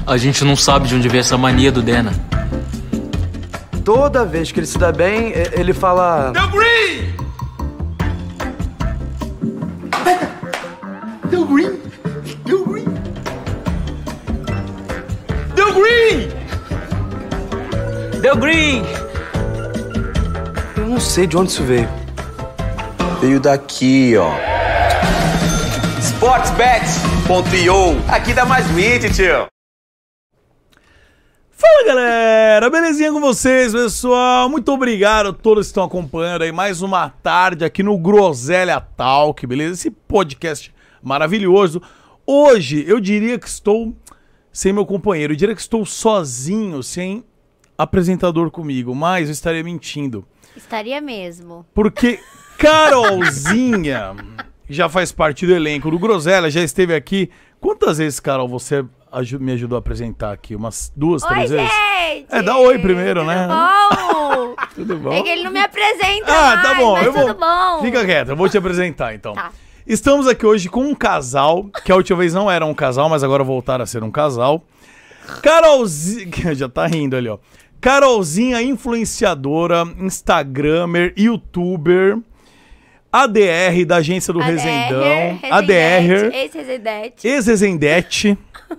A gente não sabe de onde veio essa mania do Dena. Toda vez que ele se dá bem, ele fala... Deu green! Deu green! Deu green! Deu green! Deu green! Eu não sei de onde isso veio. Veio daqui, ó. Sportsbet.io. Aqui dá mais 20, tio. Fala, galera! Belezinha com vocês, pessoal? Muito obrigado a todos que estão acompanhando aí mais uma tarde aqui no Groselha Talk, beleza? Esse podcast maravilhoso. Hoje eu diria que estou sem meu companheiro, eu diria que estou sozinho, sem apresentador comigo, mas eu estaria mentindo. Estaria mesmo. Porque Carolzinha já faz parte do elenco do Groselha, já esteve aqui. Quantas vezes, Carol, você me ajudou a apresentar aqui? Umas 2, 3 vezes? Gente! Dá oi primeiro, né? Bom! Tudo bom? É que ele não me apresenta Tá bom. mas tudo bom. Fica quieto, eu vou te apresentar então. Tá. Estamos aqui hoje com um casal, que a última vez não era um casal, mas agora voltaram a ser um casal. Carolzinha, já tá rindo ali, ó. Carolzinha, influenciadora, instagramer, youtuber, ADR da agência do Resendão. ADR. Ex-Resendete.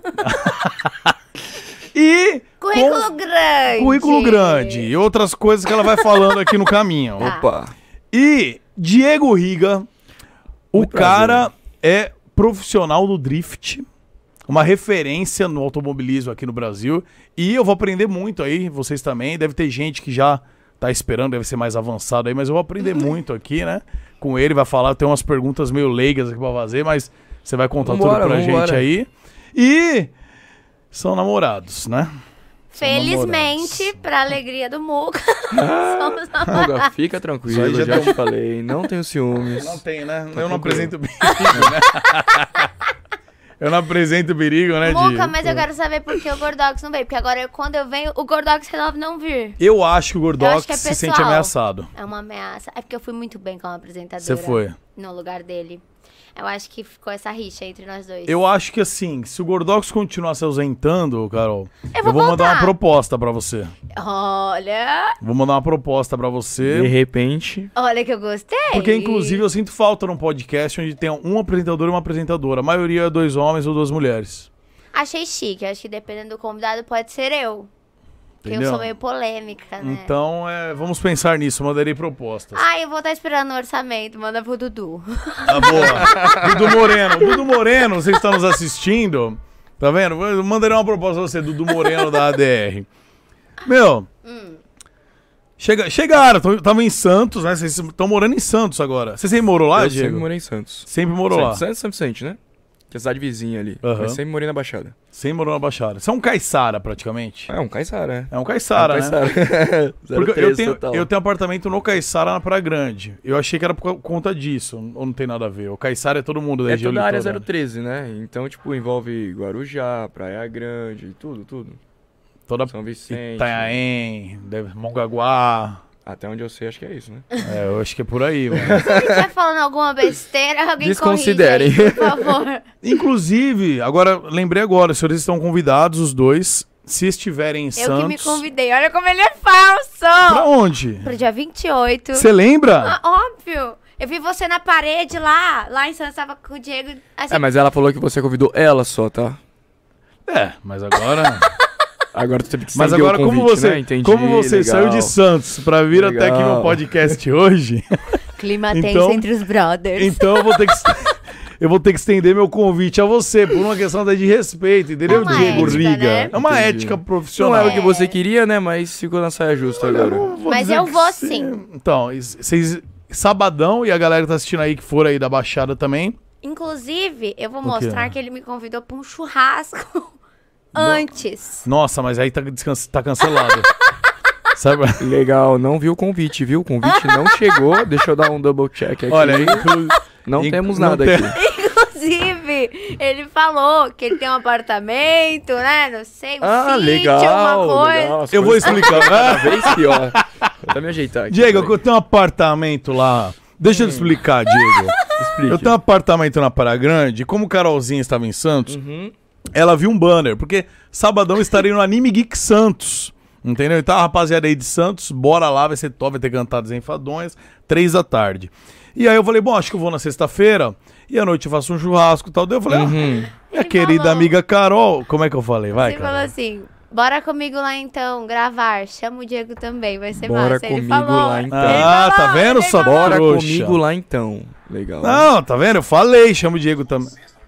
E... Currículo grande. Currículo grande. E outras coisas que ela vai falando aqui no caminho. Tá. Opa. E Diego Riga, o Muito cara prazer. é profissional do drift, uma referência no automobilismo aqui no Brasil. E eu vou aprender muito aí, vocês também. Deve ter gente que já tá esperando, deve ser mais avançado aí, mas eu vou aprender muito aqui, né? Com ele, vai falar, tem umas perguntas meio leigas aqui pra fazer, mas você vai contar tudo pra gente aí. E são namorados, né? Felizmente, pra alegria do Muca, somos namorados. Muga, fica tranquilo, Isso aí já já te falei, não tenho ciúmes. Não tem, né? Tá Eu não tranquilo. apresento perigo, né? Eu não apresento perigo, né, Muca, Diego? mas eu quero saber por que o Gordox não veio. Porque agora, quando eu venho, o Gordox resolve não vir. Eu acho que o Eu Gordox acho que é se pessoal. sente ameaçado. É uma ameaça. É porque eu fui muito bem como apresentadora. Você foi. No lugar dele. Eu acho que ficou essa rixa entre nós dois. Eu acho que assim, se o Gordox continuar se ausentando, Carol, Eu vou mandar voltar. uma proposta pra você. Olha... Vou mandar uma proposta pra De você. repente, Olha que eu gostei. Porque, inclusive, eu sinto falta num podcast onde tem um apresentador e uma apresentadora. A maioria é 2 homens ou 2 mulheres. Achei chique. Acho que dependendo do convidado pode ser eu. Porque Entendeu? eu sou meio polêmica, né? Então, vamos pensar nisso. Mandarei propostas. Ai, eu vou estar esperando o orçamento. Manda pro Dudu. Tá boa. Dudu Moreno. Dudu Moreno, você está nos assistindo? Tá vendo? Eu mandarei uma proposta pra você, Dudu Moreno da ADR. Meu, chegaram, estavam em Santos, né? Vocês estão morando em Santos agora. Você sempre morou lá, eu Diego? sempre morei em Santos. Sempre morou lá. Santos, São Vicente, né? Que é a cidade vizinha ali. Aham. Mas sempre morei na Baixada. Sempre morou na Baixada. Você é um caiçara, praticamente. É um caiçara, né? É um caiçara, né? Porque 03 eu total. tenho apartamento no Caiçara, na Praia Grande. Eu achei que era por conta disso, ou não tem nada a ver. O Caiçara é todo mundo da É região toda a área litoral. 013, né? Então, tipo, envolve Guarujá, Praia Grande, tudo. Toda São Vicente. Itanhaém, Mongaguá. Até onde eu sei, acho que é isso, né? Eu acho que é por aí, mano. Se a gente estiver falando alguma besteira, alguém Desconsiderem. corrige aí, por favor. Inclusive, lembrei agora, os senhores estão convidados, os dois, se estiverem em Eu Santos. que me convidei. Olha como ele é falso. Pra onde? Pro dia 28. Você lembra? Óbvio. Eu vi você na parede lá em Santos, tava com o Diego. Assim, Mas ela falou que você convidou ela só, tá? Mas agora... Agora tu teve que Mas estender agora, o convite, como você, né? Entendi, como você legal. saiu de Santos pra vir até aqui no podcast hoje, clima então- tenso entre os brothers. então eu vou ter que estender meu convite a você, por uma questão até de respeito, entendeu, É uma Diego ética, Riga? né? É uma Entendi. ética Não profissional. é o que você queria, né? Mas ficou na saia justa agora. Mas dizer eu que vou sim. sim. Então, vocês, sabadão, e a galera que tá assistindo aí, que for aí da Baixada também, Inclusive, eu vou quê? mostrar que ele me convidou pra um churrasco antes. nossa, mas aí tá cancelado. Sabe? Legal, não viu o convite, viu? O convite não chegou. Deixa eu dar um double check aqui. Olha, não temos não nada tem- aqui. Inclusive, ele falou que ele tem um apartamento, né? Não sei, um sítio, legal, uma coisa. legal. As Eu vou coisas explicar. Cada vez pior. Vou até me ajeitar aqui. Diego, peraí. eu tenho um apartamento lá. Deixa eu te explicar, Diego. Explique. Eu tenho um apartamento na Praia Grande, e como Carolzinha estava em Santos, ela viu um banner, porque sabadão estarei no Anime Geek Santos. Entendeu? Então, rapaziada aí de Santos, bora lá, vai ser top, vai ter cantadas enfadonhas, 3 da tarde. E aí eu falei, bom, acho que eu vou na sexta-feira, e à noite eu faço um churrasco e tal. Daí eu falei, minha Ele querida falou. amiga Carol, como é que eu falei? Vai, Você falou Carol. assim, bora comigo lá então, gravar. Chama o Diego também, vai ser Bora massa. Ele comigo falou. lá, então. Ele Ah, falou, tá vendo, ele sua falou. Bora trouxa. comigo lá então. Legal. Não, tá vendo? Eu falei, chama o Diego também.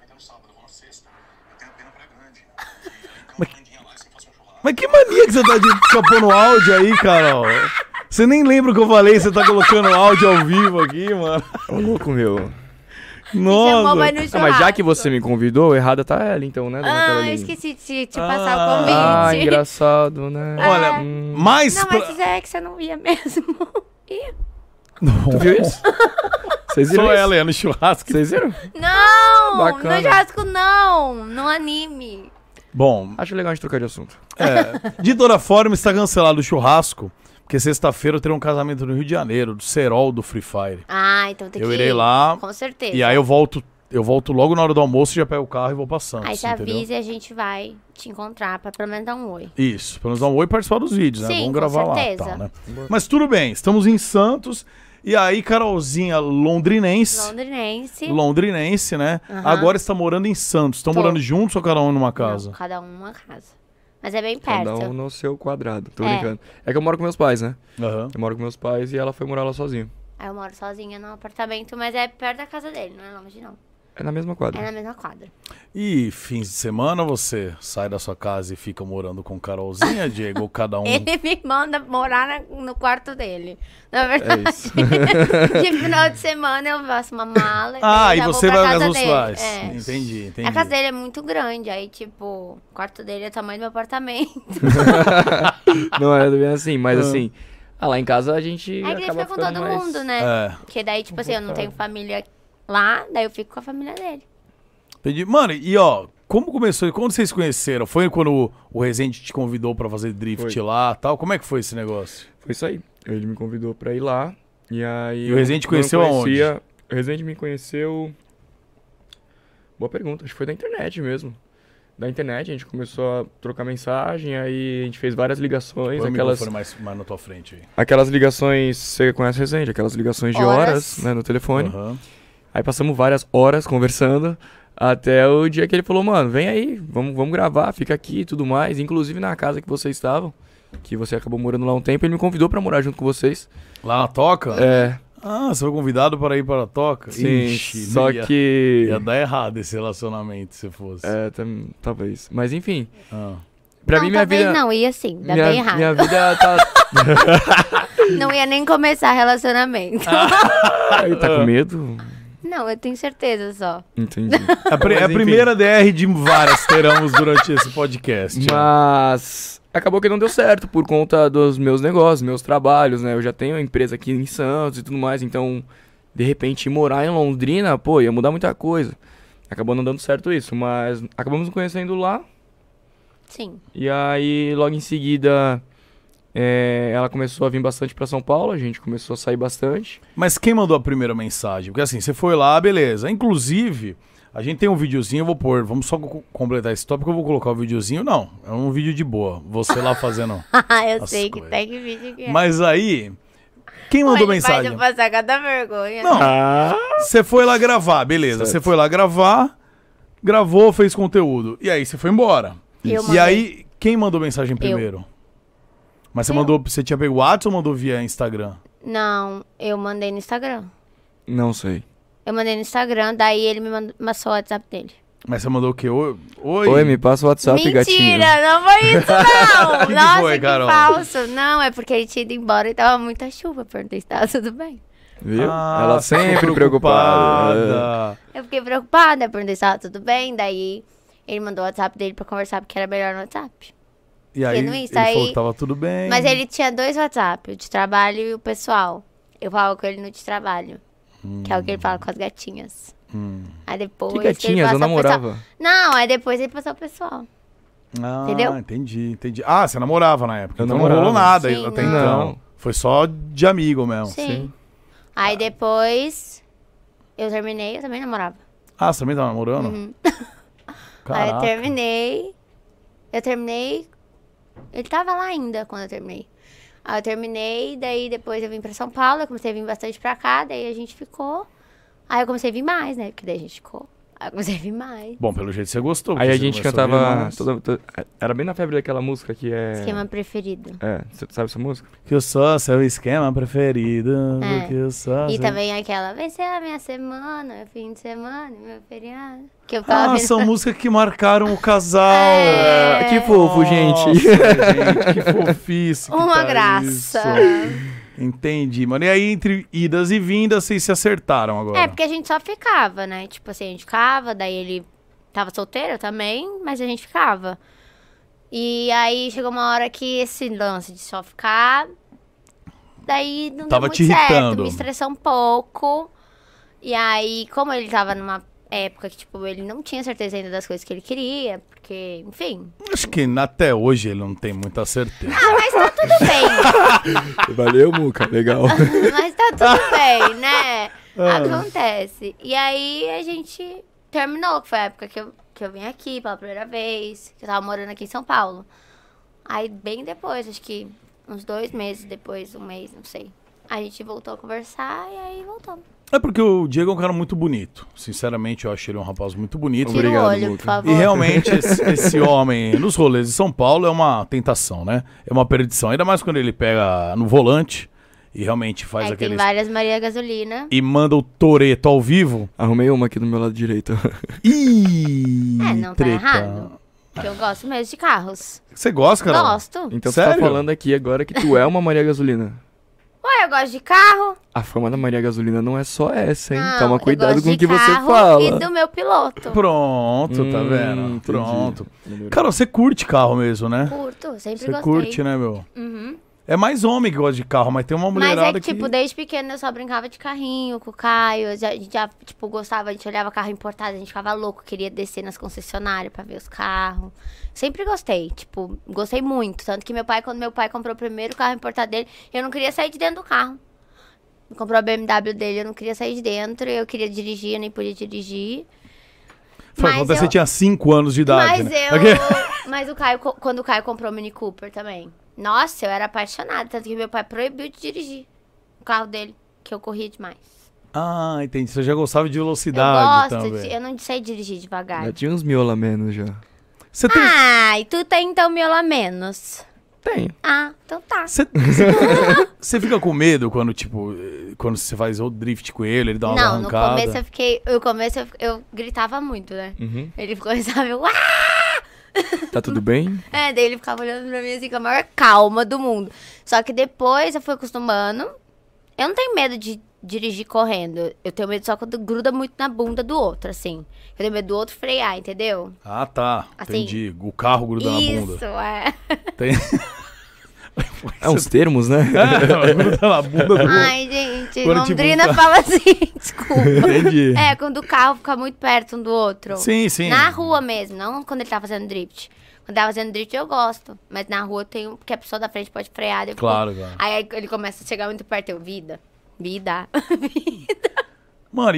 Mas que mania que você tá de ficar pondo áudio aí, Carol? Você nem lembra o que eu falei, você tá colocando áudio ao vivo aqui, mano. Ô, louco, meu. Chamou, Nossa. vai no Ah, mas já churrasco. que você me convidou, errada tá ela então, né, dona Ah, Carolina? eu esqueci de te passar o Ah, convite. engraçado, né? Olha, mais... Não, mas é que você não ia mesmo. Ih. Tu viu isso? Vocês viram Só isso? ela ia no churrasco. Vocês viram? Não, Bacana. no churrasco não, no anime. Bom, Acho legal a gente trocar de assunto. de toda forma, está cancelado o churrasco, porque sexta-feira eu terei um casamento no Rio de Janeiro, do Serol do Free Fire. Ah, então tem Eu que irei ir. lá, Com certeza. E aí eu volto logo na hora do almoço, já pego o carro e vou pra Santos, Aí você entendeu? avisa e a gente vai te encontrar pra pelo menos dar um oi. Isso, pelo menos dar um oi e participar dos vídeos, né? Sim, Vamos com gravar lá e certeza. tal, né? Mas tudo bem, estamos em Santos, e aí Carolzinha londrinense, Londrinense. né? Aham. Agora está morando em Santos. Estão Tô. morando juntos ou cada um numa casa? Não, cada um numa casa. Mas é bem perto. Cada um no seu quadrado. Tô É. brincando. É que eu moro com meus pais, né? Aham. Eu moro com meus pais e ela foi morar lá sozinha. Aí eu moro sozinha no apartamento, mas é perto da casa dele, não é longe não. É na mesma quadra. É na mesma quadra. E fins de semana você sai da sua casa e fica morando com Carolzinha, Diego, ou cada um? Ele me manda morar no quarto dele. Na verdade, É isso. de final de semana eu faço uma mala Ah, e e já você vou pra vai na casa casa dos dele. pais. É. Entendi. A casa dele é muito grande, aí tipo, o quarto dele é o tamanho do meu apartamento. Não é bem assim, mas assim... Ah, lá em casa a gente Aí ele acaba fica com ficando todo mais... mundo, né? É. Porque daí, tipo assim, eu não tenho família lá, daí eu fico com a família dele. Entendi. Mano, e ó, como começou? Quando vocês se conheceram? Foi quando o Rezende te convidou pra fazer drift Foi. lá e tal? Como é que foi esse negócio? Foi isso aí. Ele me convidou pra ir lá. E aí... E o Rezende eu conheceu não aonde? conhecia- O Rezende me conheceu... Boa pergunta. Acho que foi da internet mesmo. Da internet, a gente começou a trocar mensagem, aí a gente fez várias ligações, Põe o aquelas... microfone mais na tua frente aí. Aquelas ligações, você conhece o Rezende, aquelas ligações de Horas. horas, né, no telefone. Aham. Aí passamos várias horas conversando, até o dia que ele falou, mano, vem aí, vamos gravar, fica aqui e tudo mais. Inclusive na casa que vocês estavam, que você acabou morando lá um tempo, ele me convidou pra morar junto com vocês. Lá na Toca? É, Ah, você foi convidado para ir para a Toca? sim, Ixi, só ia, que... ia dar errado esse relacionamento se fosse. É, talvez. Mas enfim, Ah. pra não, mim minha talvez vida... não, ia sim, dá bem errado. minha vida tá... Não ia nem começar relacionamento. Aí tá com medo? Não, eu tenho certeza só. Entendi. É a Mas, enfim. primeira DR de várias teremos durante esse podcast. Mas acabou que não deu certo por conta dos meus negócios, meus trabalhos, né? Eu já tenho uma empresa aqui em Santos e tudo mais, então, de repente, morar em Londrina, pô, ia mudar muita coisa. Acabou não dando certo isso, mas acabamos nos conhecendo lá. Sim. E aí, logo em seguida, ela começou a vir bastante pra São Paulo, a gente começou a sair bastante. Mas quem mandou a primeira mensagem? Porque assim, você foi lá, beleza. Inclusive, a gente tem um videozinho, eu vou pôr, vamos só completar esse tópico, eu vou colocar o videozinho. Não, é um vídeo de boa. Você lá fazendo. Eu As sei que coisas. tem que vídeo que é. Mas aí, quem mandou Ele faz mensagem? eu passar cada vergonha. Não, Ah! você foi lá gravar, beleza. Certo. Você foi lá gravar, gravou, fez conteúdo. E aí você foi embora. Eu E mandei. aí, quem mandou mensagem primeiro? Mas você tinha pego o WhatsApp ou mandou via Instagram? Não, eu mandei no Instagram. Não sei. Eu mandei no Instagram, daí ele me passou o WhatsApp dele. Mas você mandou o quê? Oi? Oi, me passa o WhatsApp, gatinho. Mentira, não foi isso não. Que Nossa, foi, que Carol? falso. Não, é porque ele tinha ido embora e tava muita chuva. Perguntei se tava tudo bem. Viu? Ah, Ela sempre ficou preocupada. preocupada. Eu fiquei preocupada, perguntei se tava tudo bem. Daí ele mandou o WhatsApp dele pra conversar, porque era melhor no WhatsApp. E aí, no ele Insta, falou aí- que tava tudo bem. Mas ele tinha 2 WhatsApp, o de trabalho e o pessoal. Eu falava com ele no de trabalho, que é o que ele fala com as gatinhas. Aí depois Que ele gatinhas? Eu passa o pessoal. namorava. Não, aí depois ele passou o pessoal. Ah, Entendeu? entendi. Ah, você namorava na época. Eu Então namorava. não rolou nada Sim, até não. então. Não. Foi só de amigo mesmo. Sim. Aí depois eu terminei, eu também namorava. Ah, você também tava namorando? Uhum. Aí eu Caraca. terminei. Ele tava lá ainda quando eu terminei. Aí eu terminei, daí depois eu vim pra São Paulo, eu comecei a vir bastante pra cá, daí a gente ficou. Aí eu comecei a vir mais, né? Porque daí a gente ficou. Aí eu comecei a vir mais. Bom, pelo jeito você gostou. Aí porque a você gente começou a ver cantava. mais. Era bem na febre daquela música que é. Esquema preferido. É, você sabe essa música? Que eu sou seu esquema preferido. É. Porque eu sou E seu- também aquela, vai ser a minha semana, meu fim de semana, meu feriado. Que eu ficava Ah, vendo. são músicas que marcaram o casal. É. Que fofo, gente. Nossa, gente, que fofice. que Uma tá graça. isso. Entendi, mano. E aí, entre idas e vindas, vocês se acertaram agora? É, porque a gente só ficava, né? Tipo assim, a gente ficava, daí ele tava solteiro também, mas a gente ficava. E aí chegou uma hora que esse lance de só ficar, daí não Tava deu te muito certo, irritando. me estressou um pouco. E aí, como ele tava numa época que, tipo, ele não tinha certeza ainda das coisas que ele queria, porque, enfim. Acho que até hoje ele não tem muita certeza. Ah, mas tá tudo bem. Valeu, Muca, legal. Mas tá tudo bem, né? Ah. Acontece. E aí a gente terminou, que foi a época que eu vim aqui pela primeira vez, que eu tava morando aqui em São Paulo. Aí bem depois, acho que uns 2 meses depois, 1 mês, não sei. A gente voltou a conversar e aí voltamos. É porque o Diego é um cara muito bonito. Sinceramente, eu acho ele um rapaz muito bonito. Tira Obrigado, o olho, Luca. por favor. E realmente, esse homem nos rolês de São Paulo é uma tentação, né? É uma perdição. Ainda mais quando ele pega no volante e realmente faz Aí tem aqueles... várias Maria Gasolina. E manda o Toreto ao vivo. Arrumei uma aqui do meu lado direito. Ih, Não tá errado. Porque eu gosto mesmo de carros. Você gosta, Carol? Gosto. Então você Sério? tá falando aqui agora que tu é uma Maria Gasolina. Ué, eu gosto de carro. A fama da Maria Gasolina não é só essa, hein? Não, Toma eu cuidado gosto com o de que você carro fala. E do meu piloto. Pronto, tá vendo? Entendi. Pronto. Carol, você curte carro mesmo, né? Curto, sempre Você gostei. curte, né, meu? Uhum. É mais homem que gosta de carro, mas tem uma Mas mulherada é que, tipo, que... desde pequena eu só brincava de carrinho com o Caio. A gente já, tipo, gostava, a gente olhava carro importado, a gente ficava louco, queria descer nas concessionárias pra ver os carros. Sempre gostei, tipo, gostei muito. Tanto que quando meu pai comprou o primeiro carro importado dele, eu não queria sair de dentro do carro. Ele comprou a BMW dele, eu não queria sair de dentro, eu queria dirigir, eu nem podia dirigir. Foi mas quando eu- você tinha 5 anos de idade, Mas né? Mas o Caio, quando o Caio comprou o Mini Cooper também. Nossa, eu era apaixonada. Tanto que meu pai proibiu de dirigir o carro dele, que eu corria demais. Ah, entendi. Você já gostava de Eu velocidade gosto, também. eu não sei dirigir devagar. Já tinha uns miola menos já. Você tem... Ai, tu tem então miola menos. Tenho. Ah, então tá. Você fica com medo quando, tipo, quando você faz o drift com ele dá uma Não, no arrancada? começo eu fiquei. No começo eu gritava muito, né? Uhum. Ele ficou, sabe, uau! Tá tudo bem? É, daí ele ficava olhando pra mim assim com a maior calma do mundo. Só que depois eu fui acostumando. Eu não tenho medo de dirigir correndo. Eu tenho medo só quando gruda muito na bunda do outro, assim. Eu tenho medo do outro frear, entendeu? Ah, tá. Assim, Entendi. O carro gruda na bunda. Isso, é. Tem... É uns termos, né? É, gruda na bunda do outro. Ai, gente, Quando, tipo, Londrina tá- fala assim, desculpa. Entendi. É, quando o carro fica muito perto um do outro. Sim, sim. Na rua mesmo, não quando ele tá fazendo drift. Quando tá fazendo drift eu gosto. Mas na rua eu tenho. Porque a pessoa da frente pode frear. Eu fico- Claro, claro. Aí ele começa a chegar muito perto. Eu, vida. Mano,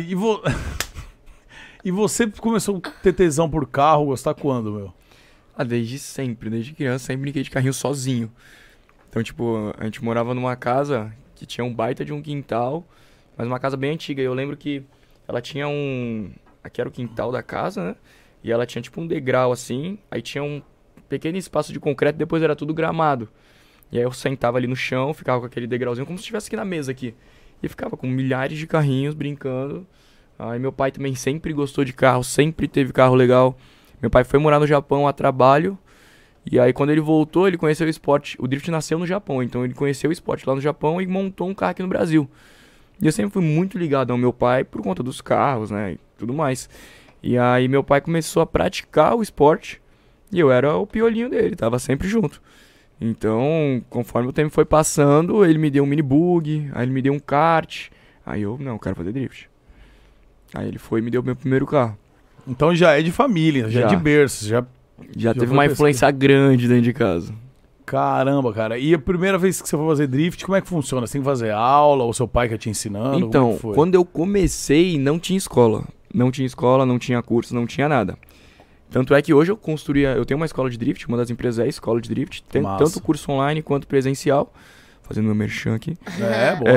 e você começou a ter tesão por carro, gostar quando, meu? Ah, desde sempre, desde criança, sempre brinquei de carrinho sozinho. Então, tipo, a gente morava numa casa que tinha um baita de um quintal, mas uma casa bem antiga. E eu lembro que ela tinha um... Aqui era o quintal da casa, né? E ela tinha tipo um degrau assim, aí tinha um pequeno espaço de concreto, depois era tudo gramado. E aí eu sentava ali no chão, ficava com aquele degrauzinho, como se estivesse aqui na mesa aqui. E ficava com milhares de carrinhos brincando. Aí meu pai também sempre gostou de carro, sempre teve carro legal. Meu pai foi morar no Japão a trabalho. E aí quando ele voltou, ele conheceu o esporte. O drift nasceu no Japão, então ele conheceu o esporte lá no Japão e montou um carro aqui no Brasil. E eu sempre fui muito ligado ao meu pai por conta dos carros, né, e tudo mais. E aí meu pai começou a praticar o esporte e eu era o piolinho dele, tava sempre junto. Então, conforme o tempo foi passando, ele me deu um mini bug, aí ele me deu um kart. Aí eu, não, quero fazer drift. Aí ele foi e me deu meu primeiro carro. Então já é de família, já é Já. de berço, já... Já teve foi uma pesquisa. influência grande dentro de casa. Caramba, cara. E a primeira vez que você for fazer drift, como é que funciona? Você tem que fazer aula, ou seu pai que te ensinando? Como é Então, que foi? quando eu comecei, não tinha escola. Não tinha escola, não tinha curso, não tinha nada. Tanto é que hoje eu tenho uma escola de drift, uma das empresas é a escola de drift, tem Massa. tanto curso online quanto presencial, fazendo meu merchan aqui. Boa.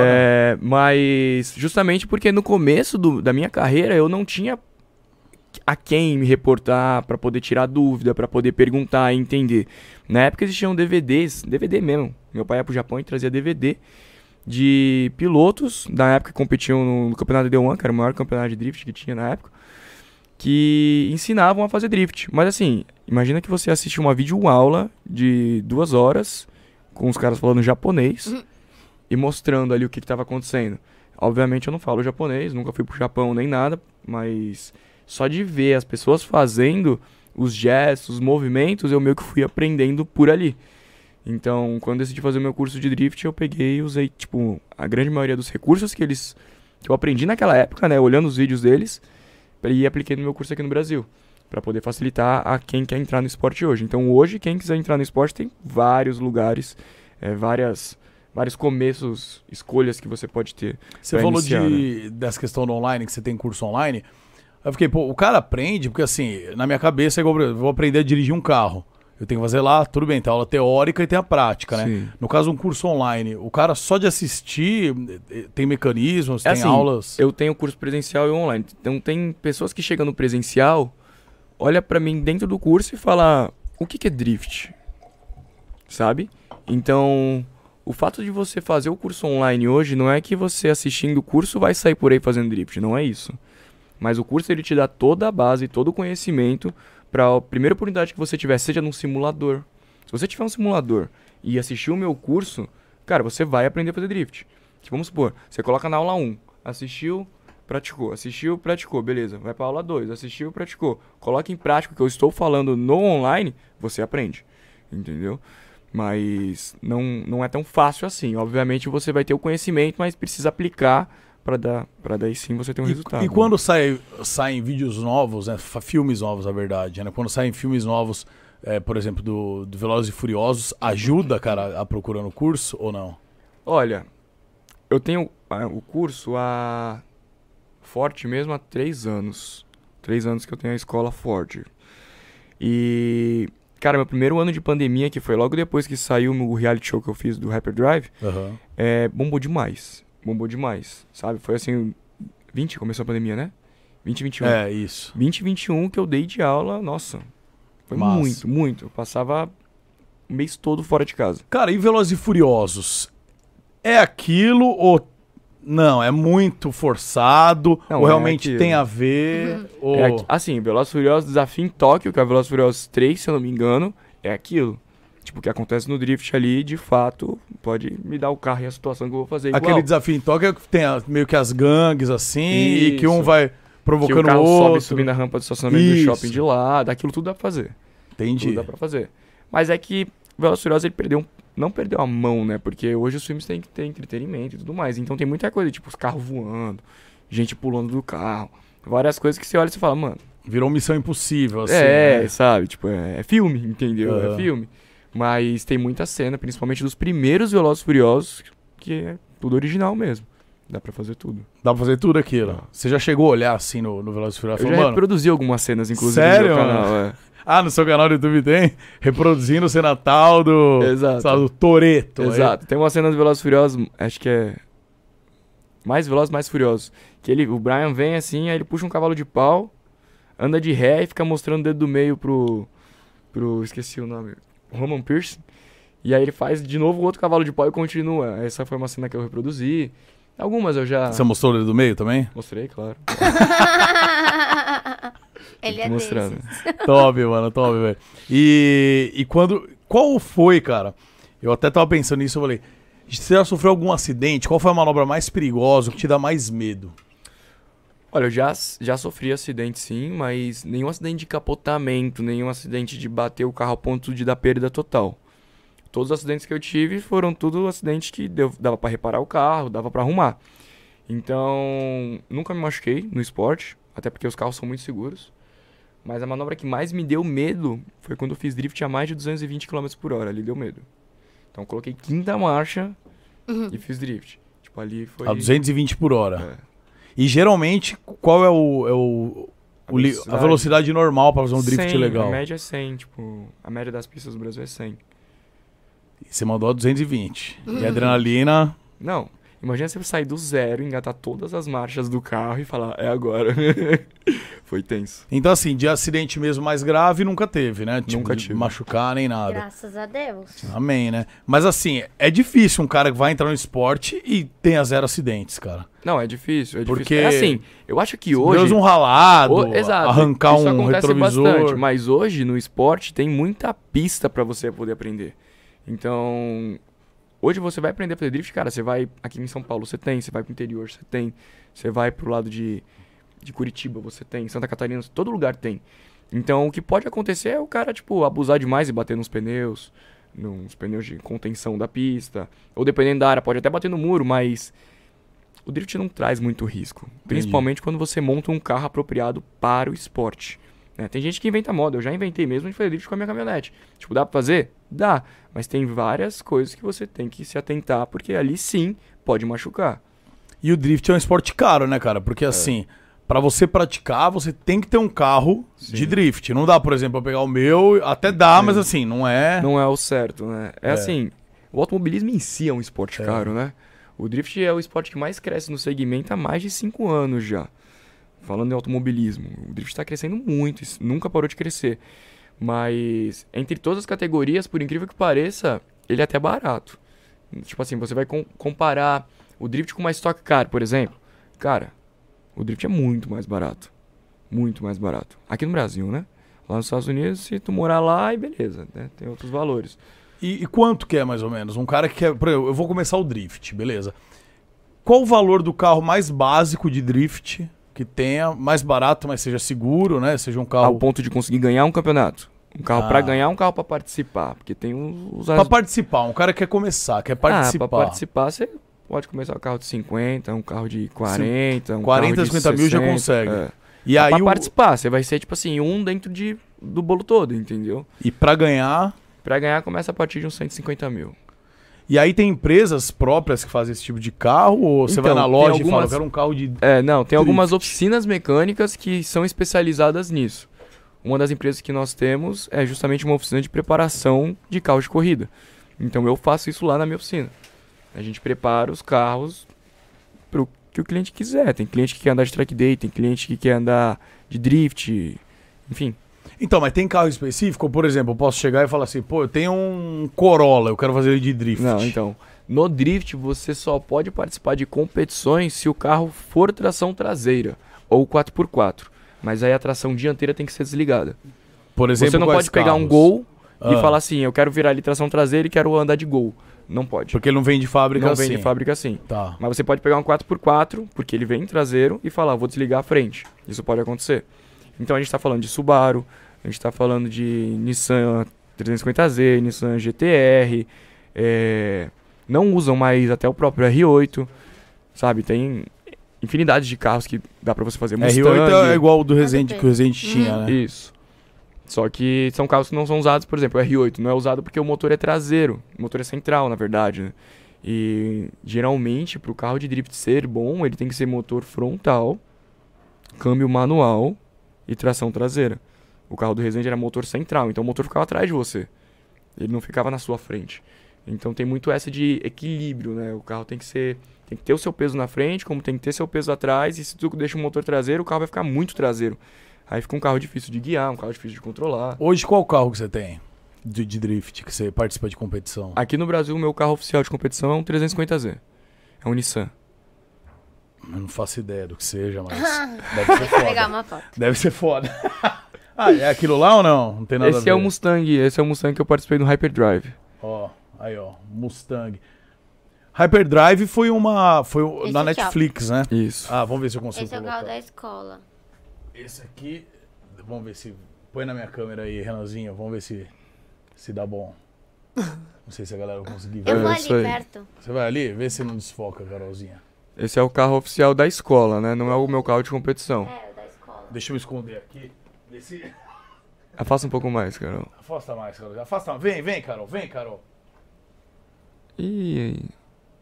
Mas justamente porque no começo da minha carreira eu não tinha a quem me reportar pra poder tirar dúvida, pra poder perguntar e entender. Na época existiam DVDs, DVD mesmo. Meu pai ia pro Japão e trazia DVD de pilotos, na época que competiam no campeonato D1, que era o maior campeonato de drift que tinha na época, que ensinavam a fazer drift. Mas assim, imagina que você assiste uma videoaula de 2 horas com os caras falando japonês e mostrando ali o que estava acontecendo. Obviamente eu não falo japonês, nunca fui pro Japão nem nada, mas só de ver as pessoas fazendo os gestos, os movimentos, eu meio que fui aprendendo por ali. Então, quando eu decidi fazer o meu curso de drift, eu peguei e usei, tipo, a grande maioria dos recursos que eu aprendi naquela época, né, olhando os vídeos deles, e apliquei no meu curso aqui no Brasil, para poder facilitar a quem quer entrar no esporte hoje. Então, hoje, quem quiser entrar no esporte tem vários lugares, vários começos, escolhas que você pode ter. Você pra falou iniciar, né? dessa questão do online, que você tem curso online. Eu fiquei, pô, o cara aprende, porque assim, na minha cabeça é igual, eu vou aprender a dirigir um carro. Eu tenho que fazer lá, tudo bem, tem aula teórica e tem a prática, né? Sim. No caso, um curso online, o cara só de assistir, tem mecanismos, tem assim, aulas... Eu tenho curso presencial e online. Então tem pessoas que chegam no presencial, olha pra mim dentro do curso e fala, o que é drift? Sabe? Então, o fato de você fazer o curso online hoje não é que você assistindo o curso vai sair por aí fazendo drift, não é isso. Mas o curso ele te dá toda a base, todo o conhecimento para a primeira oportunidade que você tiver, seja num simulador. Se você tiver um simulador e assistir o meu curso, cara, você vai aprender a fazer drift. Tipo, vamos supor, você coloca na aula 1, assistiu, praticou, beleza. Vai para aula 2, assistiu, praticou. Coloca em prática o que eu estou falando no online, você aprende. Entendeu? Mas não é tão fácil assim. Obviamente você vai ter o conhecimento, mas precisa aplicar para daí sim você ter um resultado. E quando saem vídeos novos, né, filmes novos, na verdade, né? Quando saem filmes novos, por exemplo, do Velozes e Furiosos, ajuda, cara, a procurar no curso ou não? Olha, eu tenho o curso forte mesmo há 3 anos. 3 anos que eu tenho a escola forte. E, cara, meu primeiro ano de pandemia, que foi logo depois que saiu o reality show que eu fiz do Hyperdrive, bombou demais. Bombou demais, sabe? Foi assim, começou a pandemia, né? 2021. É, isso. 2021 que eu dei de aula, nossa, foi Massa. muito. Eu passava o mês todo fora de casa. Cara, e Velozes e Furiosos? É aquilo ou não? É muito forçado? Não, ou é realmente aquilo. tem a ver? Ou... Assim, Velozes e Furiosos Desafio em Tóquio, que é Velozes e Furiosos 3, se eu não me engano, é aquilo. Tipo, o que acontece no drift ali, de fato, pode me dar o carro e a situação que eu vou fazer igual. Aquele desafio em Tóquio é que tem meio que as gangues assim, e que um Isso. vai Que provocando o carro o outro. sobe subindo a rampa de estacionamento do Isso. shopping de lá, daquilo tudo dá pra fazer. Entendi. Tudo dá pra fazer. Mas é que Velozes e Furiosos ele não perdeu a mão, né? Porque hoje os filmes têm que ter entretenimento e tudo mais. Então tem muita coisa, tipo os carros voando, gente pulando do carro, várias coisas que você olha e você fala, mano... Virou Missão Impossível, assim. né? Sabe? Tipo, é filme, entendeu? Uhum. É filme. Mas tem muita cena, principalmente dos primeiros Velozes e Furiosos, que é tudo original mesmo. Dá pra fazer tudo. Dá pra fazer tudo aquilo. Você já chegou a olhar assim no Velozes e Furiosos? Eu Falou, já mano, reproduzi algumas cenas, inclusive, sério, no meu mano? canal. Ah, no seu canal do YouTube tem? Reproduzindo o cena tal do... Exato. Sabe, do Toretto. Exato. Tem uma cena do Velozes e Furiosos, acho que é... Mais Velozes, Mais Furiosos. Que o Brian vem assim, aí ele puxa um cavalo de pau, anda de ré e fica mostrando o dedo do meio pro esqueci o nome, Roman Pierce. E aí ele faz de novo outro cavalo de pau e continua. Essa foi uma cena que eu reproduzi. Algumas eu já... Você mostrou o dedo do meio também? Mostrei, claro. Ele Tô é mostrando. desses. Top, mano, top, velho. E quando... Qual foi, cara? Eu até tava pensando nisso, eu falei... Você já sofreu algum acidente? Qual foi a manobra mais perigosa, o que te dá mais medo? Olha, eu já sofri acidente sim, mas nenhum acidente de capotamento, nenhum acidente de bater o carro a ponto de dar perda total. Todos os acidentes que eu tive foram tudo acidentes que dava pra reparar o carro, dava pra arrumar. Então, nunca me machuquei no esporte, até porque os carros são muito seguros. Mas a manobra que mais me deu medo foi quando eu fiz drift a mais de 220 km por hora, ali deu medo. Então, eu coloquei quinta marcha e fiz drift. Tipo, ali foi... A 220 por hora. É. E geralmente, qual é A velocidade normal pra fazer um drift 100, legal. A média é 100, tipo, a média das pistas do Brasil é 100. E você mandou a 220. E a adrenalina... Não, imagina você sair do zero, engatar todas as marchas do carro e falar, é agora. Foi tenso. Então, assim, de acidente mesmo mais grave, nunca teve, né? Tipo, Nunca de tive. machucar nem nada. Graças a Deus. Amém, né? Mas, assim, é difícil um cara que vai entrar no esporte e tenha 0 acidentes, cara. Não, é difícil, é difícil. Porque- É assim, eu acho que hoje... Deus um ralado, Exato, arrancar isso um acontece retrovisor. bastante, mas hoje no esporte tem muita pista pra você poder aprender. Então, hoje você vai aprender a fazer drift, cara, você vai aqui em São Paulo, você vai pro interior, você vai pro lado de Curitiba, você tem, Santa Catarina, todo lugar tem. Então, o que pode acontecer é o cara, tipo, abusar demais e bater nos pneus de contenção da pista, ou dependendo da área, pode até bater no muro, mas o drift não traz muito risco, principalmente quando você monta um carro apropriado para o esporte. Né? Tem gente que inventa moda, eu já inventei mesmo de fazer drift com a minha caminhonete. Tipo, dá pra fazer? Dá, mas tem várias coisas que você tem que se atentar, porque ali sim pode machucar. E o drift é um esporte caro, né, cara? Porque, assim, pra você praticar, você tem que ter um carro de drift. Não dá, por exemplo, eu pegar o meu, até dá, mas assim, não é... Não é o certo, né? É assim, o automobilismo em si é um esporte caro, né? O drift é o esporte que mais cresce no segmento há mais de 5 anos já. Falando em automobilismo, o drift tá crescendo muito, isso nunca parou de crescer. Mas entre todas as categorias, por incrível que pareça, ele é até barato. Tipo assim, você vai comparar o drift com uma Stock Car, por exemplo. Cara, o drift é muito mais barato. Muito mais barato. Aqui no Brasil, né? Lá nos Estados Unidos, se tu morar lá, aí beleza, né? Tem outros valores. E quanto que é, mais ou menos? Um cara que quer... Por exemplo, eu vou começar o drift, beleza. Qual o valor do carro mais básico de drift que tenha, mais barato, mas seja seguro, né? Seja um carro... Ao ponto de conseguir ganhar um campeonato. Um carro pra ganhar, um carro pra participar. Porque tem os... Pra participar, um cara quer começar, quer participar. Pra participar, você pode começar um carro de 50, um carro de 40, um 40, carro de 50 mil já 60, consegue. É. E aí pra participar, você vai ser, tipo assim, um dentro do bolo todo, entendeu? E pra ganhar... Pra ganhar, começa a partir de uns 150 mil. E aí tem empresas próprias que fazem esse tipo de carro? Ou você vai Então, na loja tem e fala, eu algumas- quero um carro de... Não, tem algumas Drift. oficinas mecânicas que são especializadas nisso. Uma das empresas que nós temos é justamente uma oficina de preparação de carro de corrida. Então eu faço isso lá na minha oficina. A gente prepara os carros pro que o cliente quiser. Tem cliente que quer andar de track day, tem cliente que quer andar de drift, enfim. Então, mas tem carro específico? Ou, por exemplo, eu posso chegar e falar assim, pô, eu tenho um Corolla, eu quero fazer ele de drift. Não, então, no drift você só pode participar de competições se o carro for tração traseira ou 4x4. Mas aí a tração dianteira tem que ser desligada. Por exemplo, Você não quais pode pegar um carros? Gol e Ah. falar assim, eu quero virar ali tração traseira e quero andar de Gol. Não pode. Porque ele não vem de fábrica Não assim. vem de fábrica assim. Tá. Mas você pode pegar um 4x4, porque ele vem traseiro, e falar, vou desligar a frente. Isso pode acontecer. Então a gente tá falando de Subaru, a gente tá falando de Nissan 350Z, Nissan GT-R, não usam mais até o próprio R8, sabe? Tem infinidade de carros que dá pra você fazer. Mustang, R8 é igual o do Resende, tem. que o Resende tinha, né? Isso. Só que são carros que não são usados, por exemplo, o R8 não é usado porque o motor é traseiro, o motor é central, na verdade, né? E geralmente, para o carro de drift ser bom, ele tem que ser motor frontal, câmbio manual e tração traseira. O carro do Resende era motor central, então o motor ficava atrás de você. Ele não ficava na sua frente. Então tem muito essa de equilíbrio, né? O carro tem que ter o seu peso na frente, como tem que ter seu peso atrás, e se tu deixa o motor traseiro, o carro vai ficar muito traseiro. Aí fica um carro difícil de guiar, um carro difícil de controlar. Hoje, qual carro que você tem de drift, que você participa de competição? Aqui no Brasil, o meu carro oficial de competição é um 350Z. É um Nissan. Eu não faço ideia do que seja, mas deve ser Vou pegar foda. uma foto. Deve ser foda. Ah, é aquilo lá ou não? Não tem nada a ver. Esse é o Mustang que eu participei no Hyperdrive. Ó, aí ó, Mustang. Hyperdrive foi na Esse aqui, ó. Netflix, né? Isso. Ah, vamos ver se eu consigo Esse é o colocar. carro da escola. Esse aqui, vamos ver se... Põe na minha câmera aí, Renanzinho, vamos ver se dá bom. Não sei se a galera vai conseguir ver. Eu vou isso ali aí. perto. Você vai ali? Vê se não desfoca, Carolzinha. Esse é o carro oficial da escola, né? Não é o meu carro de competição. É, o da escola. Deixa eu esconder aqui. Desse... Afasta um pouco mais, Carol. Afasta mais, Carol. Afasta mais. Vem, Carol. Vem, Carol. Ih,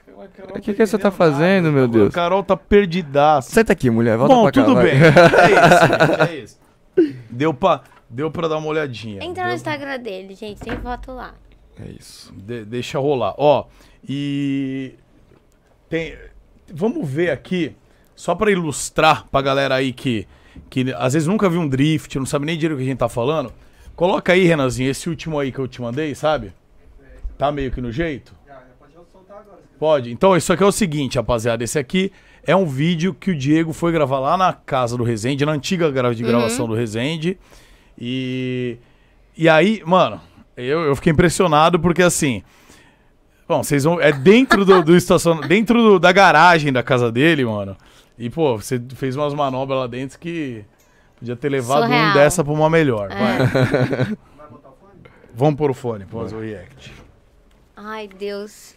O que você tá fazendo, meu A Deus? Carol tá perdidaça. Senta aqui, mulher. Volta Bom, pra cá. tudo vai. bem. É isso. Deu pra dar uma olhadinha. Entra no Instagram dele, gente. Tem foto lá. É isso. Deixa rolar. Ó, e... Vamos ver aqui, só pra ilustrar pra galera aí que às vezes nunca viu um drift, não sabe nem direito o que a gente tá falando. Coloca aí, Renanzinho, esse último aí que eu te mandei, sabe? Tá meio que no jeito? Pode. Então, isso aqui é o seguinte, rapaziada. Esse aqui é um vídeo que o Diego foi gravar lá na casa do Resende, na antiga gravação do Resende. E aí, mano, eu fiquei impressionado porque assim... Bom, vocês vão... É dentro do estacionamento, dentro da garagem da casa dele, mano. E, pô, você fez umas manobras lá dentro que podia ter levado Surreal. um dessa pra uma melhor. Vai. Vai botar o fone? Vamos pôr o fone, pôr o react. Ai, Deus.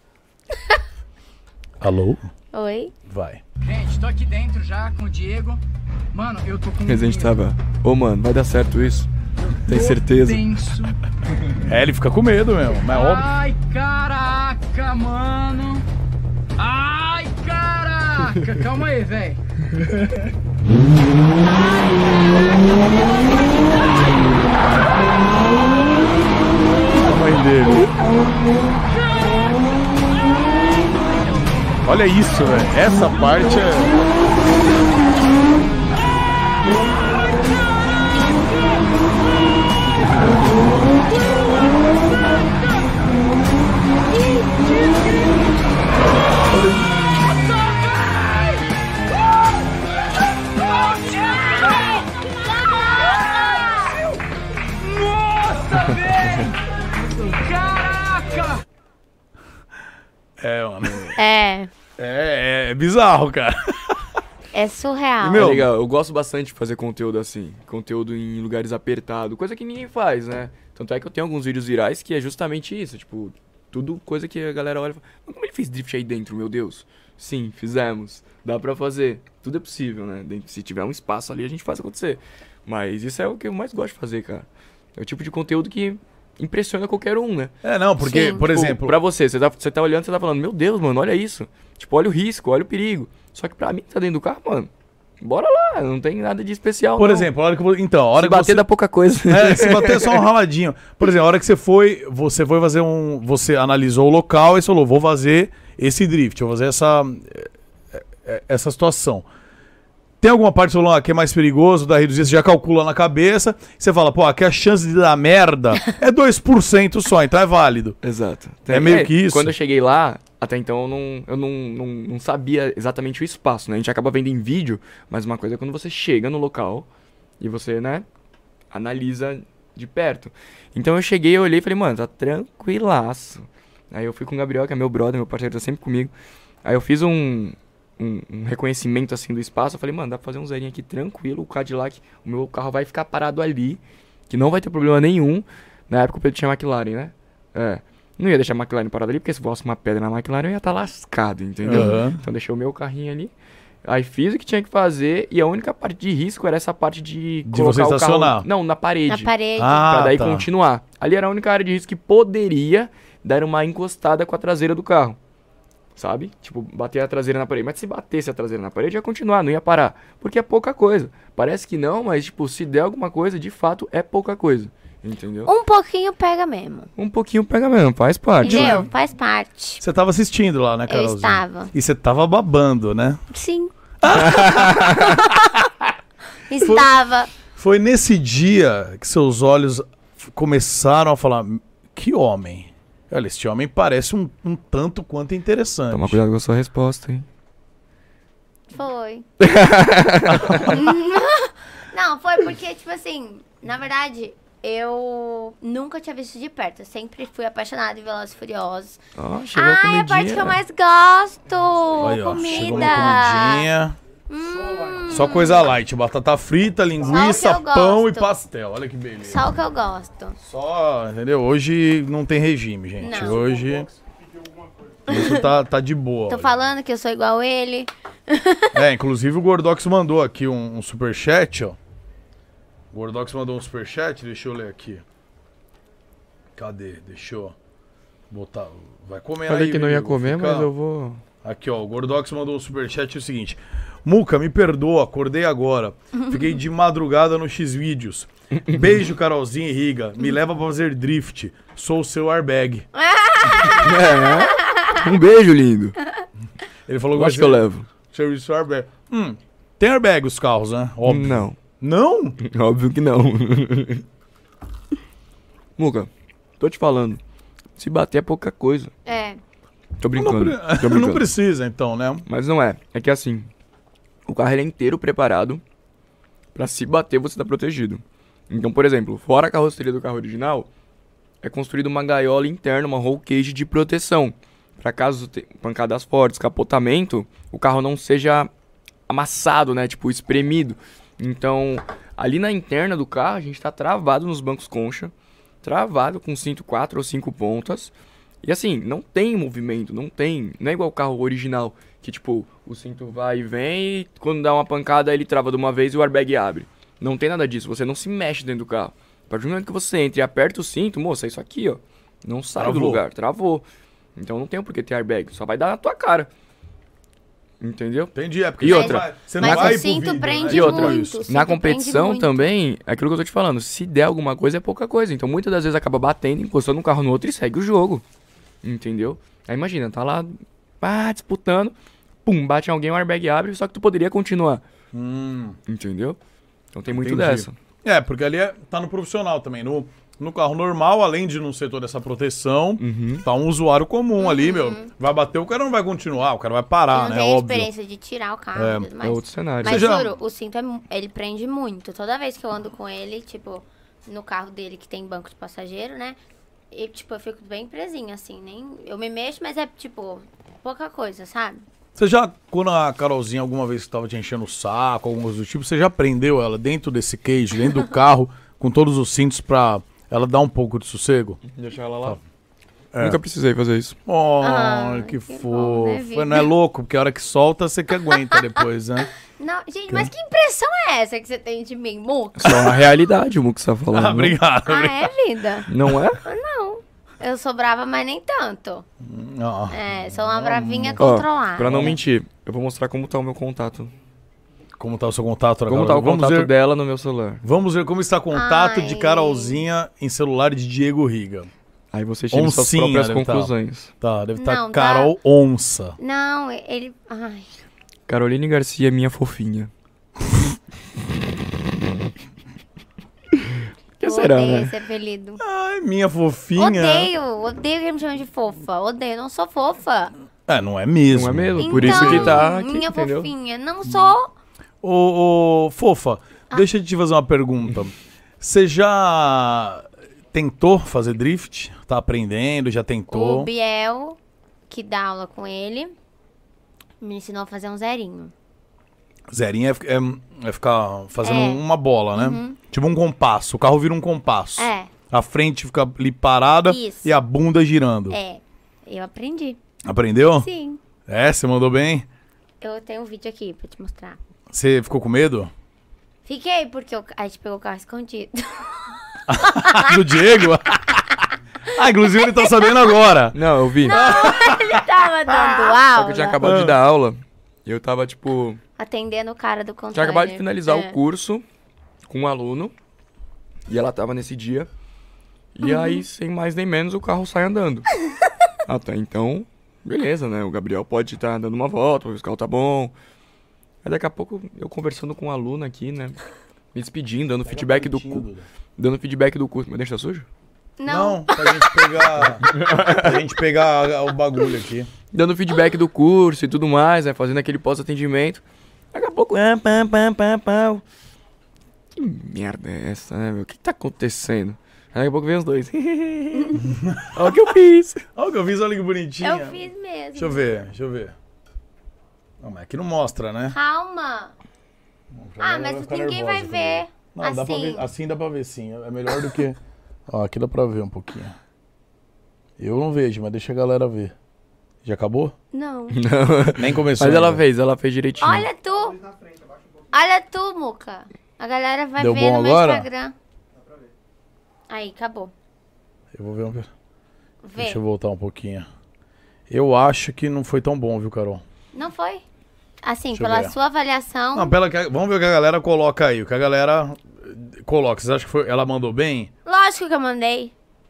Alô? Oi? Vai. Gente, tô aqui dentro já com o Diego. Mano, eu tô com O Resident tava... Ô, mano, vai dar certo isso? Tem certeza? tenso. É, ele fica com medo mesmo, mas é óbvio. Ai, caraca, mano. Ai, caraca. Calma aí, velho. A mãe dele. Olha isso, velho. Essa parte é... Nossa, velho. Caraca. É, mano. É Bizarro, cara. É surreal. Meu, É legal, eu gosto bastante de fazer conteúdo assim. Conteúdo em lugares apertados, coisa que ninguém faz, né? Tanto é que eu tenho alguns vídeos virais que é justamente isso, tipo, tudo coisa que a galera olha e fala, mas como ele fez drift aí dentro, meu Deus? Sim, fizemos. Dá pra fazer. Tudo é possível, né? Se tiver um espaço ali, a gente faz acontecer. Mas isso é o que eu mais gosto de fazer, cara. É o tipo de conteúdo que impressiona qualquer um, né? É, não, porque, Sim. por Tipo, exemplo... pra você tá olhando, você tá falando, meu Deus, mano, olha isso. Tipo, olha o risco, olha o perigo. Só que pra mim, que tá dentro do carro, mano, bora lá, não tem nada de especial, Por não. exemplo, a hora que eu vou... Então, a hora Se que bater você... dá pouca coisa. É, se bater é só um raladinho. Por exemplo, a hora que você foi fazer um... Você analisou o local e você falou, vou fazer esse drift, vou fazer essa situação. Tem alguma parte do que é mais perigoso, da reduzir, você já calcula na cabeça, você fala, pô, aqui a chance de dar merda é 2% só, então é válido. Exato. É meio que isso. Quando eu cheguei lá, até então eu não sabia exatamente o espaço, né? A gente acaba vendo em vídeo, mas uma coisa é quando você chega no local e você, né, analisa de perto. Então eu cheguei, eu olhei e falei, mano, tá tranquilaço. Aí eu fui com o Gabriel, que é meu brother, meu parceiro, tá sempre comigo. Aí eu fiz um reconhecimento assim do espaço, eu falei, mano, dá pra fazer um zerinho aqui tranquilo, o Cadillac, o meu carro vai ficar parado ali, que não vai ter problema nenhum. Na época o Pedro tinha McLaren, né? É. Não ia deixar a McLaren parada ali, porque se fosse uma pedra na McLaren eu ia estar lascado, entendeu? Uhum. Então deixei o meu carrinho ali. Aí fiz o que tinha que fazer e a única parte de risco era essa parte de colocar você o estacionar. carro... Não, na parede. Na parede. Pra daí tá. continuar. Ali era a única área de risco que poderia dar uma encostada com a traseira do carro. Sabe? Tipo, bater a traseira na parede. Mas se batesse a traseira na parede, ia continuar, não ia parar. Porque é pouca coisa. Parece que não, mas, tipo, se der alguma coisa, de fato, é pouca coisa. Entendeu? Um pouquinho pega mesmo. Um pouquinho pega mesmo, faz parte. Entendeu? Faz parte. Você tava assistindo lá, né, Carolzinha? estava. E você tava babando, né? Sim. Estava. Foi nesse dia que seus olhos começaram a falar, que homem. Olha, este homem parece um tanto quanto interessante. Toma cuidado com a sua resposta, hein? Foi. Não, foi porque, tipo assim, na verdade, eu nunca tinha visto de perto. Eu sempre fui apaixonada em Velozes e Furiosos. Ó, chegou a Ai, a comidinha. parte que eu mais gosto. Aí, ó, chegou uma Comida. comidinha. Só coisa light, batata frita, linguiça, Só o que eu pão gosto. e pastel. Olha que beleza. Só o que eu gosto. Só, entendeu? Hoje não tem regime, gente. Não. Hoje isso tá de boa. Tô olha. falando que eu sou igual ele. É, inclusive o Gordox mandou aqui um superchat, ó. O Gordox mandou um superchat, deixa eu ler aqui. Cadê? Deixa eu Botar, vai comer Falei aí, que não ia amigo, comer, fica- mas eu vou... Aqui, ó, o Gordox mandou um superchat, é o seguinte. Muca, me perdoa, acordei agora. Fiquei de madrugada no Xvideos. Beijo, Carolzinha e Riga. Me leva pra fazer drift. Sou o seu airbag. Um beijo, lindo. Ele falou Eu que acho que eu levo. Serviço airbag. Tem airbag os carros, né? Óbvio. Não, Não? óbvio que não. Muca, tô te falando. Se bater é pouca coisa. É. Tô brincando. Tô Não brincando. precisa, então, né? Mas não é. É que assim, o carro ele é inteiro preparado pra se bater você tá protegido. Então, por exemplo, fora a carroceria do carro original, é construída uma gaiola interna, uma roll cage de proteção. Pra caso tenha pancadas fortes, capotamento, o carro não seja amassado, né? Tipo, espremido. Então, ali na interna do carro, a gente tá travado nos bancos concha, travado com cinto 4 ou 5 pontas. E assim, não tem movimento, não é igual o carro original, que tipo, o cinto vai e vem e quando dá uma pancada ele trava de uma vez e o airbag abre. Não tem nada disso, você não se mexe dentro do carro. A partir do momento que você entra e aperta o cinto, moça, é isso aqui, ó, não sai do Travou. lugar, travou. Então não tem por que ter airbag, só vai dar na tua cara. Entendeu? Entendi, é porque E você outra? não vai, você não Mas vai o pro cinto vídeo, prende né? E outra, muito. Isso. o cinto na prende competição muito. também, é aquilo que eu tô te falando, se der alguma coisa é pouca coisa. Então muitas das vezes acaba batendo, encostando um carro no outro e segue o jogo. Entendeu? Aí imagina, tá lá, disputando, pum, bate em alguém, o airbag abre, só que tu poderia continuar. Entendeu? Então tem muito Entendi. dessa. É, porque ali tá no profissional também. No carro normal, além de não ser toda essa proteção, tá um usuário comum ali, meu. Vai bater, o cara não vai continuar, o cara vai Eu parar, não né? tenho a Óbvio. experiência de tirar o carro É, e tudo É mais. outro cenário. Mas Você já- juro, o cinto, ele prende muito. Toda vez que eu ando com ele, tipo, no carro dele que tem banco de passageiro, né? E, tipo, eu fico bem presinha, assim. Nem, eu me mexo, mas é, tipo, pouca coisa, sabe? Você já, quando a Carolzinha alguma vez tava te enchendo o saco, alguma coisa do tipo, você já prendeu ela dentro desse cage, dentro do carro, com todos os cintos pra ela dar um pouco de sossego? Deixar ela lá. É. Nunca precisei fazer isso. Oh, Ah, que que bom, fofo. né, vida? Não é louco, porque a hora que solta, você que aguenta depois, né? Não, gente, mas que impressão é essa que você tem de mim, Muca? Só a realidade, o Muco tá falando. Ah, obrigado. Ah, é vida? Não é? Não. Eu sou brava, mas nem tanto. Ah, É, sou uma bravinha Ó, controlada. pra não mentir, eu vou mostrar como tá o meu contato. como tá o seu contato na Como tá o Carolzinha? contato Vamos ver, dela no meu celular. vamos ver como está o contato de Ai. Carolzinha em celular de Diego Riga. Aí você tira suas Oncinha, próprias deve tá. conclusões. Tá, deve estar Não, Carol Onça. Não, ele... Ai, Caroline Garcia, minha fofinha. Que eu será, odeio né? esse apelido. Ai, minha fofinha. Odeio que me chamem de fofa. Odeio, não sou fofa. É, não é mesmo. Não é mesmo? Então, Por isso que tá aqui, minha entendeu? fofinha, não sou... Ô, fofa, Ah. deixa eu te fazer uma pergunta. Você já tentou fazer drift? Tá aprendendo? Já O tentou? Biel, que dá aula com ele, me ensinou a fazer um zerinho. Zerinho é ficar fazendo É. uma bola, né? Tipo um compasso. O carro vira um compasso. É, A frente fica ali parada Isso. e a bunda girando. é. Eu aprendi. Aprendeu? Sim. É, você mandou bem? Eu tenho um vídeo aqui pra te mostrar. Você ficou com medo? Fiquei, porque a gente pegou o carro escondido. Do Diego? Ah, inclusive ele tá sabendo agora. Não, eu vi. Ele tava dando Só aula, que eu tinha acabado de dar aula. E eu tava, tipo... atendendo o cara do controle. Tinha acabado de finalizar É. o curso com um aluno. E ela tava nesse dia. E aí, sem mais nem menos, o carro sai andando. Até então, beleza, né? O Gabriel pode estar dando uma volta, o carro tá bom. Aí daqui a pouco, eu conversando com um aluno aqui, né? Me despedindo, dando feedback do curso. Dando feedback do curso. Meu dente tá sujo? Não. pra gente pegar. pra gente pegar o bagulho aqui. Dando feedback do curso e tudo mais, né? Fazendo aquele pós-atendimento. Daqui a pouco, pam. Que merda é essa, né, meu? O que tá acontecendo? Aí daqui a pouco vem os dois. Olha o que eu fiz. Olha o que eu fiz, olha que bonitinha. Eu fiz mesmo. Deixa eu ver. Não, mas aqui não mostra, né? Calma. Ah, mas ninguém vai ver. Não, dá pra Assim. ver. Assim dá pra ver sim. É melhor do que. Ó, aqui dá pra ver um pouquinho. Eu não vejo, mas deixa a galera ver. Já acabou? Não. Nem começou. Mas ainda. ela fez direitinho. Olha tu. Olha tu, Muca. A galera vai Deu ver bom no meu agora? Instagram. Aí, acabou. Eu vou ver um. Vê. Deixa eu voltar um pouquinho. Eu acho que não foi tão bom, viu, Carol? Não foi? Assim, Deixa eu pela ver. sua avaliação... Não, vamos ver o que a galera coloca aí. O que a galera coloca. Vocês acham que ela mandou bem? Lógico que eu mandei.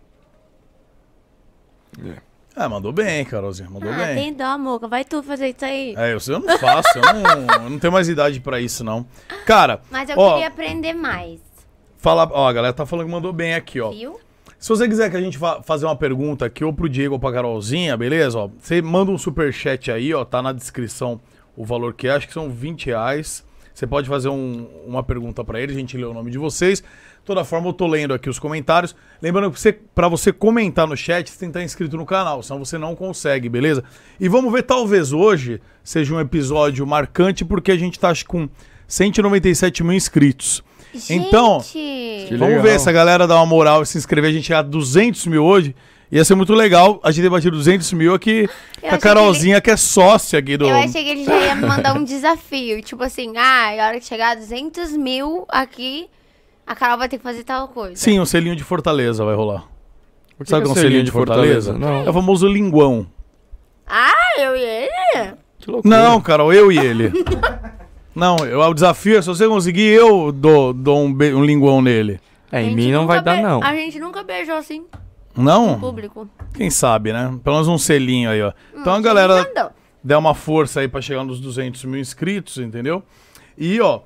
Ah, mandou bem, Carolzinha. Mandou bem. Tem dó, Moca. Vai tu fazer isso aí. Eu não faço. Eu não tenho mais idade pra isso, não. Cara, Mas eu ó, queria aprender mais. a galera tá falando que mandou bem aqui, ó. Viu? Se você quiser que a gente fazer uma pergunta aqui, ou pro Diego ou pra Carolzinha, beleza? Ó, você manda um superchat aí, ó. Tá na descrição o valor que é. Acho que são R$20. Você pode fazer uma pergunta pra ele, a gente lê o nome de vocês. De toda forma, eu tô lendo aqui os comentários. Lembrando que pra você comentar no chat, você tem que estar inscrito no canal, senão você não consegue, beleza? E vamos ver, talvez hoje seja um episódio marcante, porque a gente tá, acho, com 197 mil inscritos. Gente! Então, vamos legal. ver se a galera dá uma moral e se inscrever. A gente chegar a 200 mil hoje. Ia ser muito legal a gente ter batido 200 mil aqui com a achei Carolzinha, que é sócia aqui do... Eu achei que ele já ia me mandar um desafio. Tipo assim, a hora que chegar a 200 mil aqui, a Carol vai ter que fazer tal coisa. Sim, um selinho de Fortaleza vai rolar. Por Sabe que que é um é selinho de Fortaleza? Não. É o famoso linguão. Eu e ele? Que loucura. Não, Carol, eu e ele. Não, o desafio é, se você conseguir, eu dou um linguão nele. É, A em gente mim não nunca vai dar, não. A gente nunca beijou assim, Não? público. Quem sabe, né? Pelo menos um selinho aí, ó. Então a Não galera mandou. der uma força aí pra chegar nos 200 mil inscritos, entendeu? E, ó,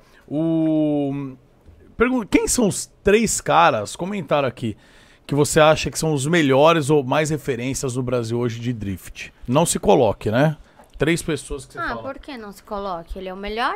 quem são os 3 caras, comentaram aqui, que você acha que são os melhores ou mais referências no Brasil hoje de drift? Não se coloque, né? 3 pessoas que você fala. Por que não se coloque? Ele é o melhor?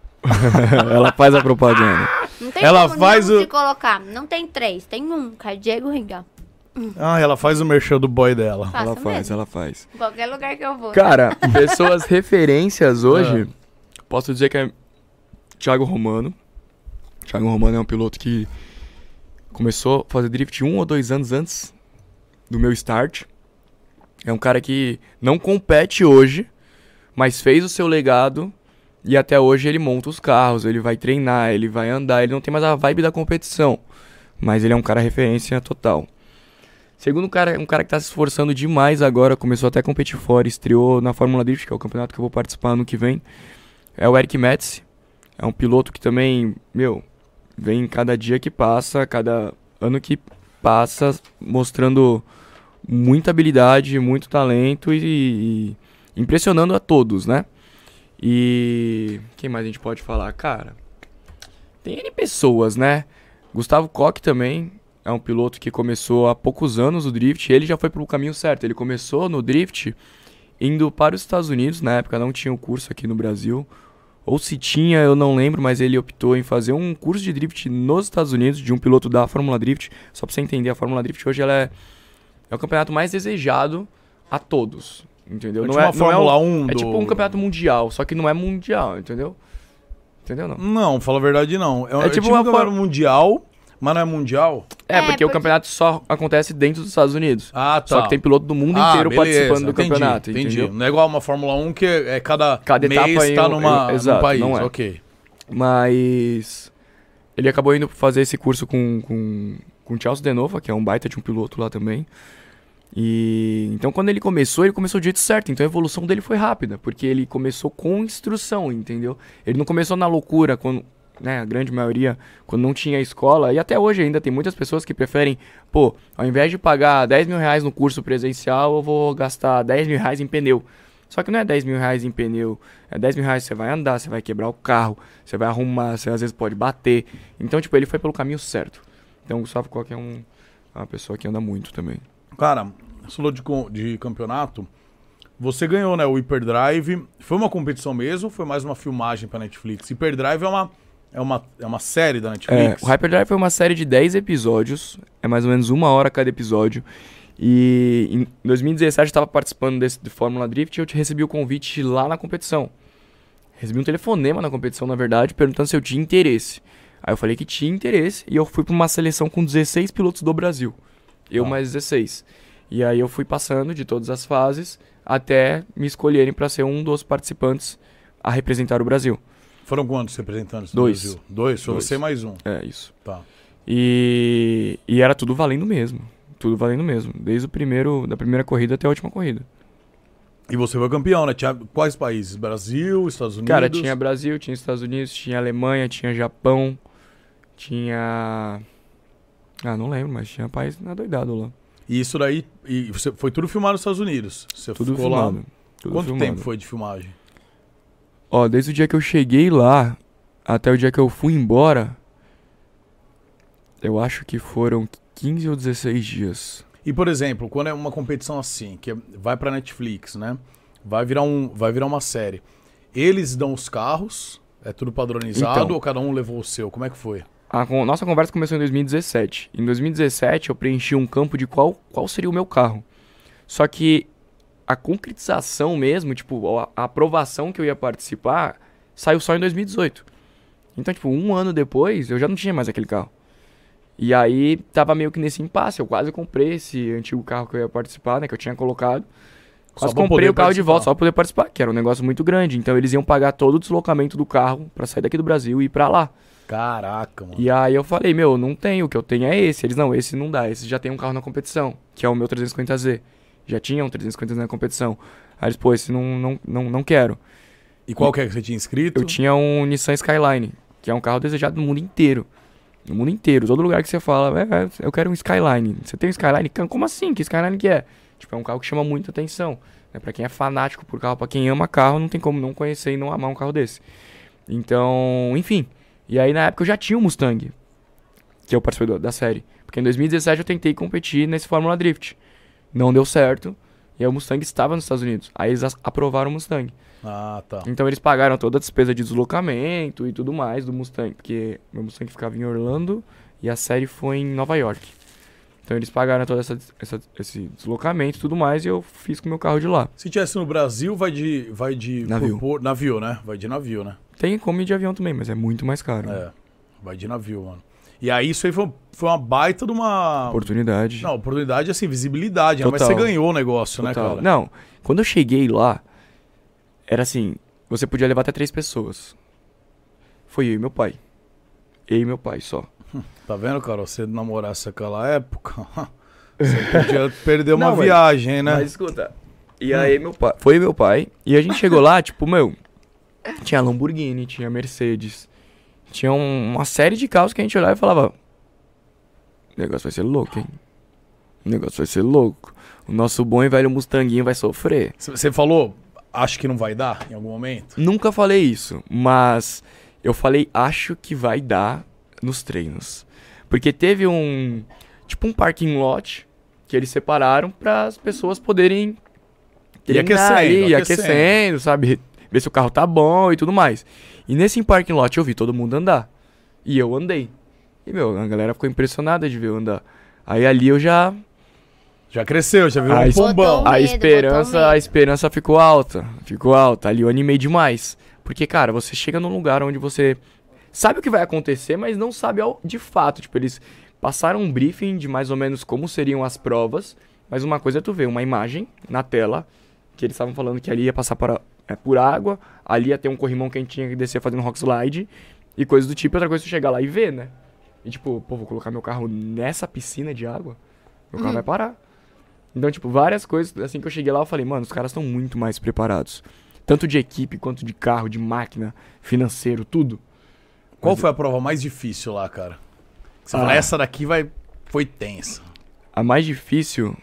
Ela faz a propaganda. Não tem Ela como faz não o- se colocar. Não tem 3, tem um, que é Diego Ringa. Ela faz o merchan do boy dela. Faço Ela faz, mesmo. ela faz. Em qualquer lugar que eu vou. Cara, pessoas referências hoje, posso dizer que é Thiago Romano. Thiago Romano é um piloto que começou a fazer drift 1 ou 2 anos antes do meu start. É um cara que não compete hoje, mas fez o seu legado e até hoje ele monta os carros, ele vai treinar, ele vai andar, ele não tem mais a vibe da competição, mas ele é um cara referência total. Segundo cara, um cara que tá se esforçando demais agora, começou até a competir fora, estreou na Fórmula Drift, que é o campeonato que eu vou participar ano que vem, é o Eric Metz. É um piloto que também, vem cada dia que passa, cada ano que passa, mostrando muita habilidade, muito talento e impressionando a todos, né? E quem mais a gente pode falar? Cara, tem N pessoas, né? Gustavo Koch também é um piloto que começou há poucos anos o drift. Ele já foi pro caminho certo. Ele começou no drift indo para os Estados Unidos. Na época não tinha um curso aqui no Brasil. Ou se tinha, eu não lembro, mas ele optou em fazer um curso de drift nos Estados Unidos, de um piloto da Fórmula Drift. Só pra você entender, a Fórmula Drift hoje ela é o campeonato mais desejado a todos, entendeu? É tipo uma Fórmula 1 É do- tipo um campeonato mundial, só que não é mundial, entendeu? Entendeu não? Não, fala a verdade, não. É tipo tipo uma um campeonato mundial, mas não é mundial. É, porque o porque- campeonato só acontece dentro dos Estados Unidos. Ah, tá. Só que tem piloto do mundo inteiro participando do campeonato, entendeu? Não é igual uma Fórmula 1 que é cada etapa mês em tá um- num exato, país. não é. Ok. Mas ele acabou indo fazer esse curso com o Chelsea Denova, que é um baita de um piloto lá também. E então quando ele começou do jeito certo. Então a evolução dele foi rápida, porque ele começou com instrução, entendeu? Ele não começou na loucura, quando, né, a grande maioria, quando não tinha escola. E até hoje ainda tem muitas pessoas que preferem, pô, ao invés de pagar 10 mil reais no curso presencial, eu vou gastar 10 mil reais em pneu. Só que não é 10 mil reais em pneu, é 10 mil reais que você vai andar, você vai quebrar o carro, você vai arrumar, você às vezes pode bater. Então, tipo, ele foi pelo caminho certo. Então o Gustavo Koch é uma pessoa que anda muito também. Cara, você falou de campeonato. Você ganhou, né, o Hyperdrive. Foi uma competição mesmo ou foi mais uma filmagem pra Netflix? Hyperdrive é uma série da Netflix? O Hyperdrive foi uma série de 10 episódios, é mais ou menos 1 hora cada episódio. E em 2017 eu estava participando de Fórmula Drift e eu recebi o convite lá na competição. Recebi um telefonema na competição, na verdade, perguntando se eu tinha interesse. Aí eu falei que tinha interesse e eu fui para uma seleção com 16 pilotos do Brasil. Eu mais 16. E aí eu fui passando de todas as fases até me escolherem para ser um dos participantes a representar o Brasil. Foram quantos representantes do 2. Brasil? 2? Foi Dois. você mais um. É isso. Tá. E era tudo valendo mesmo. Tudo valendo mesmo. Desde da primeira corrida até a última corrida. E você foi campeão, né? Tinha quais países? Brasil, Estados Unidos? Cara, tinha Brasil, tinha Estados Unidos, tinha Alemanha, tinha Japão, tinha... Ah, não lembro, mas tinha país adoidado lá. E isso daí... E você foi tudo filmado nos Estados Unidos? Você Tudo ficou filmado. lá? Tudo Quanto filmado. tempo foi de filmagem? Ó, desde o dia que eu cheguei lá até o dia que eu fui embora, eu acho que foram 15 ou 16 dias. E, por exemplo, quando é uma competição assim, que vai pra Netflix, né? Vai virar uma série. Eles dão os carros, é tudo padronizado, Então. ou cada um levou o seu? Como é que foi? Nossa conversa começou em 2017. Em 2017 eu preenchi um campo de qual seria o meu carro. Só que a concretização mesmo, tipo, a aprovação que eu ia participar, saiu só em 2018. Então, tipo, um ano depois, eu já não tinha mais aquele carro. E aí, tava meio que nesse impasse. Eu quase comprei esse antigo carro que eu ia participar, né? Que eu tinha colocado. Quase pra comprei poder o carro de volta participar. só pra poder participar, que era um negócio muito grande. Então, eles iam pagar todo o deslocamento do carro pra sair daqui do Brasil e ir pra lá. Caraca, mano. E aí eu falei, meu, não tem, o que eu tenho é esse. Eles, não, esse não dá, esse já tem um carro na competição, que é o meu 350Z. Já tinha um 350Z na competição. Aí eles, pô, esse não quero. E qual que é que você tinha inscrito? Eu tinha um Nissan Skyline, que é um carro desejado no mundo inteiro. No mundo inteiro, todo lugar que você fala, eu quero um Skyline. Você tem um Skyline? Como assim? Que Skyline que é? Tipo, é um carro que chama muita atenção. Né? Pra quem é fanático por carro, pra quem ama carro, não tem como não conhecer e não amar um carro desse. Então, enfim. E aí na época eu já tinha um Mustang, que eu participei da série. Porque em 2017 eu tentei competir nesse Fórmula Drift. Não deu certo. E aí o Mustang estava nos Estados Unidos. Aí eles aprovaram o Mustang. Ah, tá. Então eles pagaram toda a despesa de deslocamento e tudo mais do Mustang. Porque meu Mustang ficava em Orlando e a série foi em Nova York. Então eles pagaram todo esse deslocamento e tudo mais e eu fiz com o meu carro de lá. Se tivesse no Brasil, vai de Navio. Navio, né? Vai de navio, né? Tem como ir de avião também, mas é muito mais caro. É, vai de navio, mano. E aí isso aí foi uma baita de uma... Oportunidade. Não, oportunidade assim, visibilidade, né? Mas Total. você ganhou o negócio, né, Total. cara? Não, quando eu cheguei lá, era assim, você podia levar até 3 pessoas. Foi eu e meu pai. Eu e meu pai só. Tá vendo, cara? Você namorasse aquela época, você podia perder uma Não, mas- viagem, né? Mas escuta, e aí foi meu pai, e a gente chegou lá, tipo, meu, tinha Lamborghini, tinha Mercedes, tinha uma série de carros que a gente olhava e falava, o negócio vai ser louco, hein? O negócio vai ser louco. O nosso bom e velho Mustanguinho vai sofrer. Você falou, acho que não vai dar em algum momento? Nunca falei isso, mas eu falei, acho que vai dar nos treinos. Porque teve um parking lot que eles separaram para as pessoas poderem treinar ali, aquecendo, sabe? Ver se o carro tá bom e tudo mais. E nesse parking lot eu vi todo mundo andar. E eu andei. E, meu, a galera ficou impressionada de ver eu andar. Aí ali eu já... Já cresceu, já virou Ah, um isso- pombão. Botou A medo, esperança, botou medo. a esperança ficou alta. Ficou alta. Ali eu animei demais. Porque, cara, você chega num lugar onde você sabe o que vai acontecer, mas não sabe de fato. Tipo, eles passaram um briefing de mais ou menos como seriam as provas. Mas uma coisa é tu ver uma imagem na tela, que eles estavam falando que ali ia passar por água, ali ia ter um corrimão que a gente tinha que descer fazendo rock slide, e coisas do tipo. Outra coisa é tu chegar lá e ver, né? E tipo, pô, vou colocar meu carro nessa piscina de água, meu carro vai parar. Então, tipo, várias coisas, assim que eu cheguei lá, eu falei, mano, os caras estão muito mais preparados. Tanto de equipe, quanto de carro, de máquina, financeiro, tudo. Qual foi a prova mais difícil lá, cara? Você fala, essa daqui foi tensa. A mais difícil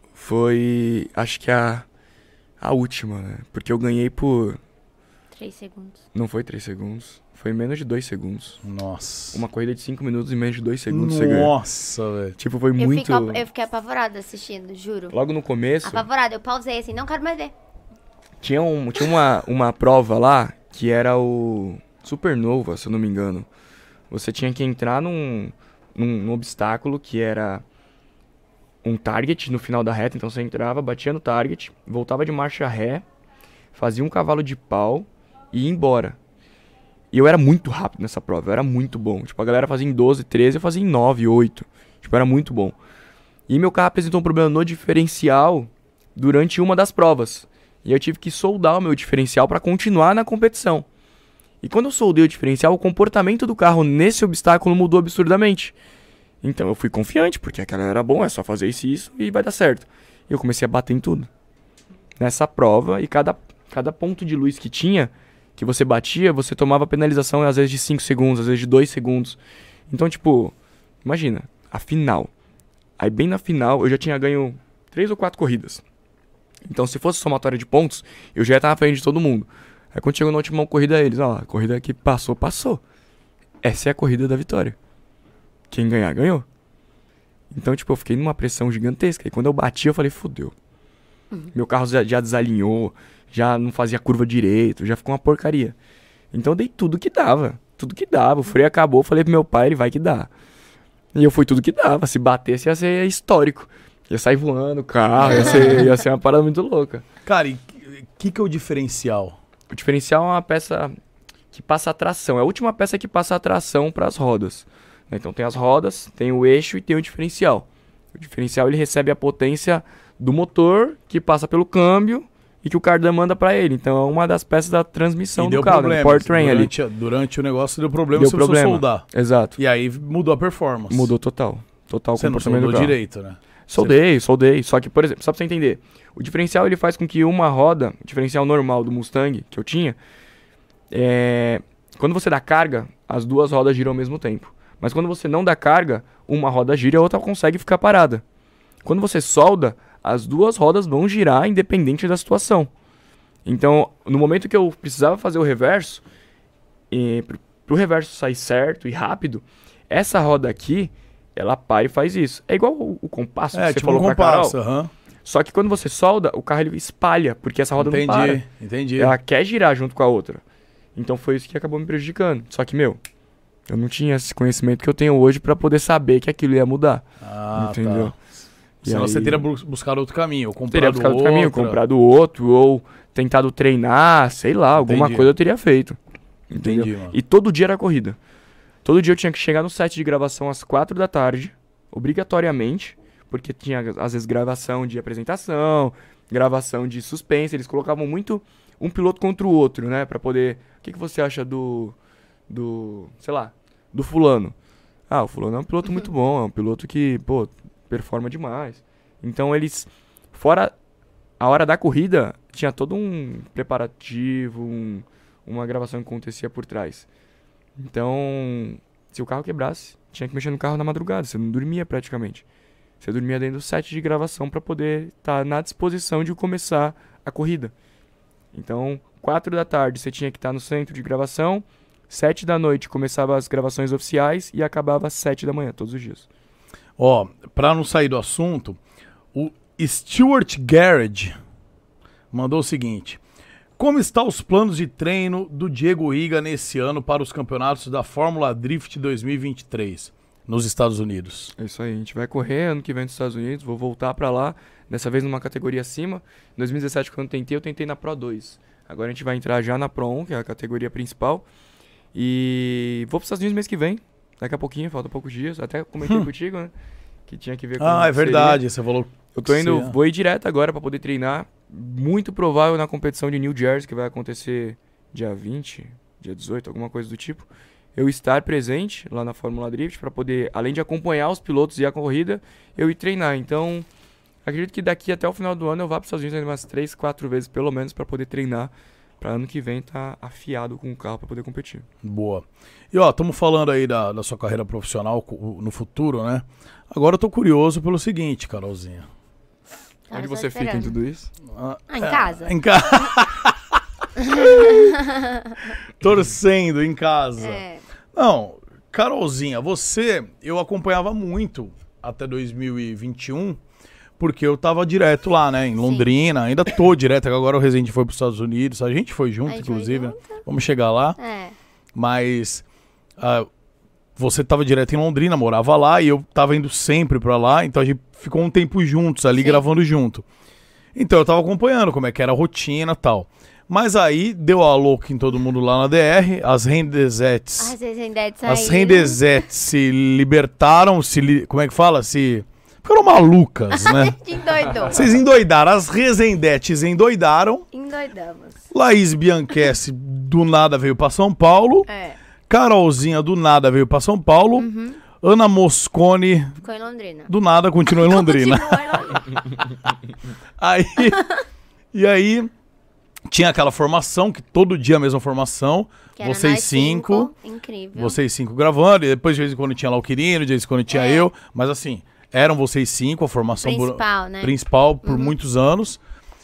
foi, acho que a última, né? Porque eu ganhei por... 3 segundos. Não foi 3 segundos, foi menos de 2 segundos. Nossa. Uma corrida de 5 minutos e menos de 2 segundos você ganha. Nossa, velho. Tipo, foi muito... Eu fiquei apavorada assistindo, juro. Logo no começo, Apavorada, eu pausei assim, não quero mais ver. tinha uma prova lá que era o Supernova, se eu não me engano. Você tinha que entrar num obstáculo que era um target no final da reta. Então você entrava, batia no target, voltava de marcha ré, fazia um cavalo de pau e ia embora. E eu era muito rápido nessa prova, eu era muito bom. Tipo, a galera fazia em 12, 13, eu fazia em 9, 8. Tipo, era muito bom. E meu carro apresentou um problema no diferencial durante uma das provas. E eu tive que soldar o meu diferencial para continuar na competição. E quando eu soldei o diferencial, o comportamento do carro nesse obstáculo mudou absurdamente. Então eu fui confiante, porque aquela era bom, é só fazer isso e isso e vai dar certo. E eu comecei a bater em tudo. Nessa prova, e cada ponto de luz que tinha, que você batia, você tomava penalização às vezes de 5 segundos, às vezes de 2 segundos. Então, tipo, imagina, a final. Aí bem na final eu já tinha ganho 3 ou 4 corridas. Então se fosse somatória de pontos, eu já ia estar na frente de todo mundo. Aí quando chegou na última corrida eles, ó, a corrida que passou, passou. Essa é a corrida da vitória. Quem ganhar, ganhou. Então, tipo, eu fiquei numa pressão gigantesca. E quando eu bati, eu falei, fudeu. Meu carro já desalinhou, já não fazia curva direito, já ficou uma porcaria. Então eu dei tudo que dava. Tudo que dava. O freio acabou, eu falei pro meu pai, ele vai que dá. E eu fui tudo que dava. Se batesse, ia ser histórico. Ia sair voando o carro, ia ser uma parada muito louca. Cara, e o que é o diferencial? O diferencial é uma peça que passa a tração. É a última peça que passa a tração para as rodas. Então tem as rodas, tem o eixo e tem o diferencial. O diferencial ele recebe a potência do motor que passa pelo câmbio e que o cardan manda para ele. Então é uma das peças da transmissão do carro, né? Powertrain ali. Durante o negócio deu problema, você precisou soldar. Exato. E aí mudou a performance. Mudou total. Total você comportamento não do carro. Direito, né? Soldei. Só que, por exemplo, só pra você entender, o diferencial ele faz com que uma roda, o diferencial normal do Mustang que eu tinha, quando você dá carga, as duas rodas giram ao mesmo tempo. Mas quando você não dá carga, uma roda gira e a outra consegue ficar parada. Quando você solda, as duas rodas vão girar independente da situação. Então, no momento que eu precisava fazer o reverso, pro reverso sair certo e rápido, essa roda aqui, ela para e faz isso. É igual o compasso que você tipo falou pra Carol. Uhum. Só que quando você solda, o carro ele espalha, porque essa roda não para. Entendi. Ela quer girar junto com a outra. Então foi isso que acabou me prejudicando. Só que, eu não tinha esse conhecimento que eu tenho hoje pra poder saber que aquilo ia mudar. Entendeu? Tá. Senão você teria buscado outro caminho, ou comprado teria buscado outro caminho, comprado outro, ou tentado treinar, sei lá, alguma coisa eu teria feito. Entendeu? Entendi, mano. E todo dia era corrida. Todo dia eu tinha que chegar no set de gravação às 4 da tarde, obrigatoriamente, porque tinha, às vezes, gravação de apresentação, gravação de suspense, eles colocavam muito um piloto contra o outro, né, pra poder... O que você acha do fulano? Ah, o fulano é um piloto muito bom, é um piloto que, performa demais. Então eles, fora a hora da corrida, tinha todo um preparativo, uma gravação que acontecia por trás. Então, se o carro quebrasse, tinha que mexer no carro na madrugada, você não dormia praticamente. Você dormia dentro do set de gravação para poder estar na disposição de começar a corrida. Então, 4 da tarde você tinha que estar no centro de gravação, 7 da noite começava as gravações oficiais e acabava às 7 da manhã, todos os dias. Ó, pra não sair do assunto, o Stuart Garrett mandou o seguinte: como estão os planos de treino do Diego Riga nesse ano para os campeonatos da Fórmula Drift 2023 nos Estados Unidos? É isso aí, a gente vai correr ano que vem nos Estados Unidos, vou voltar pra lá, dessa vez numa categoria acima. Em 2017, quando eu tentei na Pro 2. Agora a gente vai entrar já na Pro 1, que é a categoria principal. E vou para os Estados Unidos mês que vem. Daqui a pouquinho, falta poucos dias. Até comentei contigo, né? Que tinha que ver com... é verdade, você falou... Vou ir direto agora para poder treinar. Muito provável na competição de New Jersey, que vai acontecer dia 20, dia 18, alguma coisa do tipo. Eu estar presente lá na Fórmula Drift para poder, além de acompanhar os pilotos e a corrida, eu ir treinar. Então, acredito que daqui até o final do ano eu vá para os Estados Unidos ainda umas 3, 4 vezes pelo menos para poder treinar. Pra ano que vem tá afiado com o carro pra poder competir. Boa. E ó, estamos falando aí da sua carreira profissional no futuro, né? Agora eu tô curioso pelo seguinte, Carolzinha. Onde você fica em tudo isso? Em casa. Em casa. Torcendo em casa. Não, Carolzinha, eu acompanhava muito até 2021, porque eu tava direto lá, né, em Londrina, ainda tô direto, agora o Rezende foi pros Estados Unidos, a gente foi junto, inclusive, né? Vamos chegar lá, mas você tava direto em Londrina, morava lá, e eu tava indo sempre pra lá, então a gente ficou um tempo juntos ali, gravando junto. Então eu tava acompanhando como é que era a rotina e tal. Mas aí deu a louca em todo mundo lá na DR, as Rendezettes se libertaram, como é que fala? Ficaram malucas, né? Endoidou. Vocês endoidaram. As Resendetes endoidaram. Endoidamos. Laís Bianchessi do nada veio pra São Paulo. Carolzinha do nada veio pra São Paulo. Ana Moscone, Ficou em Londrina. do nada, continuou em Londrina. Continua em Londrina. E aí, tinha aquela formação, que todo dia a mesma formação. Que era Vocês nós 5. Incrível. Vocês 5 gravando, e depois de vez em quando tinha lá o Quirino, de vez em quando tinha eu. Mas assim, eram vocês 5, a formação Principal, né? principal por muitos anos.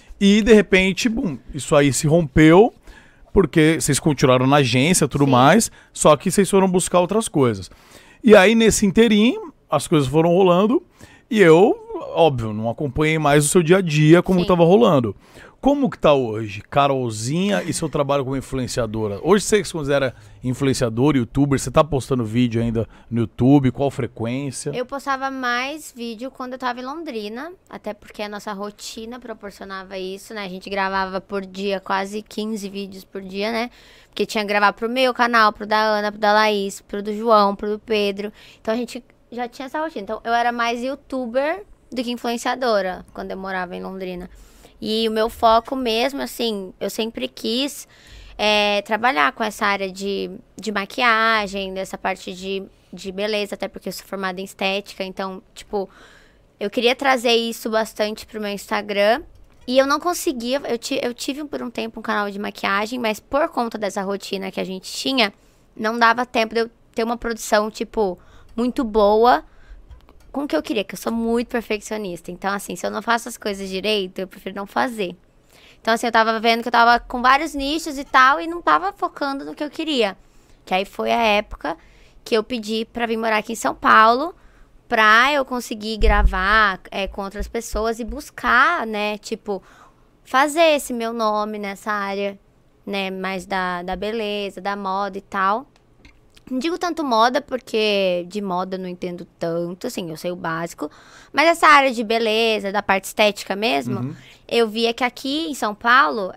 E de repente, bum, isso aí se rompeu, porque vocês continuaram na agência e tudo mais, só que vocês foram buscar outras coisas. E aí, nesse inteirinho, as coisas foram rolando, e eu, óbvio, não acompanhei mais o seu dia a dia, como Sim. estava rolando. Como que tá hoje, Carolzinha, e seu trabalho como influenciadora? Hoje você se considera influenciador, youtuber? Você tá postando vídeo ainda no YouTube? Qual frequência? Eu postava mais vídeo quando eu tava em Londrina, até porque a nossa rotina proporcionava isso, né? A gente gravava por dia quase 15 vídeos por dia, né? Porque tinha que gravar pro meu canal, pro da Ana, pro da Laís, pro do João, pro do Pedro. Então a gente já tinha essa rotina. Então eu era mais youtuber do que influenciadora quando eu morava em Londrina. E o meu foco mesmo, assim, eu sempre quis trabalhar com essa área de maquiagem, dessa parte de beleza, até porque eu sou formada em estética. Então, tipo, eu queria trazer isso bastante pro meu Instagram. E eu não conseguia, eu tive por um tempo um canal de maquiagem, mas por conta dessa rotina que a gente tinha, não dava tempo de eu ter uma produção, tipo, muito boa com o que eu queria, que eu sou muito perfeccionista. Então, assim, se eu não faço as coisas direito, eu prefiro não fazer. Então, assim, eu tava vendo que eu tava com vários nichos e tal, e não tava focando no que eu queria. Que aí foi a época que eu pedi pra vir morar aqui em São Paulo, pra eu conseguir gravar com outras pessoas e buscar, né, tipo, fazer esse meu nome nessa área, né, mais da beleza, da moda e tal. Não digo tanto moda, porque de moda eu não entendo tanto, assim, eu sei o básico. Mas essa área de beleza, da parte estética mesmo, eu via que aqui em São Paulo,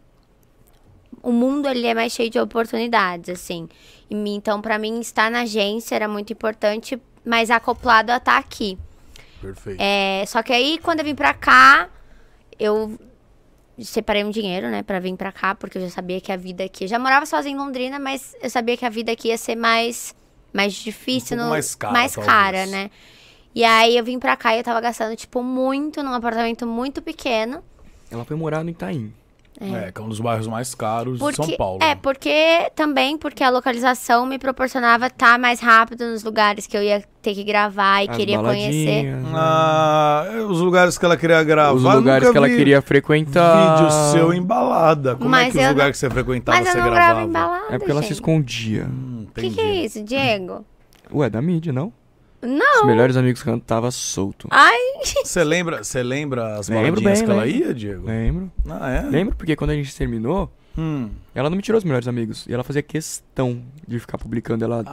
o mundo ele é mais cheio de oportunidades, assim. Então, pra mim, estar na agência era muito importante, mas acoplado a estar aqui. Perfeito. Só que aí, quando eu vim pra cá, eu separei um dinheiro, né, pra vir pra cá, porque eu já sabia que a vida aqui... Eu já morava sozinha em Londrina, mas eu sabia que a vida aqui ia ser mais difícil, pouco mais cara, mais talvez. cara, né? E aí eu vim pra cá e eu tava gastando, tipo, muito num apartamento muito pequeno. Ela foi morar no Itaim. Que é um dos bairros mais caros de São Paulo. Porque a localização me proporcionava estar mais rápido nos lugares que eu ia ter que gravar e As queria conhecer. baladinhas, Os lugares que ela queria gravar. os lugares nunca que ela vi queria frequentar. Vídeo seu embalada. Como é Mas que os eu lugares não- que você frequentava Mas você eu não gravava? gravo embalada, É porque ela se gente. escondia. O que é isso, Diego? Ué, da mídia, não? Não. Os melhores amigos cantava solto. Ai, Você lembra as Lembro baladinhas bem, que ela lembro. ia, Diego? Lembro. Ah, é? Lembro porque quando a gente terminou, ela não me tirou os melhores amigos. E ela fazia questão de ficar publicando ela.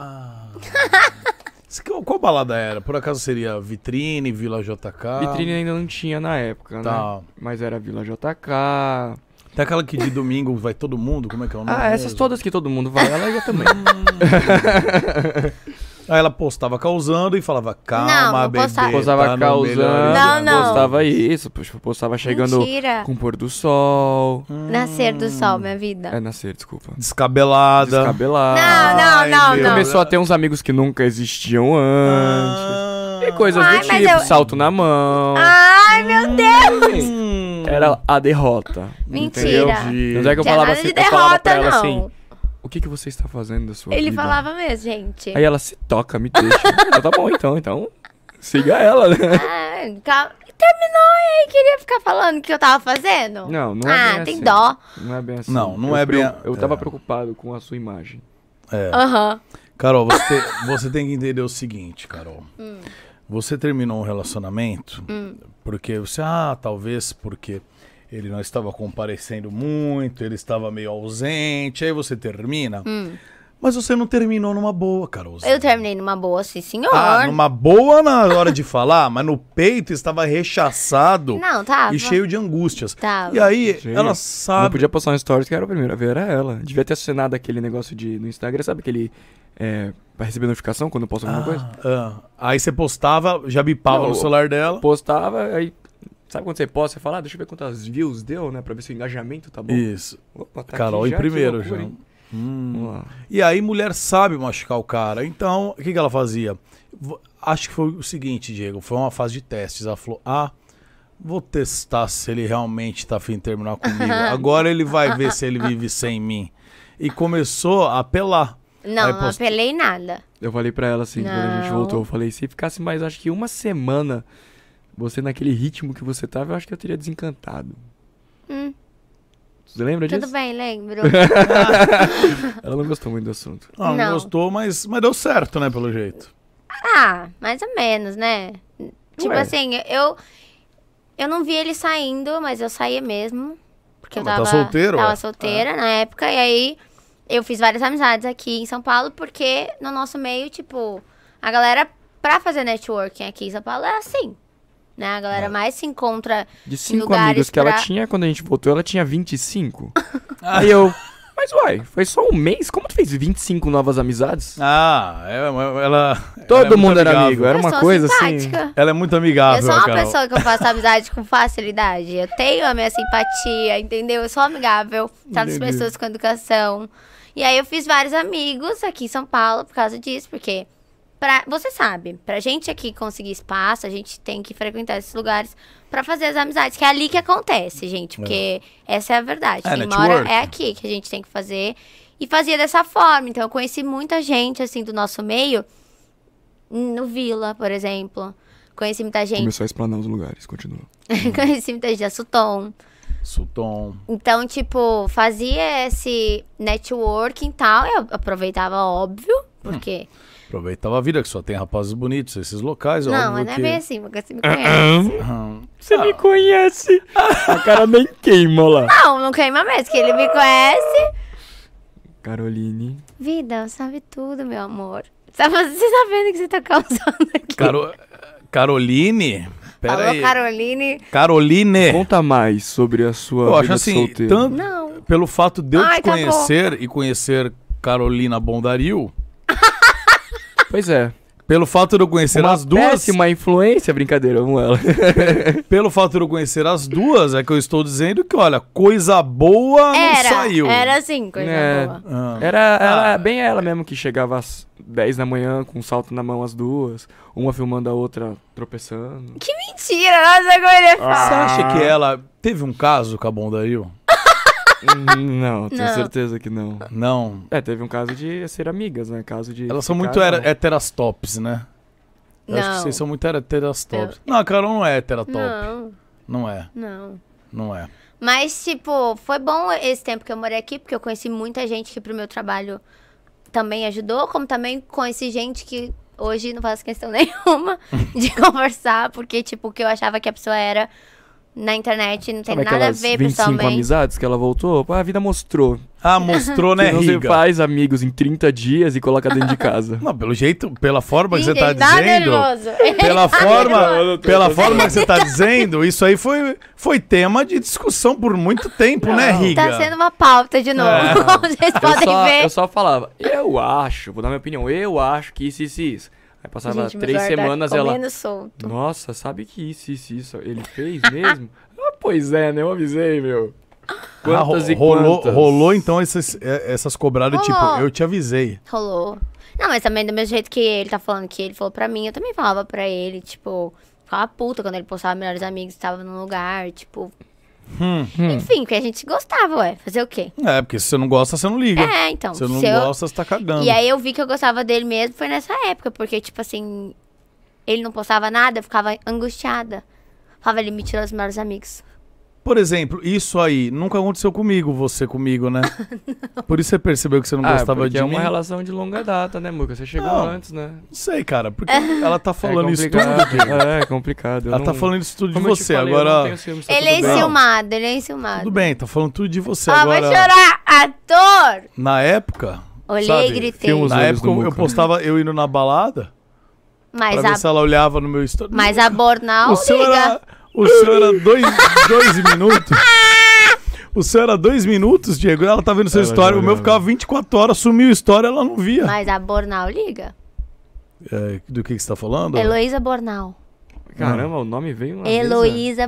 Qual balada era? Por acaso seria Vitrine, Vila JK? Vitrine ainda não tinha na época, Tá. né? Mas era Vila JK. Tem aquela que de domingo vai todo mundo? Como é que é o nome? Essas mesmo? todas que todo mundo vai, ela ia também. Aí ela postava causando e falava, calma, Não bebê, postava- Postava tá no causando, melhor Não. postava isso, postava chegando Mentira. com o pôr do sol. Nascer do sol, minha vida. É nascer, desculpa. Descabelada. Descabelado. Não. meu Começou a ter uns amigos que nunca existiam antes. E coisas Ai, do mas tipo, eu- salto na mão. Ai, meu Deus! Era a derrota. Mentira. Mas é que eu Tinha falava nada assim, de eu falava pra derrota, ela não. assim, o que você está fazendo da sua Ele vida? falava mesmo, gente. Aí ela se toca, me deixa. Então tá bom, então siga ela, né? Calma. Terminou e aí queria ficar falando o que eu tava fazendo? Não é bem tem assim. dó. Não é bem assim. Não é bem- Eu tava preocupado com a sua imagem. Aham. Carol, você tem que entender o seguinte, Carol. Você terminou um relacionamento porque você, talvez porque ele não estava comparecendo muito, ele estava meio ausente, aí você termina. Mas você não terminou numa boa, Carolzinha. Eu terminei numa boa, sim, senhor. Numa boa na hora de falar, mas no peito estava rechaçado Não, tava. e cheio de angústias. Tava. E aí, Cheio. ela Não sabe... podia postar um stories que era o primeiro a ver, era ela. Devia ter assinado aquele negócio no Instagram, sabe aquele... pra receber notificação quando eu posto alguma coisa? Aí você postava, já bipava Não, no celular dela. Postava, aí... Sabe quando você posta, você fala, deixa eu ver quantas views deu, né? Pra ver se o engajamento tá bom. Isso. Opa, tá Carol aqui em já, que primeiro loucura, já. hein? Vamos lá. E aí, mulher sabe machucar o cara. Então, o que ela fazia? Acho que foi o seguinte, Diego. Foi uma fase de testes. Ela falou, vou testar se ele realmente tá afim de terminar comigo. Agora ele vai ver se ele vive sem mim. E começou a apelar. Não, não apelei nada. Eu falei pra ela assim, quando a gente voltou, eu falei, se ficasse mais, acho que uma semana, você naquele ritmo que você tava, eu acho que eu teria desencantado. Você lembra disso? Tudo bem, lembro. Ela não gostou muito do assunto. Não gostou, mas deu certo, né, pelo jeito. Mais ou menos, né? Tipo assim, eu não vi ele saindo, mas eu saía mesmo. Porque eu tava solteiro? Tava solteira na época, e aí eu fiz várias amizades aqui em São Paulo, porque no nosso meio, tipo, a galera, pra fazer networking aqui em São Paulo é assim, né? A galera mais se encontra De em 5 lugares amigos que ela tinha, quando a gente voltou, ela tinha 25. Aí eu... Mas uai, foi só um mês? Como tu fez 25 novas amizades? ela Todo é mundo muito era amigável. amigo, era Eu uma sou coisa simpática. assim... Ela é muito amigável, Eu sou uma Carol. pessoa que eu faço amizade com facilidade. Eu tenho a minha simpatia, entendeu? Eu sou amigável, trato as Entendi. pessoas com educação. E aí eu fiz vários amigos aqui em São Paulo por causa disso, porque você sabe, pra gente aqui conseguir espaço, a gente tem que frequentar esses lugares pra fazer as amizades, que é ali que acontece, gente, porque essa é a verdade. Tem uma hora network. é aqui que a gente tem que fazer. E fazia dessa forma. Então eu conheci muita gente, assim, do nosso meio, no Vila, por exemplo. Conheci muita gente. Começou a explanar os lugares, continua. Conheci muita gente da Suton. Então, tipo, fazia esse networking e tal. Eu aproveitava, óbvio, porque... Aproveitava a vida, que só tem rapazes bonitos, esses locais, Não, óbvio mas não é que... bem assim, porque você me conhece. Você me conhece? A cara nem queima lá. Não queima mesmo, que ele me conhece. Caroline. Vida, sabe tudo, meu amor. Você tá vendo o que você tá causando aqui? Caroline? Pera Alô, aí. Caroline. Caroline. Conta mais sobre a sua Eu vida acho assim, solteira. tanto Não. pelo fato de eu Ai, te conhecer e conhecer Carolina Bondaril, Pois é. pelo fato de eu conhecer Uma as duas, péssima influência, brincadeira, vamos ela. pelo fato de eu conhecer as duas, é que eu estou dizendo que, olha, coisa boa não saiu. Era assim, coisa boa. Era bem ela mesmo que chegava às 10 da manhã com um salto na mão as duas, uma filmando a outra tropeçando. Que mentira, nossa, como ele é Você fácil. acha que ela teve um caso com a Bondaril? Não, tenho Não. certeza que não. Não. Teve um caso de ser amigas, né? Caso de Elas são ficar, muito não. heterostops, né? Eu acho que Não. vocês são muito heterostops. Não, a Carol não é heterotop. Não, Não é. não. Não é. Mas, tipo, foi bom esse tempo que eu morei aqui, porque eu conheci muita gente que pro meu trabalho também ajudou, como também conheci gente que hoje não faço questão nenhuma de conversar, porque, tipo, o que eu achava que a pessoa era na internet não tem Sabe nada a aquelas ver 25 pessoalmente. amizades que ela voltou? Pô, a vida mostrou. Mostrou, né, Que não se Riga? faz amigos em 30 dias e coloca dentro de casa. Não, pelo jeito, pela forma que você Ninguém tá dizendo, nervoso. pela forma que você tá dizendo, isso aí foi tema de discussão por muito tempo, né, Riga? Tá sendo uma pauta de novo, como vocês podem ver. Eu só falava, eu acho, vou dar minha opinião, eu acho que isso. Aí passava Gente, meu 3 celular tá semanas ela... comendo solto. Nossa, sabe que isso ele fez mesmo? Pois é, né? Eu avisei, meu. Quantas e quantas? Rolou então essas cobradas, tipo, Rolou. eu te avisei. Rolou. Não, mas também do mesmo jeito que ele tá falando que ele falou pra mim, eu também falava pra ele, tipo, ficava puta quando ele postava Melhores Amigos, tava num lugar, tipo... Enfim, porque a gente gostava, ué, fazer o quê? É, porque se você não gosta, você não liga. Então, Se você não se eu... gosta, você tá cagando. E aí eu vi que eu gostava dele mesmo, foi nessa época, porque, tipo assim, ele não postava nada, eu ficava angustiada. Falava, ele me tirou os melhores amigos. Por exemplo, isso aí nunca aconteceu comigo, você comigo, né? Por isso você percebeu que você não gostava porque de é mim. uma relação de longa data, né, Muca? Você chegou Não. antes, né? Não sei, cara, porque ela tá falando isso tudo. complicado. É complicado. eu Ela tá não- falando isso tudo de Como eu te você. falei, eu não Agora, tenho ciúmes, tá Ele é tudo bem. enciumado, ele é enciumado. tudo bem, tá falando tudo de você. Ah, vai Agora, chorar, ator! na época, Olhei sabe, e gritei. filma os na olhos época do eu Muca. postava eu indo na balada Mas pra ver se ela olhava no meu story. mas a Bornal O seu liga. era 2 minutos. O seu era 2 minutos, Diego. Ela tá vendo seu Ela story. O meu jogava. ficava 24 horas, sumiu o story, ela não via. Mas a Bornal liga. Do que você tá falando? Heloísa Bornal. Caramba, o nome veio uma vez, né? Heloísa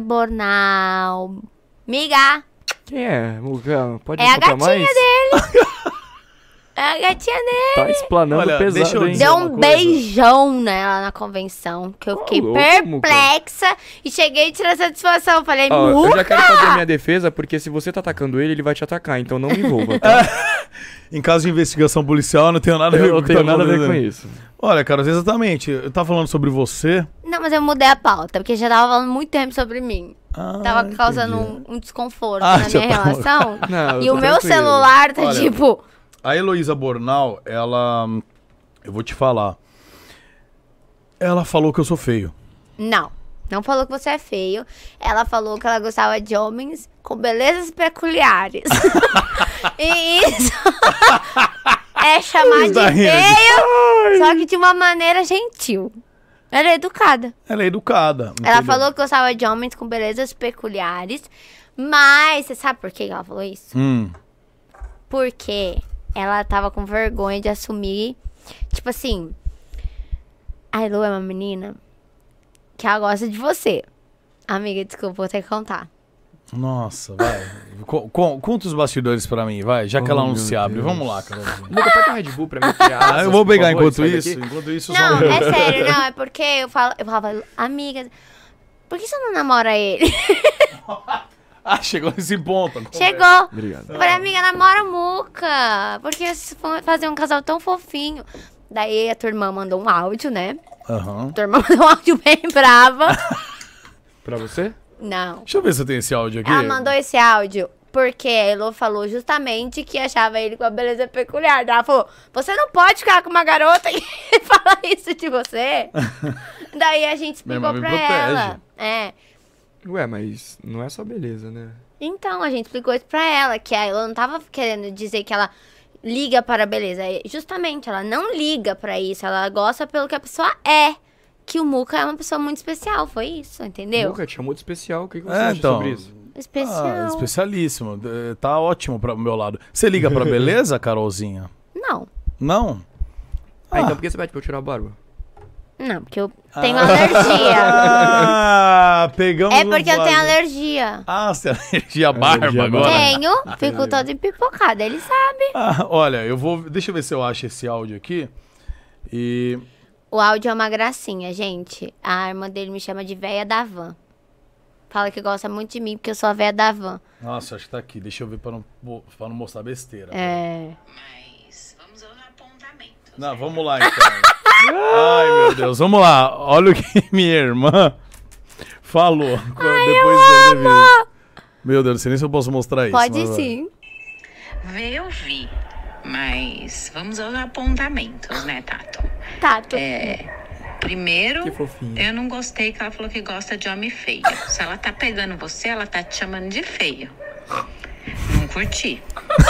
Bornal. Miga, Quem é, Muca? Pode é a contar gatinha mais? dele. A gatinha nele. Tá explanando Olha, pesado, deixa eu hein? dizer Deu uma um coisa. beijão nela na convenção, que eu fiquei louco, perplexa e cheguei a tirar satisfação. Falei, Ó, eu Muca! já quero fazer a minha defesa, porque se você tá atacando ele, ele vai te atacar, então não me envolva, tá? Em caso de investigação policial, eu não tenho nada a ver Eu com não o que tá tenho nada a ver com acontecendo. isso. Olha, Carol, exatamente. Eu tava falando sobre você. Não, mas eu mudei a pauta, porque já tava falando muito tempo sobre mim. Tava causando entendi. um desconforto Ah, na já minha tava. relação. Não, eu E tô o meu tranquilo. celular tá Olha, tipo... A Heloísa Bornal, ela... Eu vou te falar. Ela falou que eu sou feio. Não falou que você é feio. Ela falou que ela gostava de homens com belezas peculiares. E isso é chamar Isso tá de rindo. feio, só que de uma maneira gentil. Ela é educada. Ela é educada. Ela entendeu? falou que gostava de homens com belezas peculiares. Mas, você sabe por que ela falou isso? Porque ela tava com vergonha de assumir. Tipo assim, a Elo é uma menina que ela gosta de você. Amiga, desculpa, vou ter que contar. Nossa, vai. Conta os bastidores pra mim, vai. Já que ela não meu se abre. Deus. Vamos lá, Carolzinha. Luca, pega um Red Bull pra mim. criar Eu vou por pegar favor, enquanto sai isso. daqui. Enquanto isso, Não, só... é sério, não. É porque eu falava, amiga, por que você não namora ele? Ah, chegou nesse ponto. Chegou. Obrigado. Eu falei, amiga, namora o Muca. Porque vocês vão fazer um casal tão fofinho. Daí a tua irmã mandou um áudio, né? Aham. A tua irmã mandou um áudio bem brava. Pra você? Não. Deixa eu ver se eu tenho esse áudio aqui. Ela mandou esse áudio porque a Elo falou justamente que achava ele com a beleza peculiar. Ela falou, você não pode ficar com uma garota que fala isso de você. Daí a gente Minha explicou irmã me pra protege. ela. É. Ué, mas não é só beleza, né? Então, a gente explicou isso pra ela, que a Elo não tava querendo dizer que ela liga para a beleza. Justamente, ela não liga pra isso. Ela gosta pelo que a pessoa é. Que o Muca é uma pessoa muito especial. Foi isso, entendeu? Luca, te chamou de especial. O que você É, acha então. sobre isso? Especial. Ah, especialíssimo. Tá ótimo pro meu lado. Você liga pra beleza, Carolzinha? Não. Não? Então por que você pede pra eu tirar a barba? Não, porque eu tenho alergia. Ah, pegamos É porque um eu tenho vaso. alergia. Ah, você tem alergia à barba Alergia à agora? barba. Tenho, fico toda empipocada, ele sabe. Ah, olha, eu vou... Deixa eu ver se eu acho esse áudio aqui. E... O áudio é uma gracinha, gente. A irmã dele me chama de véia da van. Fala que gosta muito de mim porque eu sou a véia da van. Nossa, acho que tá aqui. Deixa eu ver pra não mostrar besteira. É. Mas vamos aos apontamentos. Não, vamos lá então. Ai, meu Deus. Vamos lá. Olha o que minha irmã falou. Depois deu devido. Meu Deus, não sei nem se eu posso mostrar isso. Pode mas vai. sim. Ver eu vi, mas vamos aos apontamentos, né, Tato? Tato. Primeiro, Que fofinho. eu não gostei que ela falou que gosta de homem feio. Se ela tá pegando você, ela tá te chamando de feio. Não curti.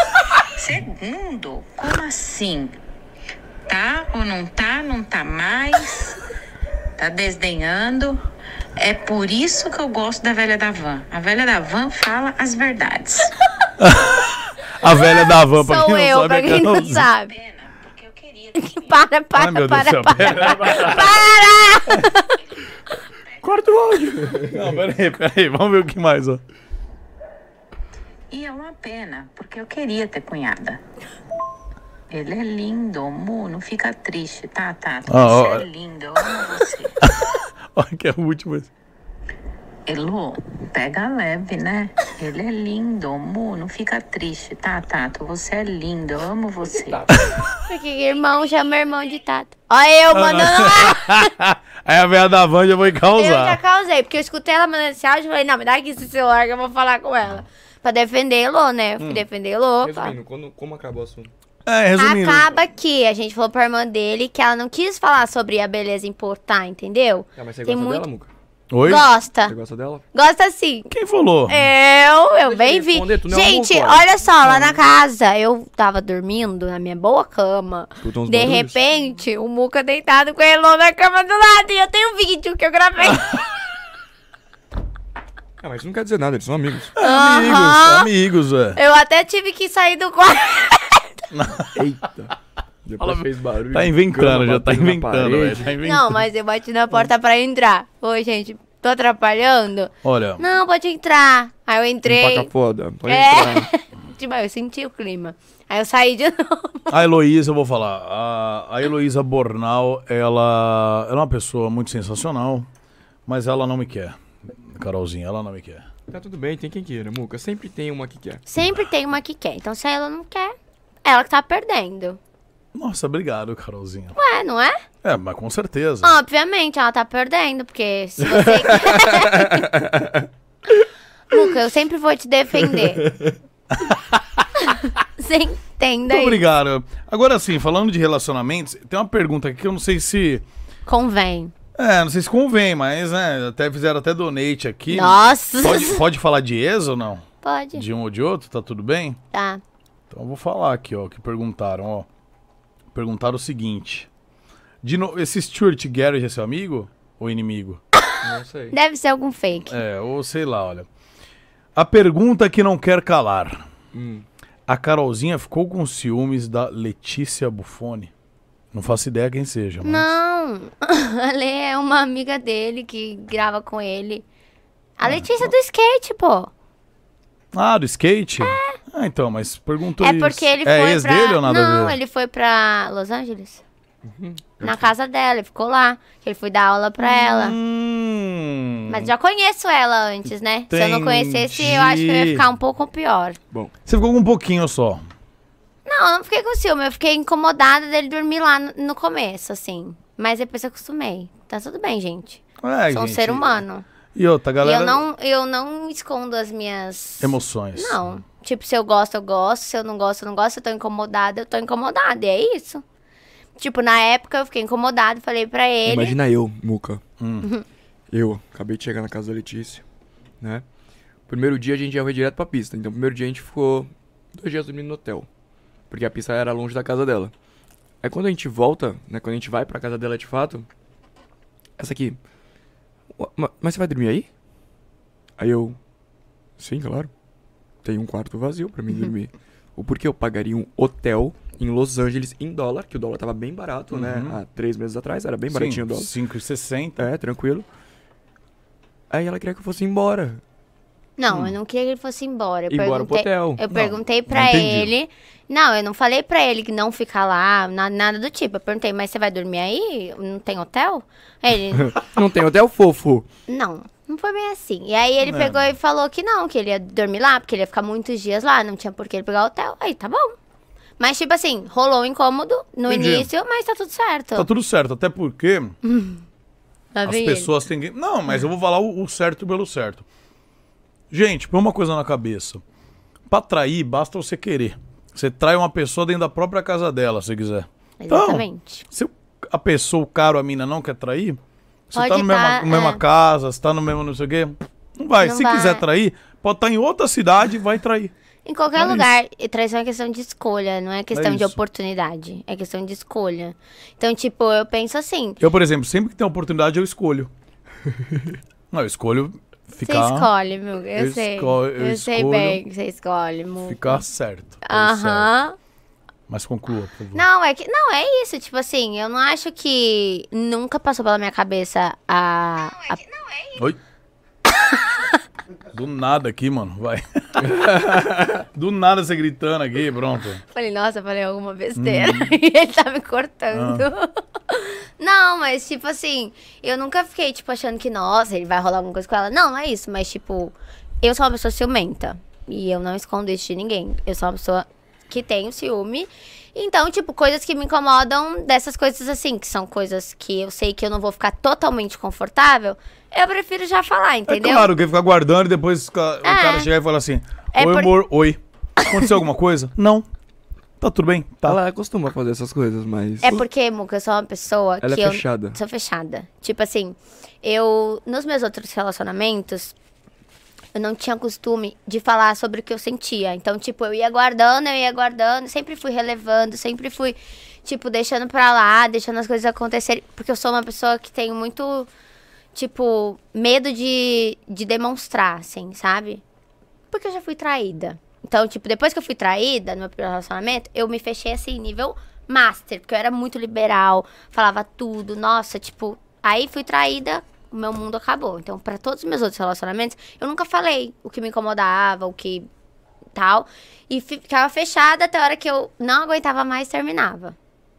Segundo, como assim? Tá ou não tá? Não tá mais? Tá desdenhando? É por isso que eu gosto da velha da van. A velha da van fala as verdades. A velha da van, pra Sou quem não eu, sabe, pra é quem não Carolzinha. sabe. Pena, porque eu queria ter Para, Ai, meu Deus do céu. Corta o áudio. Não, peraí. Vamos ver o que mais, ó. E é uma pena, porque eu queria ter cunhada. Ele é lindo, Mu, não fica triste, tá, Tato? Ah, Você ó. é lindo, eu amo você. Olha que é o último. Elo, pega leve, né? Ele é lindo, Mu, não fica triste, tá, Tato? Você é lindo, eu amo você. Porque irmão chama irmão de Tato. Olha eu mandando lá. Aí a velha da van já foi Eu já causar. causei, porque eu escutei ela mandando esse áudio e falei, não, me dá aqui esse celular que eu vou falar com ela. Pra defender Elô, né? Eu fui defender Elô. Resumindo, como acabou o assunto? É, resumindo. Acaba que a gente falou pra irmã dele que ela não quis falar sobre a beleza importar, entendeu? Ah, mas você Tem gosta muito- dela, Muca? Oi? Gosta. Você gosta dela? Gosta sim. Quem falou? Eu bem vi. responder, tu não é Gente, homofóbico. olha só, lá na casa, eu tava dormindo na minha boa cama. Escutam uns De barulhos? repente, o Muca deitado com o Elô na cama do lado. E eu tenho um vídeo que eu gravei. Ah, mas isso não quer dizer nada, eles são amigos. Amigos, velho. Eu até tive que sair do quarto. Eita. Depois fez barulho. Tá inventando, cama já tá batendo na inventando, parede. velho. Tá inventando. Não, mas eu bati na porta pra entrar. Oi, gente, tô atrapalhando? Olha, Não, pode entrar. Aí eu entrei. Empaca foda. Pode É. entrar. clima, eu senti o clima. Aí eu saí de novo. A Heloísa, eu vou falar. A Heloísa Bornal, ela é uma pessoa muito sensacional, mas ela não me quer. Carolzinha, ela não me quer. Tá tudo bem, tem quem queira, Muca. Sempre tem uma que quer. Sempre tem uma que quer. Então se ela não quer, ela que tá perdendo. Nossa, obrigado, Carolzinha. Ué, não é? É, mas com certeza. Obviamente, ela tá perdendo, porque se você quer... Luca, eu sempre vou te defender. Você entenda Muito isso. obrigado. Agora sim, falando de relacionamentos, tem uma pergunta aqui que eu não sei se... Convém. não sei se convém, mas, né, fizeram até donate aqui. Nossa. Pode falar de ex ou não? Pode. De um ou de outro, tá tudo bem? Tá. Então eu vou falar aqui, ó, que perguntaram, ó. Perguntaram o seguinte. Esse Stuart Garrett é seu amigo ou inimigo? Não sei. Deve ser algum fake. Ou sei lá, olha. A pergunta que não quer calar. A Carolzinha ficou com ciúmes da Letícia Buffoni? Não faço ideia quem seja, mas... Não. A Lê é uma amiga dele que grava com ele. A Letícia do skate, pô. Ah, do skate? Então, mas perguntou isso. É porque ele foi ex pra... dele ou nada a Não, ver? ele foi pra Los Angeles. Na casa dela, ele ficou lá. Ele foi dar aula pra ela. Mas já conheço ela antes, né? Se eu não conhecesse, eu acho que eu ia ficar um pouco pior. Bom. Você ficou com um pouquinho só. Não, eu não fiquei com ciúme. Eu fiquei incomodada dele dormir lá no começo, assim. Mas depois eu acostumei. Tá tudo bem, gente. Sou um ser humano. E outra, galera... E eu não escondo as minhas... Emoções. Não. Tipo, se eu gosto, eu gosto. Se eu não gosto, eu não gosto. Se eu tô incomodada, eu tô incomodada. E é isso. Tipo, na época eu fiquei incomodada. Falei pra ele... Imagina eu, Muca. Eu acabei de chegar na casa da Letícia, né? Primeiro dia a gente já foi direto pra pista. Então, primeiro dia a gente ficou 2 dias dormindo no hotel. Porque a pista era longe da casa dela. Aí quando a gente volta, né? Quando a gente vai pra casa dela de fato... Essa aqui... Mas você vai dormir aí? Aí eu... Sim, claro. Tem um quarto vazio pra mim dormir. O porquê eu pagaria um hotel em Los Angeles em dólar, que o dólar tava bem barato, né? Há 3 meses atrás, era bem baratinho o dólar. 5,60. É, tranquilo. Aí ela queria que eu fosse embora. Não, eu não queria que ele fosse embora. Eu Embora pro hotel. Eu perguntei pra ele... Não, eu não falei pra ele que não ficar lá, nada do tipo. Eu perguntei, mas você vai dormir aí? Não tem hotel? Ele... Não tem hotel, fofo? Não foi bem assim. E aí ele pegou e falou que não, que ele ia dormir lá, porque ele ia ficar muitos dias lá, não tinha por que ele pegar hotel. Aí, tá bom. Mas, tipo assim, rolou um incômodo no início, mas tá tudo certo. Tá tudo certo, até porque Lá as vem pessoas têm que... Não, mas eu vou falar o certo pelo certo. Gente, põe uma coisa na cabeça. Pra trair, basta você querer. Você trai uma pessoa dentro da própria casa dela, se quiser. Exatamente. Então, se a pessoa, o cara ou a mina não quer trair, você Pode tá no mesma casa, você tá no mesmo não sei o quê, não vai. Não se vai. quiser trair, pode estar em outra cidade e vai trair. Em qualquer É lugar, e traição é questão de escolha, não é questão de isso. oportunidade. É questão de escolha. Então, tipo, eu penso assim... Eu, por exemplo, sempre que tem oportunidade, eu escolho. Não, eu escolho ficar... Você escolhe, meu. Eu Eu sei. escolho- Eu sei bem que você escolhe, meu. Ficar certo. Aham. Mas conclua, por favor. Não, é isso. Tipo assim, eu não acho que nunca passou pela minha cabeça a... Oi? Do nada aqui, mano, vai. Do nada você gritando aqui, pronto. Falei, nossa, eu falei alguma besteira. E ele tá me cortando. Não, mas tipo assim, eu nunca fiquei, tipo, achando que, nossa, ele vai rolar alguma coisa com ela. Não é isso, mas tipo, eu sou uma pessoa ciumenta. E eu não escondo isso de ninguém. Eu sou uma pessoa que tem ciúme. Então, tipo, coisas que me incomodam, dessas coisas assim, que são coisas que eu sei que eu não vou ficar totalmente confortável, eu prefiro já falar, entendeu? É claro, que ficar guardando e depois o cara chegar e falar assim, oi, amor, oi. Aconteceu alguma coisa? Não. Tá tudo bem? Tá. Ela costuma fazer essas coisas, mas... É porque, Muca, eu sou uma pessoa Ela que é eu fechada. sou fechada. Tipo assim, nos meus outros relacionamentos, eu não tinha costume de falar sobre o que eu sentia. Então, tipo, eu ia guardando, sempre fui relevando, sempre fui, tipo, deixando pra lá, deixando as coisas acontecerem. Porque eu sou uma pessoa que tenho muito, tipo, medo de demonstrar, assim, sabe? Porque eu já fui traída. Então, tipo, depois que eu fui traída no meu primeiro relacionamento, eu me fechei, assim, nível master. Porque eu era muito liberal, falava tudo, nossa, tipo... Aí fui traída, o meu mundo acabou. Então, pra todos os meus outros relacionamentos, eu nunca falei o que me incomodava, o que tal. E ficava fechada até a hora que eu não aguentava mais, terminava.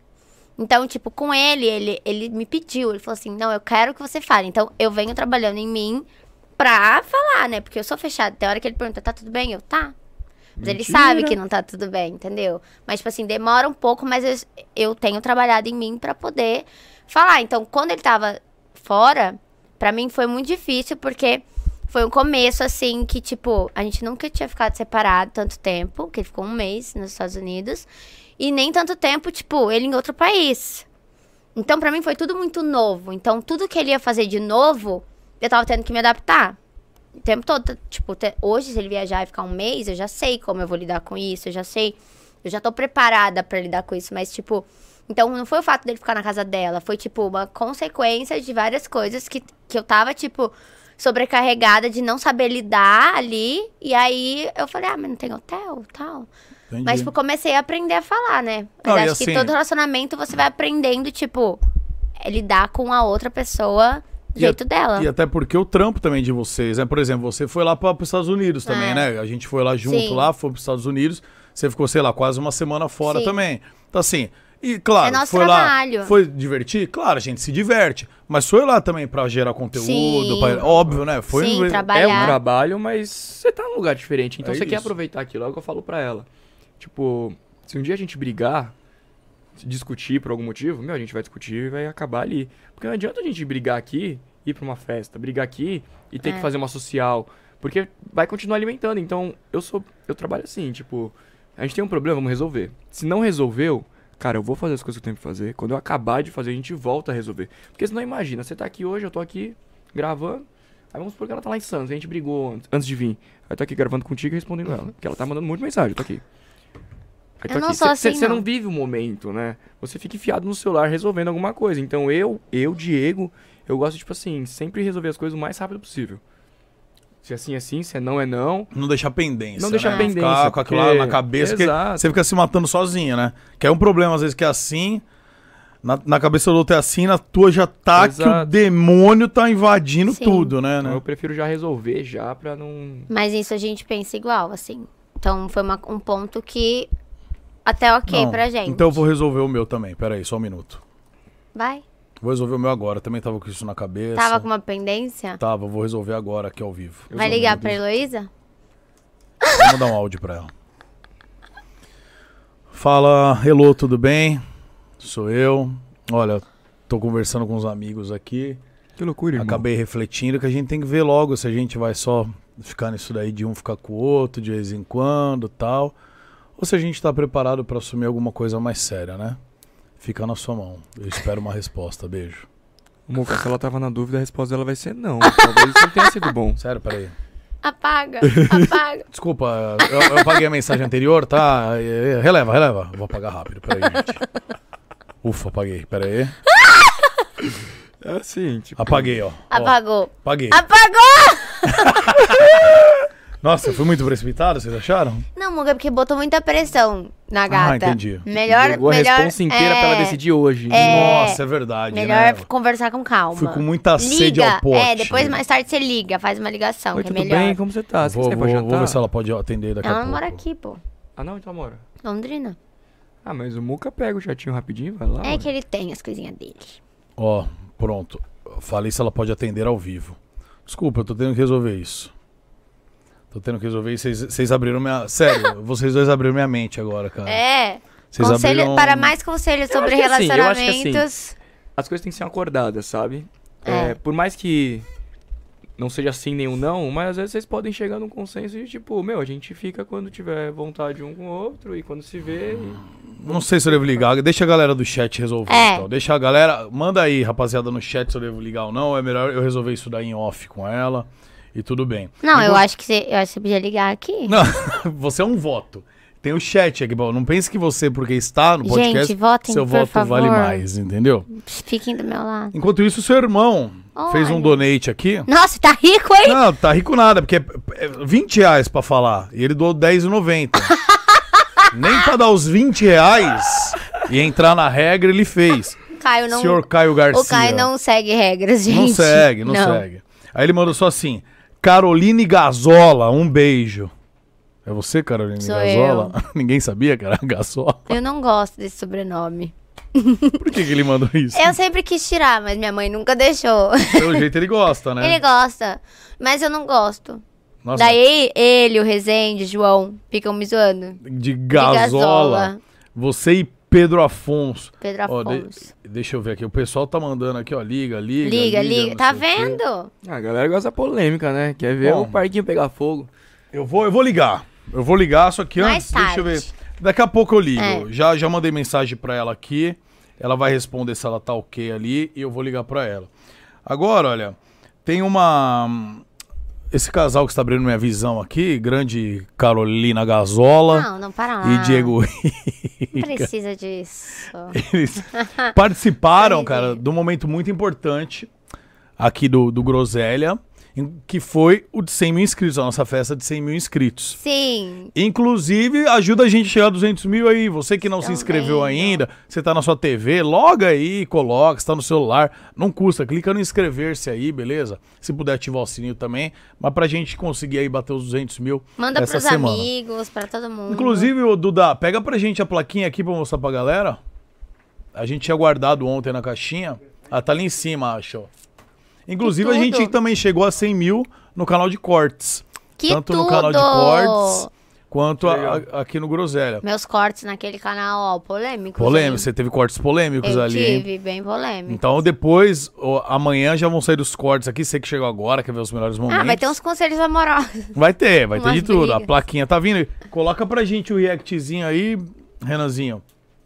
Então, tipo, com ele me pediu, ele falou assim, não, eu quero que você fale. Então, eu venho trabalhando em mim pra falar, né? Porque eu sou fechada. Até a hora que ele pergunta, tá tudo bem? Eu, tá. Mas ele sabe que não tá tudo bem, entendeu? Mas, tipo assim, demora um pouco, mas eu tenho trabalhado em mim pra poder falar. Então, quando ele tava fora, pra mim foi muito difícil, porque foi um começo, assim, que, tipo, a gente nunca tinha ficado separado tanto tempo, que ele ficou 1 mês nos Estados Unidos, e nem tanto tempo, tipo, ele em outro país. Então, pra mim, foi tudo muito novo. Então, tudo que ele ia fazer de novo, eu tava tendo que me adaptar. O tempo todo, tipo, hoje, se ele viajar e ficar 1 mês, eu já sei como eu vou lidar com isso, eu já tô preparada pra lidar com isso, mas, tipo, então não foi o fato dele ficar na casa dela, foi, tipo, uma consequência de várias coisas que eu tava, tipo, sobrecarregada de não saber lidar ali, e aí eu falei, mas não tem hotel, tal. Entendi. Mas, tipo, comecei a aprender a falar, né? Mas Não, acho assim, que todo relacionamento você vai aprendendo, tipo, lidar com a outra pessoa do jeito dela. E até porque o trampo também de vocês, né? Por exemplo, você foi lá para os Estados Unidos também, né? A gente foi lá junto, Sim. lá, foi para os Estados Unidos. Você ficou, sei lá, quase uma semana fora Sim. também. Então, assim, e claro, É nosso foi trabalho. lá, foi divertir? Claro, a gente se diverte. Mas foi lá também para gerar conteúdo, Sim. óbvio, né? Foi Sim, É trabalhar. um trabalho, mas você tá num lugar diferente. Então É você quer isso. aproveitar aquilo. É o que eu falo pra ela. Tipo, se um dia a gente brigar, se discutir por algum motivo, a gente vai discutir e vai acabar ali. Porque não adianta a gente brigar aqui, ir pra uma festa, brigar aqui e ter que fazer uma social. Porque vai continuar alimentando. Então, eu trabalho assim, tipo, a gente tem um problema, vamos resolver. Se não resolveu, cara, eu vou fazer as coisas que eu tenho que fazer. Quando eu acabar de fazer, a gente volta a resolver. Porque senão imagina, você tá aqui hoje, eu tô aqui gravando. Aí vamos supor que ela tá lá em Santos, a gente brigou antes de vir. Aí eu tô aqui gravando contigo e respondendo ela. Porque ela tá mandando muita mensagem, eu tô aqui. Aí tô Eu não aqui. sou assim, Você não. não vive o momento, né? Você fica enfiado no celular resolvendo alguma coisa. Então eu, Diego, eu gosto, tipo assim, sempre resolver as coisas o mais rápido possível. Se assim é sim, se é não é não. Não deixar pendência. Não deixar né? pendência, Ficar com aquilo lá porque- na cabeça, porque Exato. você fica se matando sozinho, né? Que é um problema, às vezes, que é assim. Na cabeça do outro é assim, na tua já tá que o Exato. demônio tá invadindo Sim. tudo, né? Então eu prefiro já resolver já pra não... Mas isso a gente pensa igual, assim. Então foi um ponto que até ok Não, pra gente. Então eu vou resolver o meu também. Pera aí, só um minuto. Vai. Vou resolver o meu agora. Também tava com isso na cabeça. Tava com uma pendência? Tava, vou resolver agora aqui ao vivo. Vai ligar pra Heloísa? Vamos dar um áudio pra ela. Fala, hello, tudo bem? Sou eu. Olha, tô conversando com uns amigos aqui. Que loucura, irmão. Acabei refletindo que a gente tem que ver logo se a gente vai só ficar nisso daí de um ficar com o outro de vez em quando, tal, ou se a gente tá preparado pra assumir alguma coisa mais séria, né? Fica na sua mão. Eu espero uma resposta. Beijo. Moca, se ela tava na dúvida, a resposta dela vai ser não. Talvez isso não tenha sido bom. Sério, peraí. Apaga, apaga. Desculpa, eu apaguei a mensagem anterior, tá? Releva. Vou apagar rápido, peraí, gente. Ufa, apaguei, peraí. É assim, tipo... Apaguei, ó. Apagou. Apaguei. Apagou! Nossa, eu fui muito precipitado, vocês acharam? Não, Muga, é porque botou muita pressão na gata. entendi. Melhor, Jogou a melhor, responsa inteira pra ela decidir hoje. Nossa, é verdade, Melhor né? conversar com calma. Fui com muita sede Liga. ao pote. Depois mais tarde você liga, faz uma ligação, Oi, que é tudo melhor. bem? Como você tá? Você Vou quer pra jantar? ver se ela pode atender daqui a Ela pouco. não mora aqui, pô. Ah, não? Então ela mora. Londrina. Ah, mas o Muca pega o jatinho rapidinho, vai lá. É ué. que ele tem as coisinhas dele. Ó, pronto. Falei se ela pode atender ao vivo. Desculpa, eu tô tendo que resolver isso. Tô tendo que resolver isso. Vocês abriram minha... Sério, vocês dois abriram minha mente agora, cara. Vocês Conselho, abriram... para mais conselhos sobre acho que assim, eu acho que relacionamentos. As coisas têm que ser acordadas, sabe? É. Por mais que não seja sim nem um não, mas às vezes vocês podem chegar num consenso de tipo, a gente fica quando tiver vontade um com o outro e quando se vê... Não sei se eu devo ligar. Deixa a galera do chat resolver. Então. Deixa a galera... Manda aí, rapaziada, no chat se eu devo ligar ou não. É melhor eu resolver isso daí em off com ela. E tudo bem. Não, E eu acho que você podia ligar aqui. Não, você é um voto. Tem o chat aqui. Não pense que você, porque está no podcast, Gente, votem, seu por voto favor. vale mais, entendeu? Fiquem do meu lado. Enquanto isso, seu irmão fez um Olha. donate aqui. Nossa, tá rico, hein? Não, tá rico nada, porque é 20 reais pra falar. E ele doou R$10,90. Nem pra dar os 20 reais e entrar na regra, ele fez. Caio não... Senhor Caio Garcia. O Caio não segue regras, gente. Não segue. Aí ele mandou só assim: Caroline Gazola, um beijo. É você, Carolina Sou Gazola? Ninguém sabia que era Gazola? Eu não gosto desse sobrenome. Por que ele mandou isso? Eu sempre quis tirar, mas minha mãe nunca deixou. Pelo jeito ele gosta, né? Ele gosta, mas eu não gosto. Nossa, Daí ele, o Rezende, João, ficam me zoando. de Gazola. Gazola. Você e Pedro Afonso. Pedro Ó, Afonso. deixa eu ver aqui. O pessoal tá mandando aqui, ó. Liga. Liga. não Tá sei o quê. vendo? A galera gosta da polêmica, né? Quer ver Bom. o parquinho pegar fogo. Eu vou ligar. Eu vou ligar, só que Mais antes, deixa eu ver. tarde. Daqui a pouco eu ligo. É. Já mandei mensagem pra ela aqui. Ela vai responder se ela tá ok ali e eu vou ligar pra ela. Agora, olha, tem esse casal que está abrindo minha visão aqui, grande Carolina Gazola Não, para lá. e Diego Não precisa disso. Eles participaram, Sim, cara, sim. de um momento muito importante aqui do Groselha, que foi o de 100 mil inscritos, a nossa festa de 100 mil inscritos. Sim. Inclusive, ajuda a gente a chegar a 200 mil aí. Você que não se Estão inscreveu vendo. ainda, você tá na sua TV, loga aí, coloca, você tá no celular. Não custa, clica no inscrever-se aí, beleza? Se puder ativar o sininho também. Mas pra gente conseguir aí bater os 200 mil Manda essa pros semana. amigos, pra todo mundo. Inclusive, ô, Duda, pega pra gente a plaquinha aqui pra mostrar pra galera. A gente tinha guardado ontem na caixinha. Ah, tá ali em cima, acho. Ó. Inclusive, a tudo. gente também chegou a 100 mil no canal de cortes. Que Tanto tudo! no canal de cortes quanto aqui no Groselha. Meus cortes naquele canal, ó, polêmicos. Polêmico, hein? você teve cortes polêmicos Eu ali, hein? tive, bem polêmico. Então depois, amanhã já vão sair os cortes aqui. Você que chegou agora, quer ver os melhores momentos. Ah, vai ter uns conselhos amorosos. Vai ter de umas tudo. A brigas. plaquinha tá vindo. Coloca pra gente o reactzinho aí, Renanzinho.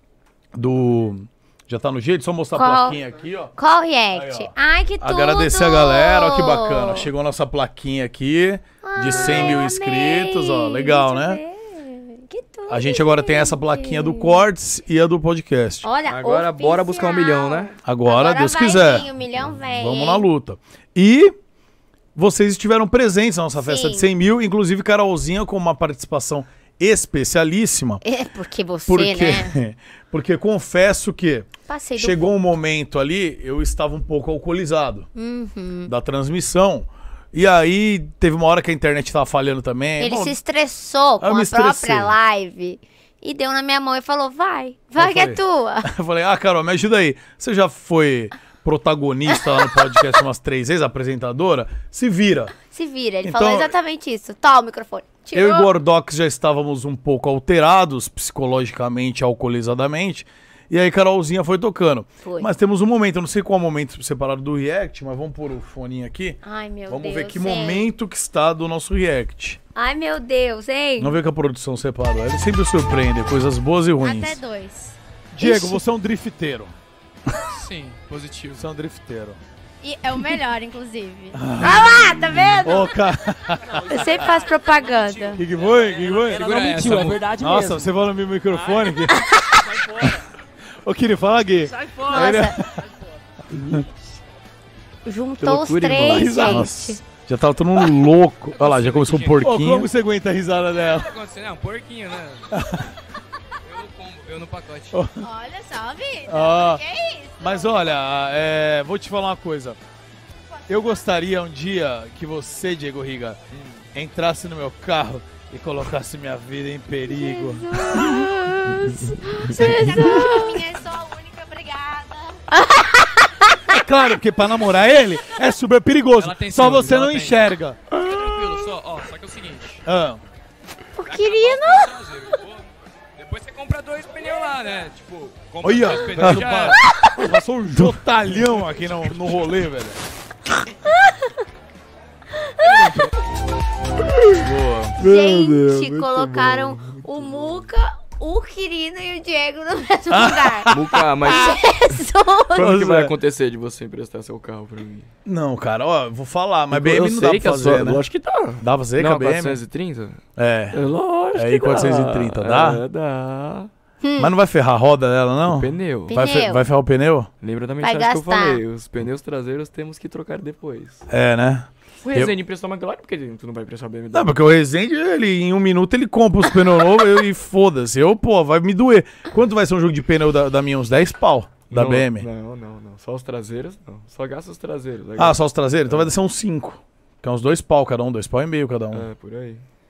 Já tá no jeito? Só mostrar a Qual? plaquinha aqui, ó. Qual react? Aí, ó. Ai, que tudo! Agradecer a galera, ó que bacana. Chegou a nossa plaquinha aqui de 100 mil Ai, inscritos, ó. amei. Legal, Deixa eu né? ver. Que tudo, A gente agora tem essa plaquinha do cortes e a do podcast. Olha, Agora bora buscar 1 milhão, né? Agora, Deus vai quiser. vir, 1 milhão vem. Vamos na luta. E vocês estiveram presentes na nossa festa Sim. de 100 mil, inclusive Carolzinha com uma participação especialíssima. É, porque você, Porque, né? porque confesso que Passei do chegou um momento ali, eu estava um pouco alcoolizado Uhum. da transmissão. E aí teve uma hora que a internet estava falhando também. Ele Bom, se estressou com eu me a estressei. própria live e deu na minha mão e falou, vai que é falei. tua. eu falei, Carol, me ajuda aí. Você já foi protagonista lá no podcast umas 3 vezes, apresentadora? Se vira. Se vira, ele Então, falou exatamente isso. Toma o microfone. Eu Tirou. e Gordox já estávamos um pouco alterados, psicologicamente, alcoolizadamente. E aí Carolzinha foi tocando. Foi. Mas temos um momento, eu não sei qual momento separado do react, mas vamos pôr o foninho aqui. Ai, meu Vamos Deus, ver que hein? momento que está do nosso react. Ai, meu Deus, hein? Vamos ver que a produção separou. Ele sempre surpreende, coisas boas e ruins. Até 2. Diego, Ixi. você é um drifteiro. Sim, positivo. Você é um drifteiro. E é o melhor, inclusive. Ah lá, tá vendo? Ô, cara, Eu sempre faço propaganda. o que foi? Que foi? Ela não mentiu, é verdade Nossa, você fala no meu microfone aqui. Sai fora. Ô, Kiri, fala aqui. Sai Nossa. Juntou os loucura, três, Nossa, gente. já tava todo mundo louco. Olha lá, já começou um porquinho. como você aguenta a risada dela? Tá acontecendo? É um porquinho, né? Eu no combo, eu no pacote. Olha só, Vitor. Ah, Que isso? mas olha, vou te falar uma coisa. Eu gostaria um dia que você, Diego Riga, entrasse no meu carro e colocasse minha vida em perigo. A minha é só a única, obrigada. É claro, porque pra namorar ele é super perigoso. Ela tem Só ciúmes, você ela não tem. enxerga. Fica tranquilo, só que é o seguinte. Ah, O querido. Depois você compra 2 pneus lá, né? Tipo, compra olha, 2 pneus já era. passou um jotalhão aqui no rolê, velho. Boa. Gente, colocaram o Muca, o Quirino e o Diego no mesmo lugar. Muca, mas Jesus. quando que vai Nossa. acontecer de você emprestar seu carro pra mim? Não, cara, ó, vou falar, mas Eu BM não dá sei pra que fazer, né? Lógico que dá. Dá pra fazer com Não, a BM? 430? É. Lógico Aí, que dá. 430, dá? Dá. Mas não vai ferrar a roda dela, não? Pneu. Vai, Pneu. vai ferrar o pneu? Lembra da Vai mensagem que eu gastar. falei? Os pneus traseiros temos que trocar depois. É, né? O Rezende emprestou uma McLaren, por que tu não vai emprestar a BMW? Não, porque o Rezende, ele, em 1 minuto, ele compra os pneus novos e foda-se. Pô, vai me doer. Quanto vai ser um jogo de pneu da minha? Uns 10 pau da Não, BM? Não. Só os traseiros, não. Só gasta os traseiros. Ah, só os traseiros? Então vai ser uns 5. Que é uns 2 pau cada um, 2 pau e meio cada um. É, por aí.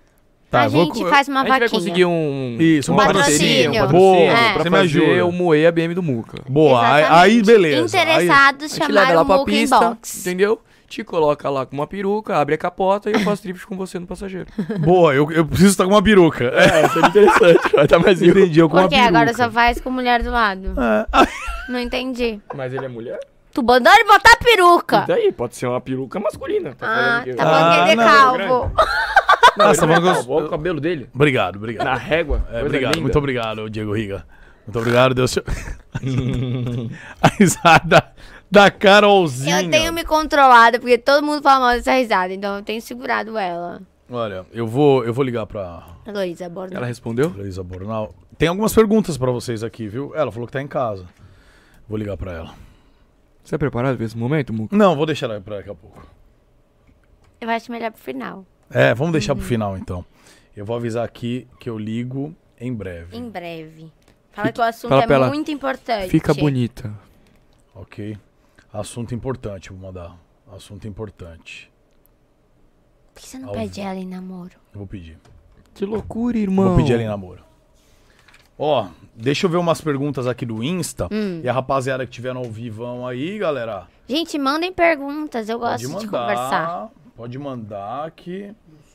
Tá, a eu vou gente co- faz uma A gente vai vaquinha. conseguir um Isso, um patrocínio. Boa, É. pra você me fazer ajuda. eu moer a BM do Muca. Boa, aí Exatamente. beleza. Interessados, A gente leva chamaram ela o pra Muca pista, Inbox. entendeu? Te coloca lá com uma peruca, abre a capota e eu faço drift com você no passageiro. Boa, eu preciso estar com uma peruca. Seria interessante. Vai estar mais Entendi, eu com uma Porque peruca. agora só faz com mulher do lado. É. Não entendi. Mas ele é mulher? Tu mandou ele botar a peruca. E daí? Pode ser uma peruca masculina. Ah, falando que- tá falando que ele é não. calvo. Não, Ah, ele você tá não é falando que eu- calvo, olha o cabelo dele. Obrigado. Na régua. É, coisa obrigado, linda. muito obrigado, Diego Riga. Muito obrigado, Deus te... A risada da Carolzinha. Eu tenho me controlado, porque todo mundo fala mal dessa risada, então eu tenho segurado ela. Olha, eu vou ligar pra Heloísa, bora. Ela respondeu? Luísa Bornal. Tem algumas perguntas pra vocês aqui, viu? Ela falou que tá em casa. Vou ligar pra ela. Você é preparado pra esse momento, Muca? Não, vou deixar ela pra daqui a pouco. Eu acho melhor pro final. É, vamos deixar pro final então. Eu vou avisar aqui que eu ligo em breve. Em breve. Fala que o assunto Fala pra é ela, muito importante. Fica bonita. Ok. Assunto importante, vou mandar. Assunto importante. Por que você não Ao pede ela em namoro? Eu vou pedir. Que loucura, irmão. Vou pedir ela em namoro. Ó, deixa eu ver umas perguntas aqui do Insta. E a rapaziada que tiver no ao vivão aí, galera. Gente, mandem perguntas, eu Pode gosto de conversar. mandar. Pode mandar que.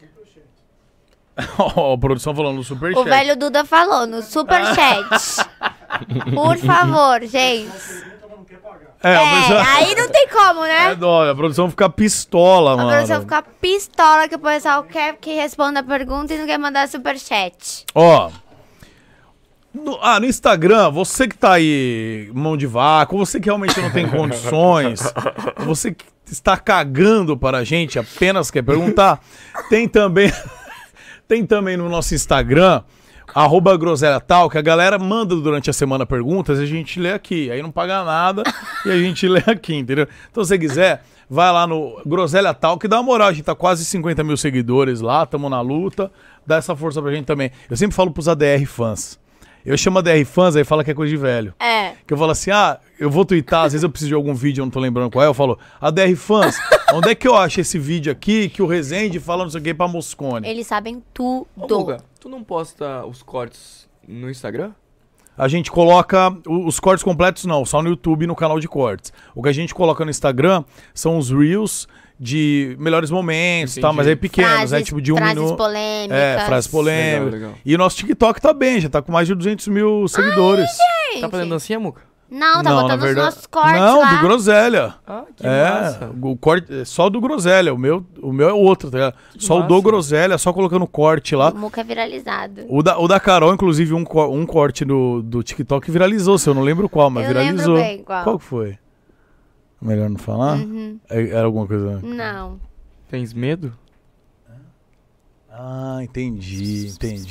Ó, a produção falando no superchat. O velho Duda falou no superchat. Por favor, gente. É, a produção... aí não tem como, né? É dó, a produção fica pistola, A mano. produção fica pistola que o pessoal quer que responda a pergunta e não quer mandar superchat. Ó. No Instagram, você que tá aí, mão de vaca, ou você que realmente não tem condições, ou você que está cagando para a gente, apenas quer perguntar, tem também no nosso Instagram, @groselhatal, que a galera manda durante a semana perguntas e a gente lê aqui. Aí não paga nada e a gente lê aqui, entendeu? Então, se você quiser, vai lá no Groselha Tal, que dá uma moral. A gente tá quase 50 mil seguidores lá, tamo na luta. Dá essa força pra gente também. Eu sempre falo pros ADR fãs. Eu chamo ADR fãs, aí fala que é coisa de velho. É. Que eu falo assim, eu vou twittar, às vezes eu preciso de algum vídeo, eu não tô lembrando qual é, eu falo, ADR fãs, onde é que eu acho esse vídeo aqui que o Rezende fala não sei o que pra Moscone? Eles sabem tudo. Ô, Muca, tu não posta os cortes no Instagram? A gente coloca os cortes completos, não, só no YouTube e no canal de cortes. O que a gente coloca no Instagram são os Reels de melhores momentos, tá? Mas é pequenos, né? Tipo de um frases minuto. polêmicas. É, frases polêmicas. Legal. E o nosso TikTok tá bem, já tá com mais de 200 mil seguidores. Gente. Tá fazendo dancinha, Muca? Não, tá Não, botando na verdade- os nossos cortes Não, lá. do Groselha. Ah, que massa. O corte, só do Groselha. O meu é outro, tá ligado? Só o do massa. Groselha, só colocando corte lá. O Muca é viralizado. O da Carol, inclusive, um corte do TikTok viralizou, se eu não lembro qual, mas Eu lembro viralizou. bem qual. Que foi? Melhor não falar? Era alguma coisa... Não. Tens medo? Ah, entendi.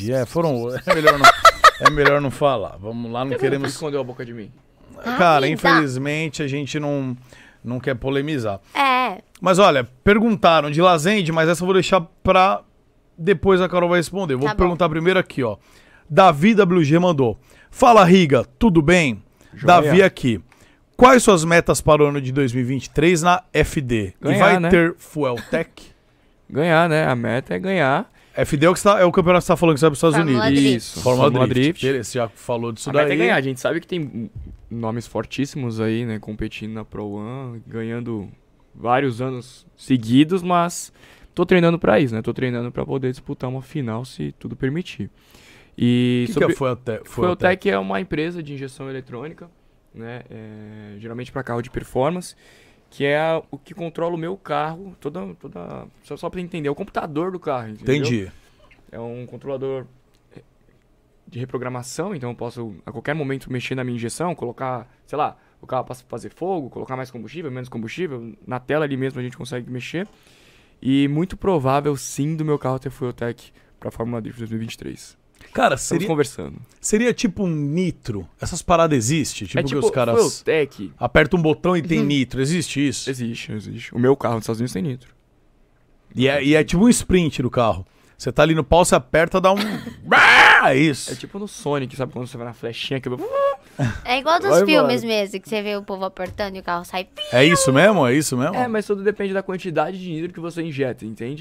É melhor não falar. Vamos lá, não Você queremos... escondeu a boca de mim? Cara, Ai, infelizmente a gente não quer polemizar. É. Mas olha, perguntaram de Lazende, mas essa eu vou deixar pra depois a Carol vai responder. Vou Tá bom. perguntar primeiro aqui, ó. Davi WG mandou. Fala, Riga, tudo bem? Joia. Davi aqui. Quais suas metas para o ano de 2023 na FD? E Ganhar, vai né? ter Fueltech? Ganhar, né? A meta é ganhar. FD é o campeonato que você tá falando que você vai para os Estados Fórmula Unidos. Drift. Isso. Fórmula Drift. Você já falou disso A daí. meta é ganhar. A gente sabe que tem nomes fortíssimos aí, né? Competindo na Pro One, ganhando vários anos seguidos, mas tô treinando pra isso, né? Tô treinando pra poder disputar uma final, se tudo permitir. E O que é Fueltech? Fueltech é uma empresa de injeção eletrônica, né? Geralmente para carro de performance, que é o que controla o meu carro, só para entender, é o computador do carro, entendeu? Entendi. É um controlador de reprogramação, então eu posso a qualquer momento mexer na minha injeção, colocar, sei lá, o carro para fazer fogo, colocar mais combustível, menos combustível, na tela ali mesmo a gente consegue mexer. E muito provável sim do meu carro ter Fueltech para Fórmula Drift 2023. Cara, Estamos conversando. seria tipo um nitro? Essas paradas existem? Tipo, que os caras Fueltech. apertam um botão e tem nitro. Existe isso? Existe. O meu carro nos Estados Unidos tem nitro. E é tipo um sprint do carro. Você tá ali no pau, você aperta, dá um... É isso. É tipo no Sonic, sabe? Quando você vai na flechinha que... É igual dos Vai filmes embora. mesmo, que você vê o povo apertando e o carro sai. É isso mesmo? É isso mesmo? É, mas tudo depende da quantidade de nitro que você injeta, entende?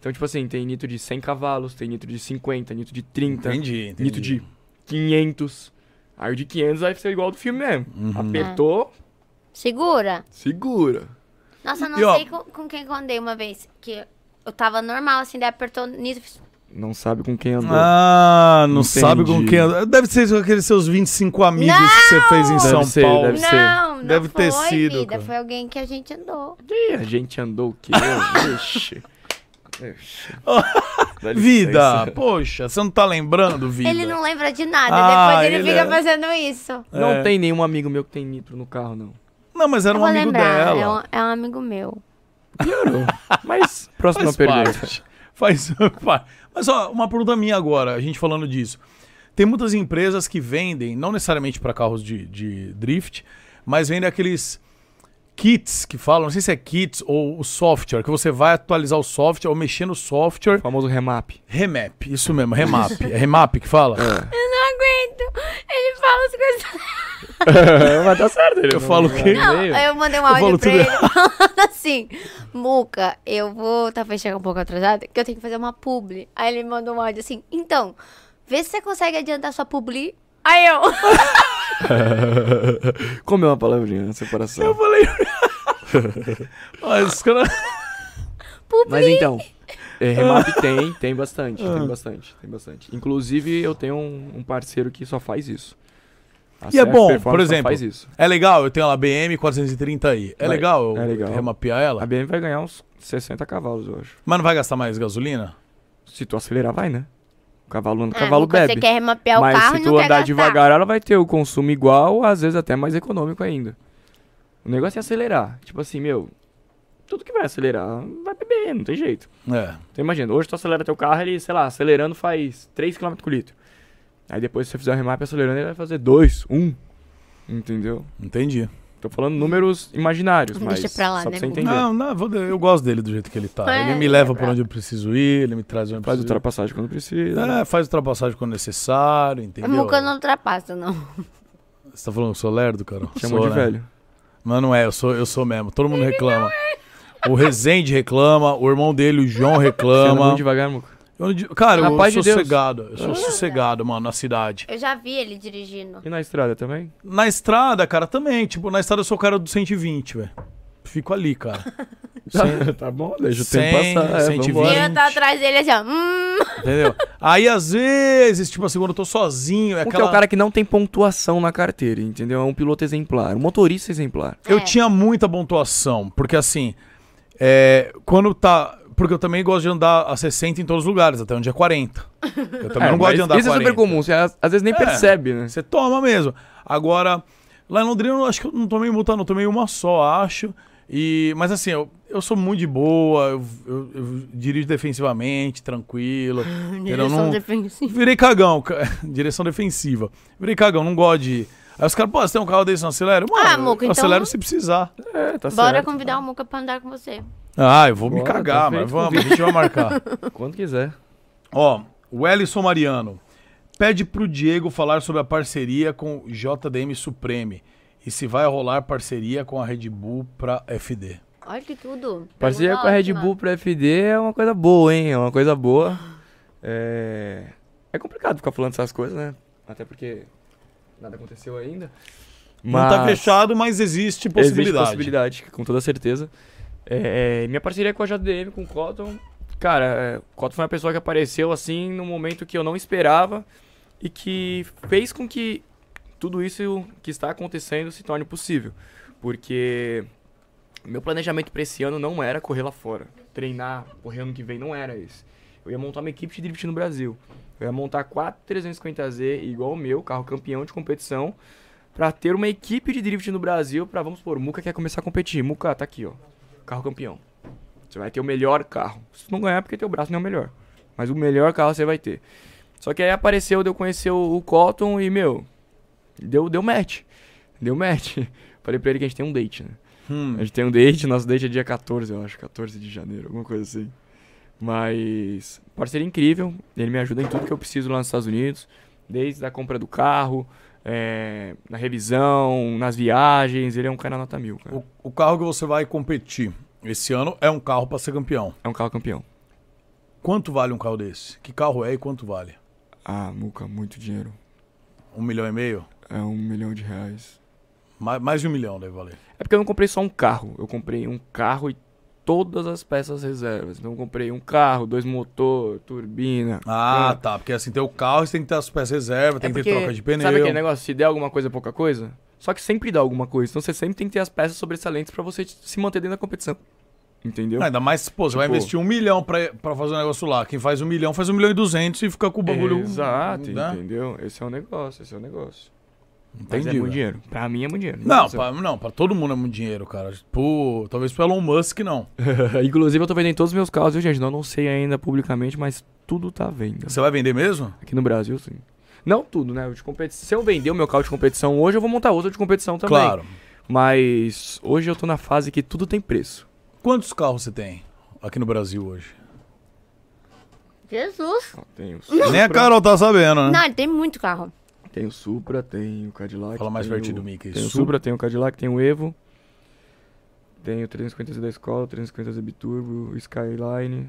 Então, tipo assim, tem nitro de 100 cavalos, tem nitro de 50, nitro de 30, Entendi. nitro de 500. Aí o de 500 vai ser igual ao do filme mesmo. Apertou, Segura. segura. Nossa, eu não E, ó, sei com quem eu andei uma vez. Que eu tava normal, assim, daí apertou nisso. Não sabe com quem andou. Ah, não Entendi. sabe com quem... Deve ser com aqueles seus 25 amigos que você fez em Deve São ser, Paulo. deve ser. Não, Deve não ter foi, sido, vida. cara. Foi alguém que a gente andou. Ih, a gente andou o quê? Ixi. Ixi. Dá Vida, licença. poxa, você não tá lembrando, Vida? Ele não lembra de nada, Ah, depois ele ele fica é- fazendo isso. Não tem nenhum amigo meu que tem nitro no carro, não. Não, mas era Eu um vou amigo lembrar, dela. é um amigo meu. Piorou. Mas, próxima Faz pergunta. parte. Faz parte. Mas ó, uma pergunta minha agora, a gente falando disso. Tem muitas empresas que vendem, não necessariamente para carros de drift, mas vendem aqueles kits que falam, não sei se é kits ou o software, que você vai atualizar o software ou mexer no software. O famoso remap. Remap, isso mesmo, remap. É remap que fala? Eu não aguento. Ele fala as coisas. Mas tá certo. Ele Eu falo o quê? Não, aí eu mandei um áudio falo pra tudo ele falando assim: Muca, eu vou talvez chegar um pouco atrasada, que eu tenho que fazer uma publi. Aí ele mandou um áudio assim: então, vê se você consegue adiantar sua publi. Aí eu. Comeu uma palavrinha na separação. Eu falei. Mas, cara... Mas então, remap tem bastante, tem bastante. Inclusive, eu tenho um parceiro que só faz isso. A E é CF bom, Performance por só exemplo, faz isso. é legal, eu tenho lá BM 430i. É Vai, legal eu é legal. remapear ela? A BM vai ganhar uns 60 cavalos, eu acho. Mas não vai gastar mais gasolina? Se tu acelerar, vai, né? O cavalo anda, o Ah, cavalo Muca, bebe. você quer remapear o Mas carro se e tu não quer andar gastar. devagar, ela vai ter o consumo igual, às vezes até mais econômico ainda. O negócio é acelerar. Tipo assim, meu, tudo que vai acelerar vai beber, não tem jeito. É. Então imagina, hoje tu acelera teu carro, ele, sei lá, acelerando faz 3 km por litro. Aí depois se você fizer o remap acelerando, ele vai fazer 2, 1. Entendeu? Entendi. Tô falando números imaginários, mas Deixa pra lá, só né, pra você Gugu? entender. Não, eu gosto dele do jeito que ele tá. É, Ele me leva é por onde eu preciso ir, ele me traz onde eu Faz preciso ir. ultrapassagem quando precisa. É, faz ultrapassagem quando necessário, O entendeu? Muca não ultrapassa, não. Você tá falando que eu sou lerdo, cara? Chamou Sou, de né? velho. Mas não é, eu sou mesmo. Todo mundo reclama. O Rezende reclama, o irmão dele, o João Você anda reclama. muito devagar, Muca. Cara, Na eu paz sou de Deus. sossegado. Eu sou sossegado, mano, na cidade. Eu já vi ele dirigindo. E na estrada também? Na estrada, cara, também. Tipo, na estrada eu sou o cara do 120, velho. Fico ali, cara. Tá bom, deixa o 100, tempo passar. 120. Vambora. E eu tô atrás dele assim, ó. Entendeu? Aí, às vezes, tipo assim, quando eu tô sozinho, é Porque aquela... é o cara que não tem pontuação na carteira, entendeu? É um piloto exemplar, um motorista exemplar. Eu É. tinha muita pontuação, porque assim, quando tá... Porque eu também gosto de andar a 60 em todos os lugares, até onde é 40. Eu também não gosto de andar isso 40. é super comum, você às vezes nem percebe, né? Você toma mesmo. Agora, lá em Londrina, eu acho que eu não tomei multa, não. Tomei uma só, acho. Mas assim, eu sou muito de boa, eu dirijo defensivamente, tranquilo. entendeu? Direção Não- defensiva. Virei cagão, direção defensiva. Virei cagão, não gosto de... Aí os caras, pô, você tem um carro desse, não acelera? Mano, Ah, Muca, eu então- acelero se precisar. É, tá Bora certo. convidar o Muca pra andar com você. Ah, eu vou me Bora, cagar, tá mas feito, vamos, a gente vai marcar. Quando quiser. Ó, o Ellison Mariano pede pro Diego falar sobre a parceria com o JDM Supreme e se vai rolar parceria com a Red Bull pra FD. Olha que tudo. Parceria Pergunta com a Red ótima. Bull pra FD é uma coisa boa, hein? É uma coisa boa. É complicado ficar falando essas coisas, né? Até porque nada aconteceu ainda. Não tá fechado, mas existe possibilidade. Existe possibilidade, com toda certeza. Minha parceria com a JDM, com o Cotton, cara, o Cotton foi uma pessoa que apareceu assim num momento que eu não esperava e que fez com que tudo isso que está acontecendo se torne possível. Porque meu planejamento para esse ano não era correr lá fora, treinar, correr ano que vem, não era esse. Eu ia montar uma equipe de drift no Brasil. Eu ia montar 4 350Z igual o meu, carro campeão de competição, para ter uma equipe de drift no Brasil, para, vamos supor, o Muca quer começar a competir. Muca, tá aqui, ó, carro campeão. Você vai ter o melhor carro. Se tu não ganhar, é porque teu braço não é o melhor. Mas o melhor carro você vai ter. Só que aí apareceu, eu conhecer o Cotton e, meu, deu match. Deu match. Falei pra ele que a gente tem um date, né? A gente tem um date, nosso date é dia 14, eu acho, 14 de janeiro, alguma coisa assim. Mas, parceria incrível, ele me ajuda em tudo que eu preciso lá nos Estados Unidos, desde a compra do carro, na revisão, nas viagens, ele é um cara nota 1000, cara. O carro que você vai competir esse ano é um carro pra ser campeão. É um carro campeão. Quanto vale um carro desse? Que carro é e quanto vale? Ah, Muca, muito dinheiro. 1,5 milhão? É R$1 milhão. Mais de 1 milhão deve valer. É porque eu não comprei só um carro. Eu comprei um carro e todas as peças reservas. Então eu comprei um carro, 2 motor, turbina. Ah, tá. Porque assim, tem o carro, você tem que ter as peças reserva, tem que ter troca de pneu. Sabe aquele negócio? Se der alguma coisa, pouca coisa? Só que sempre dá alguma coisa. Então você sempre tem que ter as peças sobressalentes pra você se manter dentro da competição. Entendeu? Ainda mais, pô, você vai investir 1 milhão pra fazer um negócio lá. Quem faz 1 milhão faz 1 milhão e 200 e fica com o bagulho. Exato, né? entendeu? Esse é o negócio, Entendi. Mas é muito dinheiro. Pra mim é muito dinheiro. Não, pra todo mundo é muito dinheiro, cara. Pô, talvez pro Elon Musk, não. Inclusive, eu tô vendendo todos os meus carros, viu, gente? Não sei ainda publicamente, mas tudo tá vendo. Você vai vender mesmo? Aqui no Brasil, sim. Não tudo, né? Se eu vender o meu carro de competição hoje, eu vou montar outro de competição também. Claro. Mas hoje eu tô na fase que tudo tem preço. Quantos carros você tem aqui no Brasil hoje? Jesus. Tem o Supra, Nem a Carol tá sabendo, né? Não, ele tem muito carro. tem o Supra, tem o Cadillac. Fala mais tem pertinho do Mickey. Tem o Supra, tem o Cadillac, tem o Evo. Tem o 350Z da Escola, 350Z Biturbo, o Skyline.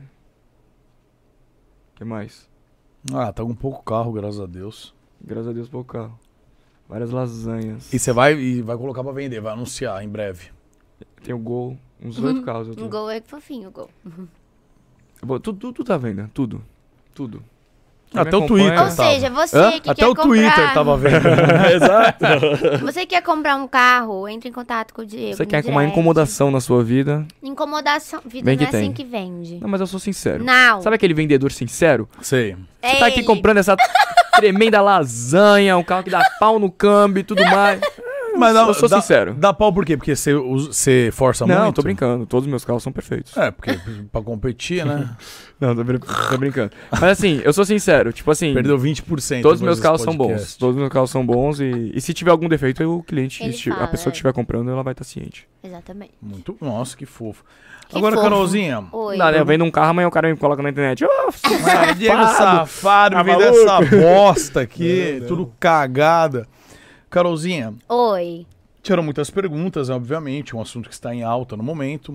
O que mais? Ah, tá com pouco carro, graças a Deus. Graças a Deus, pouco carro. Várias lasanhas. E você vai colocar pra vender, vai anunciar em breve. Tem o Gol, uns 8 carros. Eu Um Gol é fofinho, o Gol. Tudo tá vendo, tudo. Até o Twitter. Ou seja, você que Até quer o Twitter comprar... tava vendo. Exato. Você quer comprar um carro, entre em contato com o Diego. Você quer no uma direct. incomodação na sua vida? Incomodação. Vida Bem não é que tem. assim que vende. Não, mas eu sou sincero. Não. Sabe aquele vendedor sincero? Sei. Você tá aqui comprando essa tremenda lasanha, um carro que dá pau no câmbio e tudo mais. Mas eu sou sincero. Dá pau por quê? Porque você força muito? Não, tô brincando. Todos os meus carros são perfeitos. É, porque pra competir, né? Não, tô brincando. Mas assim, eu sou sincero. Tipo assim... Perdeu 20%. Todos os meus desse carros são podcast. bons. Todos os meus carros são bons e se tiver algum defeito, o cliente, Ele a fala, pessoa que estiver comprando, ela vai estar ciente. Exatamente. Muito. Nossa, que fofo. Que Agora, fofo. Carolzinha. Oi. Não, né? Eu vendo um carro, amanhã o cara me coloca na internet. Diego safado, Tá me vem maluco? dessa bosta aqui, tudo cagada. Carolzinha, Oi. tiveram muitas perguntas, obviamente, um assunto que está em alta no momento.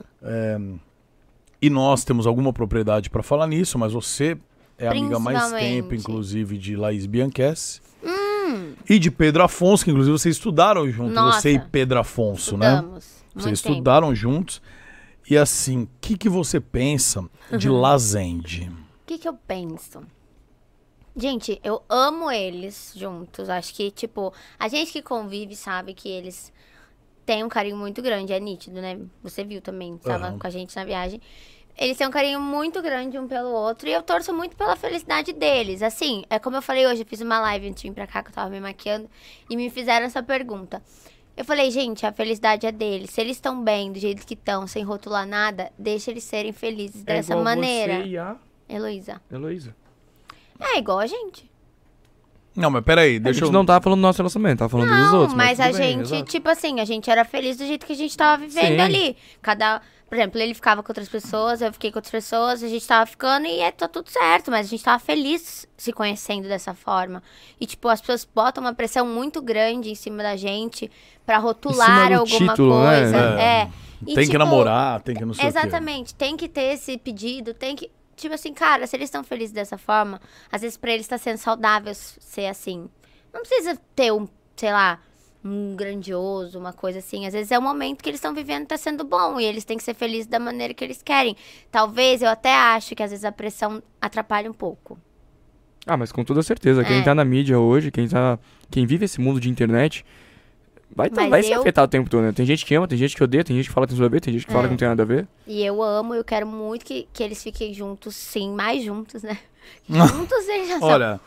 E nós temos alguma propriedade para falar nisso, mas você é amiga há mais tempo, inclusive, de Laís Bianchessi. E de Pedro Afonso, que inclusive vocês estudaram juntos, Nossa. você e Pedro Afonso, né? Estudamos. Vocês Muito estudaram juntos. E assim, o que você pensa de Lazende? O que eu penso? Gente, eu amo eles juntos. Acho que, tipo, a gente que convive sabe que eles têm um carinho muito grande. É nítido, né? Você viu também, estava com a gente na viagem. Eles têm um carinho muito grande um pelo outro. E eu torço muito pela felicidade deles. Assim, é como eu falei hoje, eu fiz uma live antes de vir pra cá, que eu tava me maquiando. E me fizeram essa pergunta. Eu falei, gente, a felicidade é deles. Se eles estão bem, do jeito que estão, sem rotular nada, deixa eles serem felizes dessa maneira. Você e a Heloísa. Heloísa. É igual a gente. Não, mas peraí, A deixa gente eu... não tava falando do nosso relacionamento, tava falando dos outros. Mas a tudo bem, gente, exato. tipo assim, a gente era feliz do jeito que a gente tava vivendo Sim. ali. Por exemplo, ele ficava com outras pessoas, eu fiquei com outras pessoas, a gente tava ficando e tá tudo certo, mas a gente tava feliz se conhecendo dessa forma. E, tipo, as pessoas botam uma pressão muito grande em cima da gente pra rotular do alguma título, né? coisa. E, Tem que tipo, namorar, tem que não sei o quê. exatamente, tem que ter esse pedido, tem que... Tipo assim, cara, se eles estão felizes dessa forma, às vezes pra eles tá sendo saudável ser assim. Não precisa ter sei lá, um grandioso, uma coisa assim. Às vezes é o momento que eles estão vivendo tá sendo bom e eles têm que ser felizes da maneira que eles querem. Talvez, eu até acho que às vezes a pressão atrapalha um pouco. Ah, mas com toda certeza, quem tá na mídia hoje, quem vive esse mundo de internet, vai ser afetado o tempo todo, né? Tem gente que ama, tem gente que odeia, tem gente que fala que tem tudo a ver, tem gente que fala que não tem nada a ver. E eu amo, eu quero muito que eles fiquem juntos, sim, mais juntos, né? Juntos eles já são. Olha,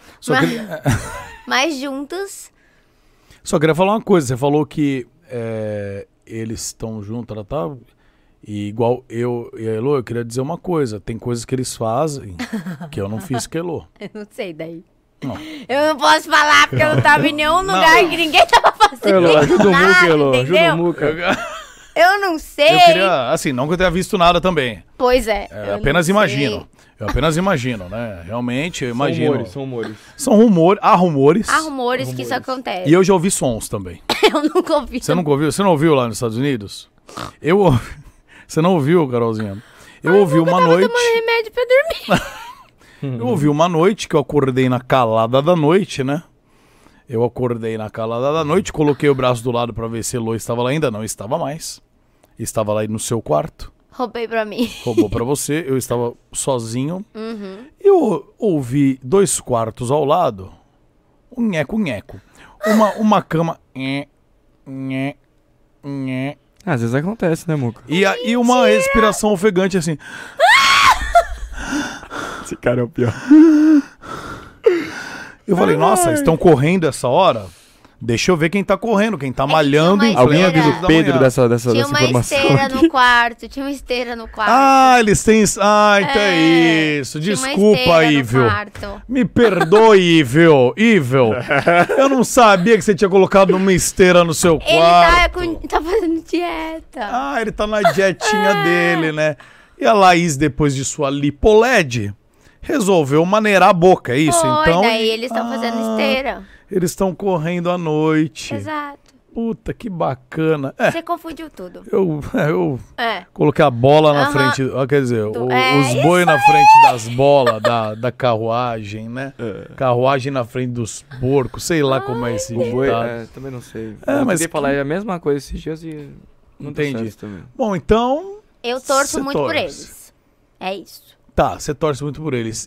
Mais juntos. só queria falar uma coisa. Você falou que eles estão juntos, ela tá... E igual eu e a Elo, eu queria dizer uma coisa. Tem coisas que eles fazem que eu não fiz com a Elo. Eu não sei daí. Não. Eu não posso falar porque eu não tava em nenhum lugar que ninguém tava fazendo Elo, ajuda o nada, Muca, Elo, ajuda entendeu? o Muca. Eu não sei. Eu queria, assim, não que eu tenha visto nada também. Pois é. Eu apenas imagino. Eu apenas imagino, né? Realmente, eu imagino. São rumores. São rumores. Há rumores. Há rumores que isso acontece. E eu já ouvi sons também. Eu nunca ouvi. Você nunca ouviu? Você não ouviu lá nos Estados Unidos? Eu ouvi. Você não ouviu, Carolzinha? Eu ouvi uma noite. Tomando remédio pra dormir. Eu ouvi uma noite que eu acordei na calada da noite, né? Eu acordei na calada da noite, coloquei o braço do lado pra ver se Elô estava lá ainda. Não estava mais. Estava lá no seu quarto. Roubei pra mim. Roubou pra você. Eu estava sozinho. Eu ouvi 2 quartos ao lado. Um nheco-nheco. Uma cama. Às vezes acontece, né, Muca? E uma respiração ofegante assim. Esse cara é o pior. Eu falei, nossa, estão correndo essa hora? Deixa eu ver quem tá correndo, quem tá malhando. tinha uma Alguém esteira. avisa o Pedro dessa Tinha uma informação. esteira no quarto. Tinha uma esteira no quarto. Ah, eles têm... Ah, então é isso. Tinha uma Desculpa, esteira no Ivel. quarto. Me perdoe, Ivel. Eu não sabia que você tinha colocado uma esteira no seu Ele quarto. tá fazendo dieta. Ah, ele tá na dietinha dele, né? E a Laís, depois de sua lipoled, resolveu maneirar a boca, é isso? Foi, Então, daí eles estão fazendo esteira. eles estão correndo à noite. Exato. Puta, que bacana. Você confundiu tudo. Eu É. coloquei a bola na Aham. frente, quer dizer, os isso boi na frente das bolas da carruagem, né? Carruagem na frente dos porcos, sei lá como é esse O boi, ditado. também não sei. É, Eu mas tentei falar a mesma coisa esses dias e não deu Entendi. certo também. Bom, então, Eu torço Cê muito por torce. eles. É isso. tá, você torce muito por eles.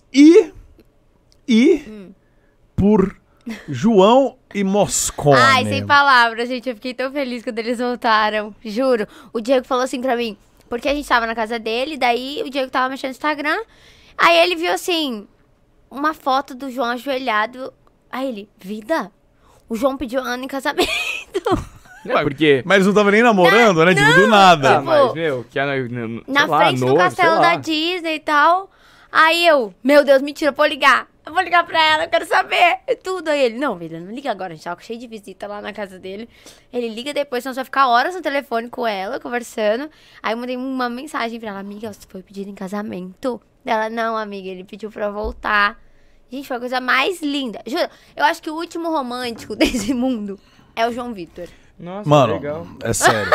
Por João e Moscone. Ai, sem palavras, gente. Eu fiquei tão feliz quando eles voltaram. Juro. O Diego falou assim pra mim. Porque a gente tava na casa dele, daí o Diego tava mexendo no Instagram. Aí ele viu assim, uma foto do João ajoelhado. Aí ele, vida? O João pediu a Ana em casamento. Não, porque... Mas eles não estavam nem namorando, né? Tipo, do nada. Ah, mas, meu, que é Na frente do castelo da Disney e tal. Aí eu, meu Deus, mentira, eu vou ligar. Eu vou ligar pra ela, eu quero saber. Tudo. Aí ele, não, Vida, não liga agora. A gente tava cheio de visita lá na casa dele. Ele liga depois, senão você vai ficar horas no telefone com ela, conversando. Aí eu mandei uma mensagem pra ela, amiga, você foi pedido em casamento? Ela, não, amiga, ele pediu pra eu voltar. Gente, foi a coisa mais linda. Juro, eu acho que o último romântico desse mundo é o João Vitor. Nossa, Mano, legal. é sério.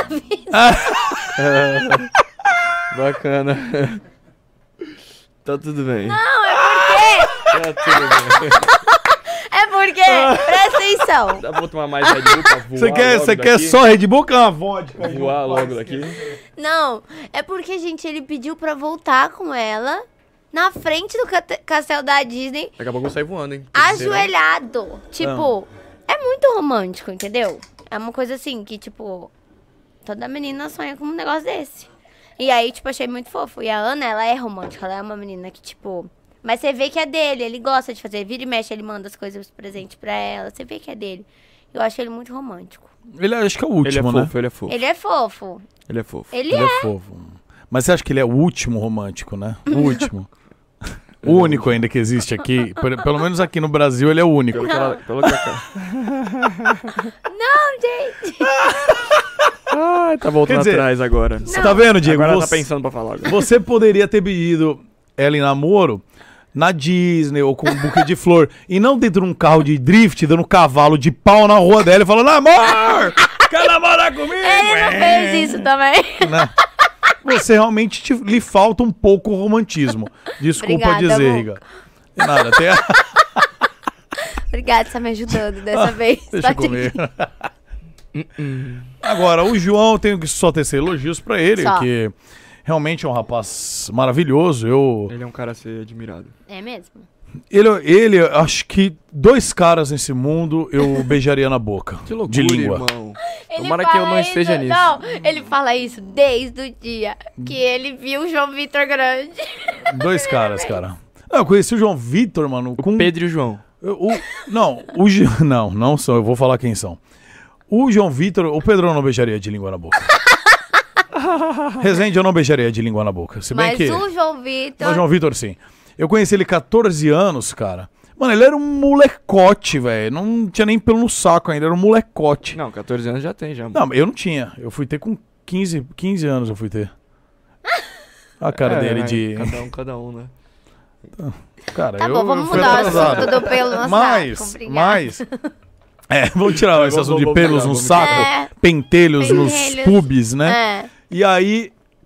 Bacana. Tá tudo bem. Não, é porque... Tá tudo bem. É porque... Presta atenção. Dá pra tomar mais Red Bull pra voar Você quer só Red Bull com uma vodka? voar logo daqui? Não, é porque, gente, ele pediu pra voltar com ela na frente do castelo da Disney, Daqui a pouco eu saio voando, hein? ajoelhado. Tipo, é muito romântico, entendeu? É uma coisa assim que, tipo, toda menina sonha com um negócio desse. E aí, tipo, achei muito fofo. E a Ana, ela é romântica, ela é uma menina que, tipo... Mas você vê que é dele, ele gosta de fazer. Vira e mexe, ele manda as coisas, os presentes pra ela. Você vê que é dele. Eu acho ele muito romântico. Ele acho que é o último, né? Ele é fofo. Ele é fofo. Ele é fofo. Ele Ele é. é fofo. Mas você acha que ele é o último romântico, né? O último. O único ainda que existe aqui. Pelo menos aqui no Brasil, ele é o único. Pelo que ela... Não, gente. Ai, tá voltando Quer dizer, atrás agora. Você tá vendo, Diego? Agora ela tá pensando pra falar. Agora. Você poderia ter pedido ela em namoro na Disney ou com um buquê de flor e não dentro de um carro de drift dando cavalo de pau na rua dela e falando: amor, quer namorar comigo? Ele não fez isso também. Né? Você realmente lhe falta um pouco o romantismo. Desculpa Obrigada, dizer, amor. Riga. Nada, tem Obrigada, você tá me ajudando dessa vez. Deixa eu Pode comer. ir. Agora, o João, eu tenho que só tecer elogios pra ele, Só. que realmente é um rapaz maravilhoso. Eu... Ele é um cara a ser admirado. É mesmo? Ele, acho que 2 caras nesse mundo eu beijaria na boca. Que loucura, de língua. irmão. Ele Tomara que eu fala não esteja isso- nisso. Não, ele fala isso desde o dia que ele viu o João Vitor grande. 2 caras, cara. Eu conheci o João Vitor, mano. O Pedro e o João. Não são, eu vou falar quem são. O João Vitor, o Pedro eu não beijaria de língua na boca. Rezende eu não beijaria de língua na boca. Se bem Mas que... o João Vitor... O João Vitor, sim. Eu conheci ele 14 anos, cara. Mano, ele era um molecote, velho. Não tinha nem pelo no saco ainda, era um molecote. Não, 14 anos já tem, já. Não, eu não tinha. Eu fui ter com 15 anos, eu fui ter. A cara dele aí, de... Cada um, né? Cara, Tá eu bom, vamos fui mudar o atrasado. assunto do pelo no saco. Obrigada. Mas... vamos tirar esse assunto de pelos no saco, É. pentelhos nos Pentelhos. pubs, né? É. E aí,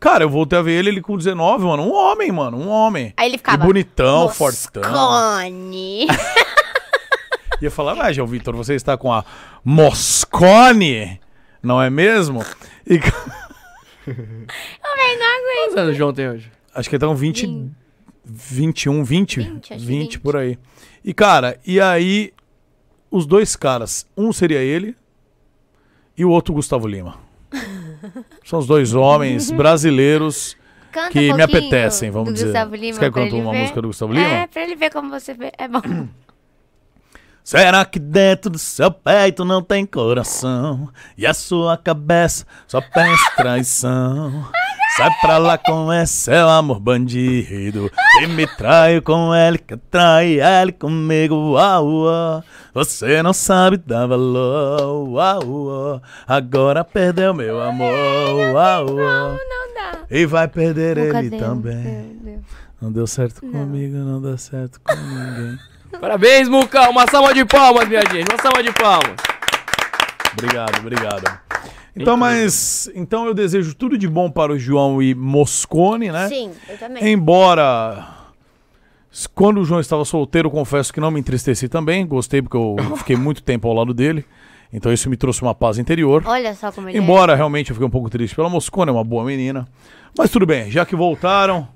Cara, eu voltei a ver ele com 19, mano. Um homem, mano. Um homem. Aí ele ficava... E bonitão, fortão. Moscone. E eu falava, João Vitor, você está com a Moscone, não é mesmo? E... Eu velho, não aguento. Quantos anos o João tem hoje? Acho que estão 20, 21, 20? 20, acho 20 por aí. E, cara, e aí, os dois caras, um seria ele e o outro Gustavo Lima. São os dois homens brasileiros Canta que um me pouquinho apetecem, vamos do dizer. Gustavo Lima Você quer pra cantar ele uma ver? música do Gustavo Lima? É, pra ele ver como você vê. É bom. Será que dentro do seu peito não tem coração? E a sua cabeça só pensa em traição? Sai pra lá com esse seu amor bandido e me trai com ele que trai ele comigo. Uau, uau. Você não sabe dar valor. Uau, uau. Agora perdeu meu amor. Uau, uau. Não dá. E vai perder Nunca ele deu, também. Não deu certo comigo, não dá certo com ninguém. Parabéns, Mucão. Uma salva de palmas, minha gente. Uma salva de palmas. Obrigado. Então eu desejo tudo de bom para o João e Moscone, né? Sim, eu também. Embora quando o João estava solteiro, confesso que não me entristeci também. Gostei porque eu fiquei muito tempo ao lado dele. Então isso me trouxe uma paz interior. Olha só como ele Embora realmente eu fiquei um pouco triste pela Moscone, é uma boa menina. Mas tudo bem, já que voltaram,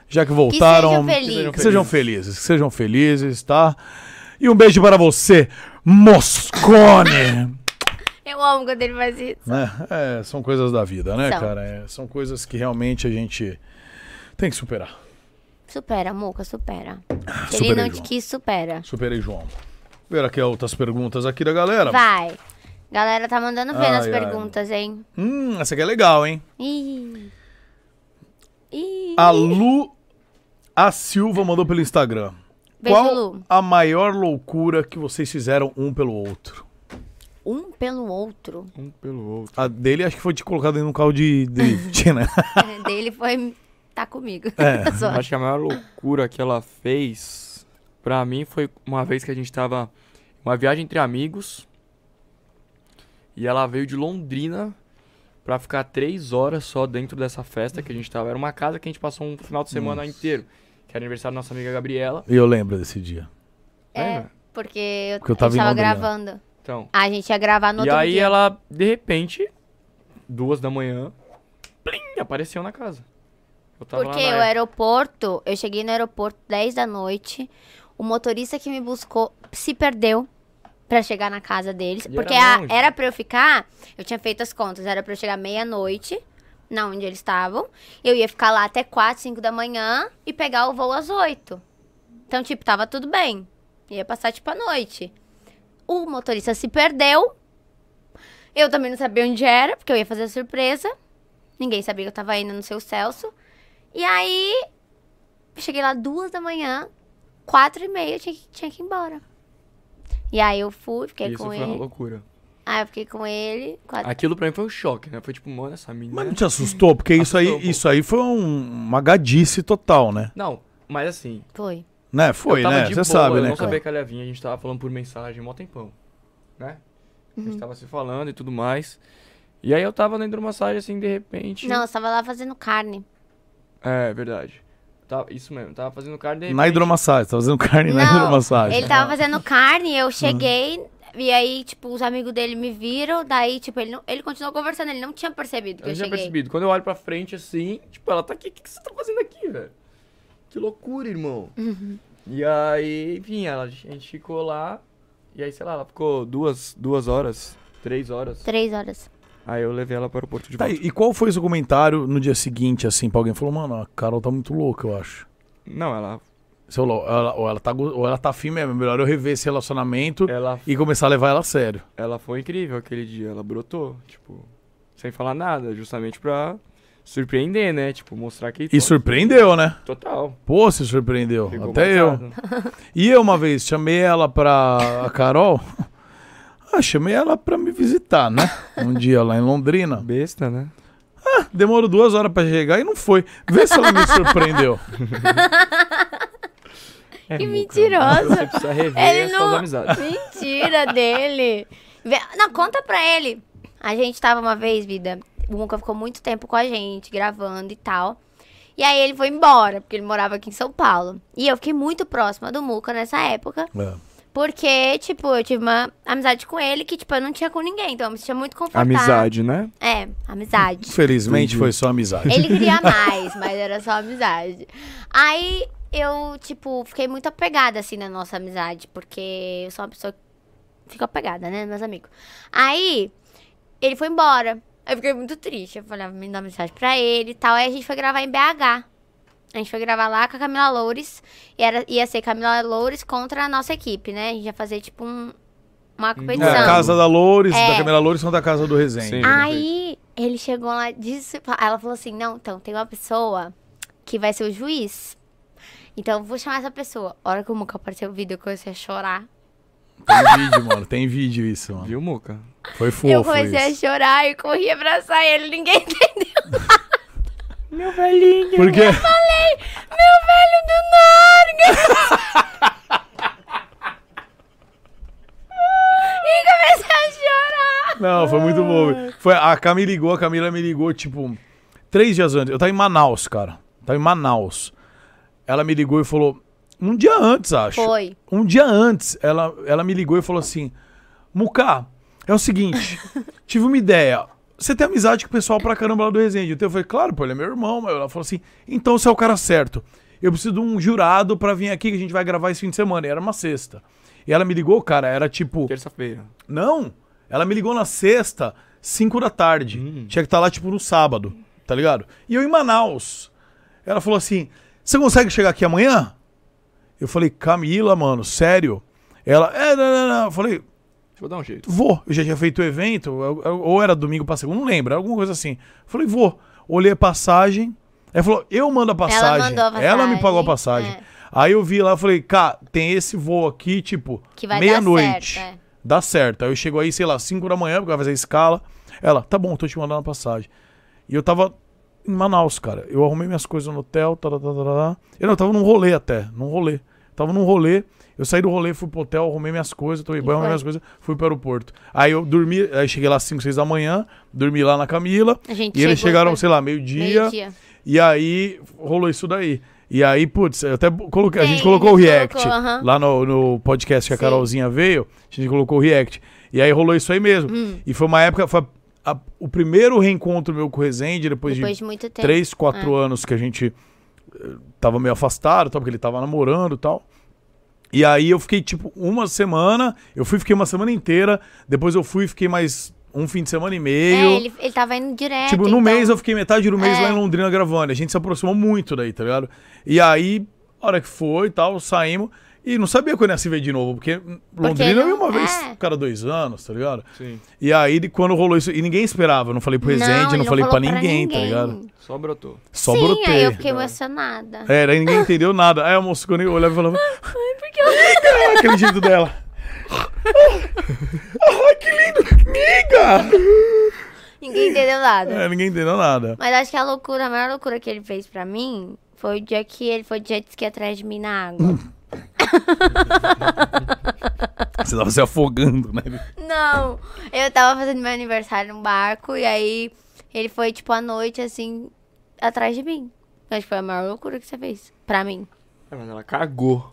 que sejam felizes, tá? E um beijo para você, Moscone. Eu amo quando ele faz isso. São coisas da vida, né, São. cara? São coisas que realmente a gente tem que superar. Supera, Muca, supera. Se Superei, ele não te João. quis, supera. Superei, João. Ver aqui outras perguntas aqui da galera. Vai. Galera tá mandando ver nas Ai. perguntas, hein? Essa aqui é legal, hein? Ih. A Lu A Silva mandou pelo Instagram. Beijo, Qual Lu. a maior loucura que vocês fizeram um pelo outro? Um pelo outro. Um pelo outro. A dele acho que foi te colocado em um carro de drift, né? Dele foi... Tá comigo. Eu acho que a maior loucura que ela fez, pra mim, foi uma vez que a gente tava... Uma viagem entre amigos. E ela veio de Londrina pra ficar 3 horas só dentro dessa festa que a gente tava. Era uma casa que a gente passou um final de semana inteiro. Que era aniversário da nossa amiga Gabriela. E eu lembro desse dia. Porque eu tava a gente tava em Londrina. gravando. Então. A gente ia gravar no E outro aí dia. ela, de repente, 2 da manhã, plim, apareceu na casa. Eu tava Porque lá o aeroporto, eu cheguei no aeroporto 10 da noite, o motorista que me buscou se perdeu pra chegar na casa deles. E Porque era longe. era pra eu ficar, eu tinha feito as contas, era pra eu chegar meia-noite, na onde eles estavam. Eu ia ficar lá até 4, 5 da manhã e pegar o voo às 8. Então, tipo, tava tudo bem. Ia passar, tipo, a noite. O motorista se perdeu. Eu também não sabia onde era, porque eu ia fazer a surpresa. Ninguém sabia que eu tava indo no Seu Celso. E aí, cheguei lá 2 da manhã, 4h30, tinha que ir embora. E aí eu fui, fiquei Isso com foi ele. uma loucura. Aí eu fiquei com ele. Aquilo pra mim foi um choque, né? Foi tipo, mano, essa menina... Mas não te assustou? Porque isso aí foi uma gadice total, né? Não, mas assim... Foi, eu tava né? de Você boa, sabe, eu né, não cara? sabia que ela ia vir, a gente tava falando por mensagem mó tempão, né? A gente tava se falando e tudo mais. E aí eu tava na hidromassagem, assim, de repente... Não, eu tava lá fazendo carne. É, verdade. Isso mesmo, tava fazendo carne de repente... Na hidromassagem, tá fazendo carne na Não, hidromassagem. ele tava fazendo carne, eu cheguei... E aí, tipo, os amigos dele me viram, daí, tipo, ele continuou conversando, ele não tinha percebido que eu Eu já cheguei. percebido. Quando eu olho pra frente, assim, tipo, ela tá aqui, o que você tá fazendo aqui, velho? Que loucura, irmão. E aí, enfim, a gente ficou lá, e aí, sei lá, ela ficou 2 horas, 3 horas. 3 horas. Aí eu levei ela para o aeroporto de Tá, volta. e qual foi o seu comentário no dia seguinte, assim, pra alguém? Falou, mano, a Carol tá muito louca, eu acho. Não, ela... Ou ela tá afim mesmo, é melhor eu rever esse relacionamento e começar a levar ela a sério. Ela foi incrível aquele dia, ela brotou, tipo, sem falar nada, justamente pra surpreender, né? Tipo, mostrar que... E surpreendeu, né? Total. Pô, se surpreendeu. Ficou Até eu. marcado. E eu uma vez chamei ela pra... A Carol... chamei ela pra me visitar, né? Um dia lá em Londrina. Besta, né? Demorou 2 horas pra chegar e não foi. Vê se ela me surpreendeu. Que mentiroso. Você precisa rever Ele as não... suas amizades. Mentira dele. Não, conta pra ele. A gente tava uma vez, vida, o Muca ficou muito tempo com a gente, gravando e tal. E aí ele foi embora, porque ele morava aqui em São Paulo. E eu fiquei muito próxima do Muca nessa época. Porque, tipo, eu tive uma amizade com ele que, tipo, eu não tinha com ninguém. Então eu me sentia muito confortável. Amizade, né? É, amizade. Infelizmente foi só amizade. Ele queria mais, mas era só amizade. Aí eu, tipo, fiquei muito apegada, assim, na nossa amizade. Porque eu sou uma pessoa que fica apegada, né, meus amigos. Aí ele foi embora. Aí eu fiquei muito triste. Eu falei, vou mandar mensagem pra ele e tal. Aí a gente foi gravar em BH. A gente foi gravar lá com a Camila Loures. E ia ser Camila Loures contra a nossa equipe, né? A gente ia fazer, tipo, uma competição. A casa da Loures, da Camila Loures, são da casa do Resende. Sim. Aí ele chegou lá e disse... Ela falou assim, não, então, tem uma pessoa que vai ser o juiz. Então eu vou chamar essa pessoa. A hora que o Muca apareceu o vídeo, eu comecei a chorar. Tem vídeo, mano. Tem vídeo isso, mano. Viu, Muca? Foi fofo Eu comecei a chorar e corri abraçar ele. Ninguém entendeu. Meu velhinho. Por quê? Eu falei, meu velho do Narga. E comecei a chorar. Não, foi muito bom. A Camila me ligou, tipo, 3 dias antes. Eu tava em Manaus, cara. Tava em Manaus. Ela me ligou e falou... Um dia antes, acho. Foi. Um dia antes, ela me ligou e falou assim... Muca, é o seguinte, tive uma ideia. Você tem amizade com o pessoal pra caramba lá do Resende. Então eu falei, claro, pô, ele é meu irmão. Ela falou assim, então você é o cara certo. Eu preciso de um jurado pra vir aqui que a gente vai gravar esse fim de semana. E era uma sexta. E ela me ligou, cara, era tipo... Terça-feira. Não, ela me ligou na sexta, 5 da tarde. Tinha que estar lá, tipo, no sábado, tá ligado? E eu em Manaus. Ela falou assim, você consegue chegar aqui amanhã? Eu falei, Camila, mano, sério? Ela, não. Eu falei... Vou dar um jeito. Vou. Eu já tinha feito o evento, ou era domingo pra segunda, não lembro, alguma coisa assim. Falei, vou. Olhei a passagem. Ela falou, eu mando a passagem. Ela mandou a passagem. Ela me pagou a passagem. Aí eu vi lá, falei, cara, tem esse voo aqui, tipo, Que vai meia-noite. dar certo, Dá certo. Aí eu chego aí, sei lá, 5 da manhã, porque vai fazer a escala. Ela, tá bom, tô te mandando a passagem. E eu tava em Manaus, cara. Eu arrumei minhas coisas no hotel, eu tava num rolê até, Tava num rolê. Eu saí do rolê, fui pro hotel, arrumei minhas coisas, tomei banho, arrumei minhas coisas, fui pro aeroporto. Aí eu dormi, aí cheguei lá às 5, 6 da manhã, dormi lá na Camila. E eles chegaram, sei lá, meio-dia. E aí rolou isso daí. E aí, putz, eu até coloquei, a gente colocou o react lá no podcast que a Carolzinha veio, a gente colocou o react. E aí rolou isso aí mesmo. E foi uma época, foi o primeiro reencontro meu com o Resende, depois de muito tempo. 3, 4 anos que a gente tava meio afastado, porque ele tava namorando e tal. E aí eu fiquei, tipo, uma semana, fiquei uma semana inteira, depois eu fiquei mais um fim de semana e meio. Ele tava indo direto. Tipo, no mês eu fiquei metade do mês lá em Londrina gravando, a gente se aproximou muito daí, tá ligado? E aí, a hora que foi e tal, saímos, e não sabia quando ia se ver de novo, porque Londrina eu ia uma vez cada 2 anos, tá ligado? Sim. E aí, quando rolou isso, e ninguém esperava, eu não falei pro Resende, não falei pra ninguém, tá ligado? Só brotou. Só Sim, brotei. Aí eu fiquei emocionada. Aí ninguém entendeu nada. Aí a moça, quando eu olhava e falava... Ai, porque eu... aquele jeito dela. Ai, que lindo! Miga! Ninguém entendeu nada. Ninguém entendeu nada. Mas acho que a maior loucura que ele fez pra mim foi o dia que ele foi de jet ski atrás de mim na água. Você tava se afogando, né? Não, eu tava fazendo meu aniversário num barco e aí ele foi, tipo, à noite, assim, atrás de mim. Acho que foi a maior loucura que você fez pra mim. Mas ela cagou.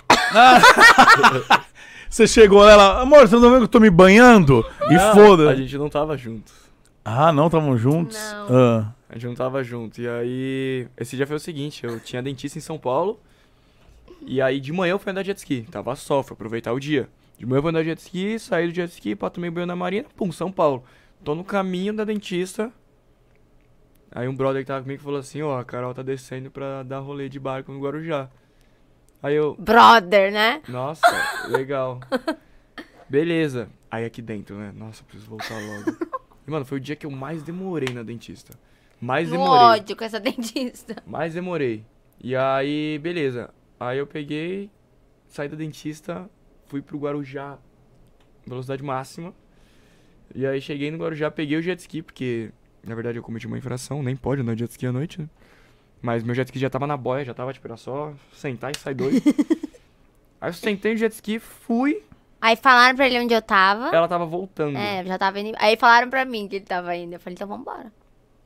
Você chegou lá, ela, amor, você não tá vendo que eu tô me banhando? E foda. A gente não tava junto. Ah, não? Estavam juntos? Não. A gente não tava junto. E aí, esse dia foi o seguinte, eu tinha dentista em São Paulo. E aí, de manhã eu fui andar de jet ski. Tava só, fui aproveitar o dia. De manhã eu fui andar de jet ski, saí do jet ski, tomei banho na marina, pum, São Paulo. Tô no caminho da dentista. Aí um brother que tava comigo falou assim, a Carol tá descendo pra dar rolê de barco no Guarujá. Aí eu... Brother, né? Nossa, legal. Beleza. Aí aqui dentro, né? Nossa, preciso voltar logo. E, mano, foi o dia que eu mais demorei na dentista. Mais demorei. ódio com essa dentista. Mais demorei. E aí, beleza. Aí eu peguei, saí da dentista, fui pro Guarujá, velocidade máxima. E aí cheguei no Guarujá, peguei o jet ski, porque, na verdade, eu cometi uma infração, nem pode andar de jet ski à noite, né? Mas meu jet ski já tava na boia, já tava, tipo, era só sentar e sair doido. Aí eu sentei no jet ski, fui. Aí falaram pra ele onde eu tava. Ela tava voltando. Já tava indo. Aí falaram pra mim que ele tava indo. Eu falei, então vambora.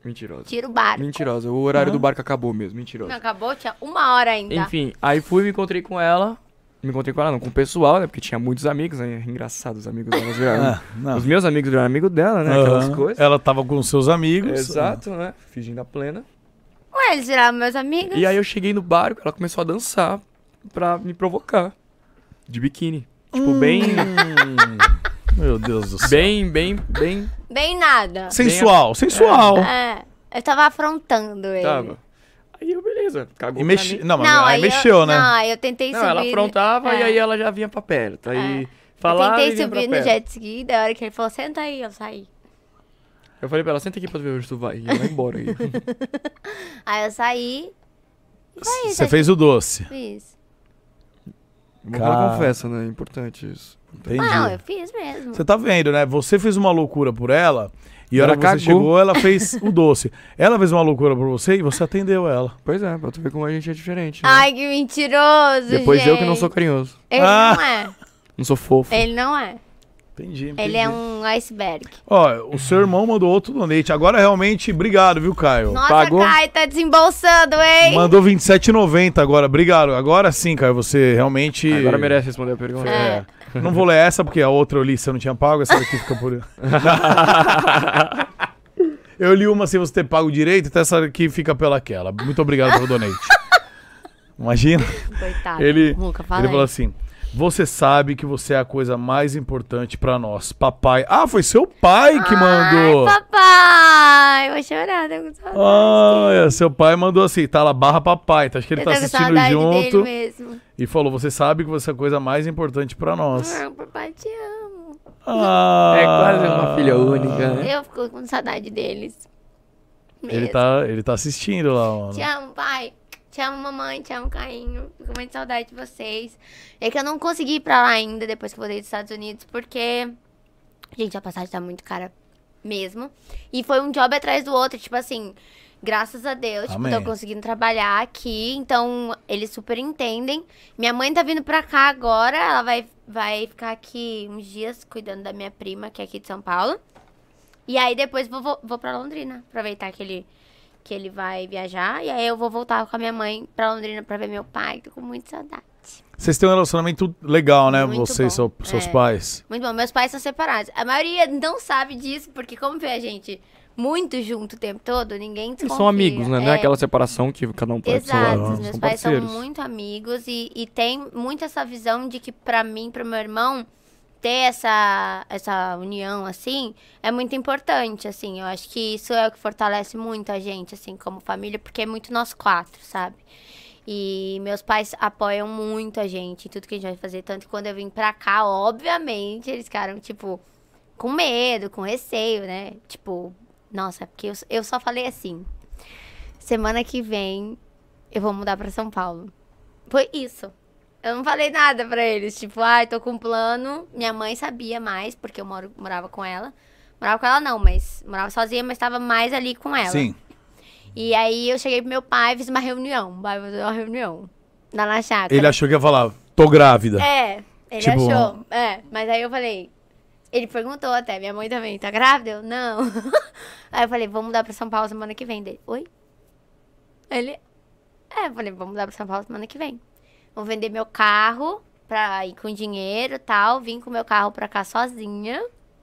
Mentirosa. Tira o barco. Mentirosa. O horário do barco acabou mesmo. Mentirosa. Não acabou? Tinha 1 hora ainda. Enfim, aí fui e me encontrei com ela. Me encontrei com ela, não, com o pessoal, né? Porque tinha muitos amigos, né? Engraçado, os amigos dela viraram. não. Os meus amigos viraram amigo dela, né? Aquelas coisas. Ela tava com seus amigos. Exato, né? Fingindo a plena. Ué, eles viraram meus amigos? E aí eu cheguei no barco, ela começou a dançar pra me provocar. De biquíni. Tipo, bem. Meu Deus do céu. Bem nada. Sensual. É, eu tava afrontando ele. Tava. Aí eu, beleza, cagou E pra mim. não, mas aí mexeu, né? Não, aí eu tentei subir. Não, ela afrontava e aí ela já vinha pra perto. Aí falava eu e tentei vinha pra subir no perto. jet ski, da hora que ele falou, senta aí, eu saí. Eu falei pra ela, senta aqui pra ver onde tu vai. E ela vai embora aí. Aí eu saí. E foi isso. Você fez o doce. Fiz. Ela confessa, né? É importante isso. Entendi. Não, eu fiz mesmo. Você tá vendo, né? Você fez uma loucura por ela e a hora Ela que você cagou. chegou, ela fez o doce. Ela fez uma loucura por você e você atendeu ela. Pois é, pra tu ver como a gente é diferente. Né? Ai, que mentiroso, Depois gente. eu que não sou carinhoso. Ele não é. Não sou fofo. Ele não é. Entendi. Ele é um iceberg. Ó, o seu irmão mandou outro donate. Agora realmente, obrigado, viu, Caio? Nossa, Pagou. Caio, tá desembolsando, hein? Mandou R$27,90 agora. Obrigado. Agora sim, Caio, você realmente... Agora merece responder a pergunta. É. Não vou ler essa porque a outra eu li, você não tinha pago, essa daqui fica por... Eu li uma sem você ter pago direito, então essa daqui fica pelaquela. Muito obrigado pelo donate. Imagina. Coitado. Ele Nunca falou assim... Você sabe que você é a coisa mais importante pra nós. Papai... Ah, foi seu pai que mandou. Ai, papai. Vou chorar, tô com saudade. Olha, seu pai mandou assim, tá lá, barra papai. Tá, acho que ele Eu tá tô com assistindo saudade junto. dele mesmo. E falou, você sabe que você é a coisa mais importante pra nós. Ah, papai, te amo. Ah, É quase uma filha única, né? Eu fico com saudade deles. Ele Mesmo. tá assistindo lá, mano. Te amo, pai. Te amo, mamãe. Te amo, Cainho. Fico com muita saudade de vocês. É que eu não consegui ir pra lá ainda, depois que eu voltei dos Estados Unidos, porque... Gente, a passagem tá muito cara mesmo. E foi um job atrás do outro, tipo assim... Graças a Deus, tipo, Amém. tô conseguindo trabalhar aqui. Então, eles super entendem. Minha mãe tá vindo pra cá agora. Ela vai ficar aqui uns dias cuidando da minha prima, que é aqui de São Paulo. E aí, depois vou pra Londrina. Aproveitar que ele vai viajar. E aí, eu vou voltar com a minha mãe pra Londrina pra ver meu pai. Tô com muita saudade. Vocês têm um relacionamento legal, né? Muito Você e bom. seus É. pais. Muito bom. Meus pais são separados. A maioria não sabe disso, porque como vê a gente muito junto o tempo todo, ninguém Eles desconfia. são amigos, né? Não é aquela separação que cada um pode seu Exato, lado. os meus São pais são parceiros. muito amigos e tem muito essa visão de que pra mim, pro meu irmão, ter essa união, assim, é muito importante, assim. Eu acho que isso é o que fortalece muito a gente, assim, como família, porque é muito nós 4, sabe? E meus pais apoiam muito a gente em tudo que a gente vai fazer. Tanto que quando eu vim pra cá, obviamente, eles ficaram, tipo, com medo, com receio, né? Tipo, nossa, porque eu só falei assim, semana que vem eu vou mudar pra São Paulo. Foi isso. Eu não falei nada pra eles, tipo, ai, tô com um plano. Minha mãe sabia mais, porque eu morava com ela. Morava com ela não, mas morava sozinha, mas tava mais ali com ela. Sim. E aí eu cheguei pro meu pai, fiz uma reunião. Vai fazer uma reunião lá na chácara. Ele achou que ia falar, tô grávida. É, ele Tipo, achou. É, mas aí eu falei... Ele perguntou até, minha mãe também, tá grávida? Eu, não. Aí eu falei, vou mudar pra São Paulo semana que vem. Dele, oi? Ele... É, eu falei, vou mudar pra São Paulo semana que vem. Vou vender meu carro pra ir com dinheiro e tal. Vim com meu carro pra cá sozinha.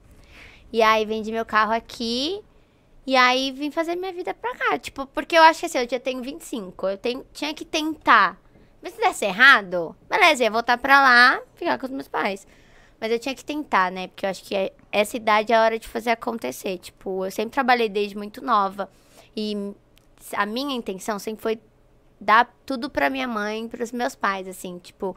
E aí vendi meu carro aqui. E aí vim fazer minha vida pra cá. Tipo, porque eu acho que assim, eu já tenho 25. Tinha que tentar. Mas se desse errado, beleza, ia voltar pra lá, ficar com os meus pais. Mas eu tinha que tentar, né? Porque eu acho que essa idade é a hora de fazer acontecer. Tipo, eu sempre trabalhei desde muito nova. E a minha intenção sempre foi dar tudo pra minha mãe e pros meus pais, assim. Tipo,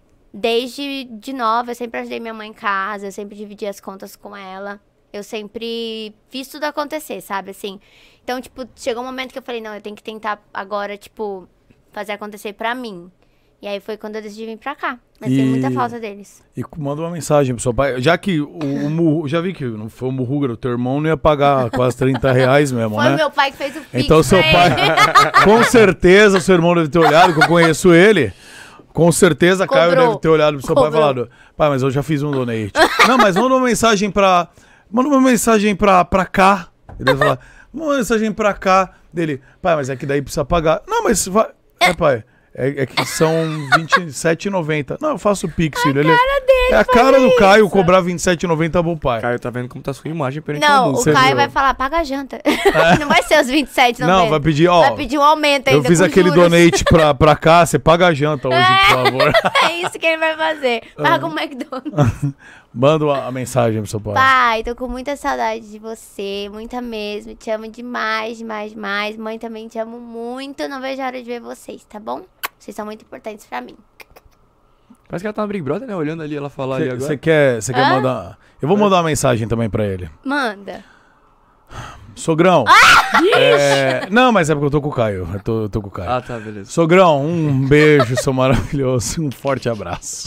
desde de nova, eu sempre ajudei minha mãe em casa. Eu sempre dividi as contas com ela. Eu sempre fiz tudo acontecer, sabe? Assim, então, tipo, chegou um momento que eu falei, não, eu tenho que tentar agora, tipo, fazer acontecer pra mim. E aí foi quando eu decidi vir pra cá. Mas tem muita falta deles. E manda uma mensagem pro seu pai. Já que já vi que não foi o Murruga, o teu irmão não ia pagar quase R$30 mesmo, Foi né? o meu pai que fez o Pix Então seu pra pai, ele. com certeza o seu irmão deve ter olhado, que eu conheço ele. Com certeza Caio Cobrou. deve ter olhado pro seu pai e Cobrou. falado, pai, mas eu já fiz um donate. Não, mas manda uma mensagem pra cá. Ele vai falar, uma mensagem pra cá. Dele, pai, mas é que daí precisa pagar. Não, mas vai... pai, é que são R$27,90. Não, eu faço o Pix, filho. É a cara do Caio cobrar R$27,90 pro pai. Caio tá vendo como tá a sua imagem perante Não, mundo. o Caio vai falar, paga a janta. Não vai ser os R$27,90. Não, vai pedir, ó. Vai pedir um aumento ainda. Eu fiz com aquele juros. donate pra cá, você paga a janta hoje, por favor. É isso que ele vai fazer. Paga um McDonald's. Manda a mensagem pro seu pai. Pai, tô com muita saudade de você, muita mesmo. Te amo demais, demais, demais. Mãe, também te amo muito. Não vejo a hora de ver vocês, tá bom? Vocês são muito importantes pra mim. Parece que ela tá na Big Brother, né? Olhando ali, ela falar ali agora. Você quer mandar... Eu vou mandar uma mensagem também pra ele. Manda. Sogrão. Não, mas é porque eu tô com o Caio. Eu tô com o Caio. Ah, tá, beleza. Sogrão, um beijo, seu maravilhoso. Um forte abraço.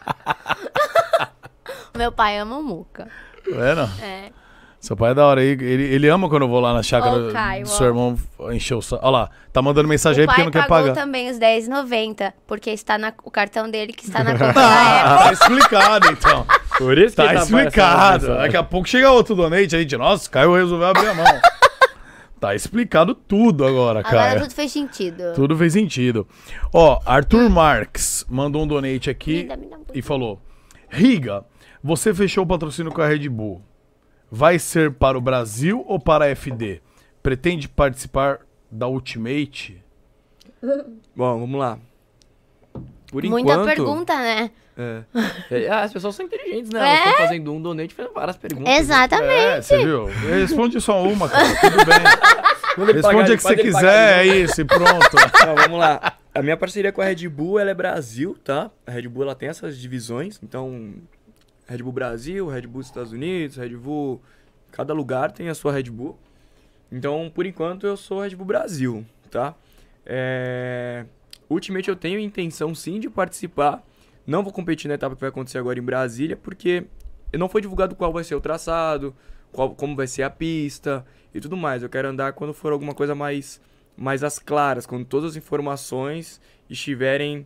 Meu pai ama o Muca. É, não? É. Seu pai é da hora. Ele ama quando eu vou lá na chácara Caio, do seu irmão encher o saco. Olha lá, tá mandando mensagem aí porque não quer pagar. O pai pagou também os R$10,90, porque está o cartão dele que está na conta da Apple. Tá explicado, então. Por isso que Tá explicado. Daqui a pouco chega outro donate aí de nossa, Caio resolveu abrir a mão. Tá explicado tudo agora, cara. Agora tudo fez sentido. Tudo fez sentido. Ó, Arthur Marques mandou um donate aqui e falou: Riga, você fechou o patrocínio com a Red Bull. Vai ser para o Brasil ou para a FD? Pretende participar da Ultimate? Bom, vamos lá. Por Muita enquanto... pergunta, né? As pessoas são inteligentes, né? Elas estão fazendo um donate fazendo várias perguntas. Exatamente. Você viu? Responde só uma, cara. Tudo bem. Responde a que você quiser, é isso e pronto. Não, vamos lá. A minha parceria com a Red Bull, ela é Brasil, tá? A Red Bull, ela tem essas divisões, então... Red Bull Brasil, Red Bull Estados Unidos, Red Bull... Cada lugar tem a sua Red Bull. Então, por enquanto, eu sou Red Bull Brasil, tá? Ultimamente, eu tenho intenção, sim, de participar. Não vou competir na etapa que vai acontecer agora em Brasília, porque não foi divulgado qual vai ser o traçado, como vai ser a pista e tudo mais. Eu quero andar quando for alguma coisa mais às claras, quando todas as informações estiverem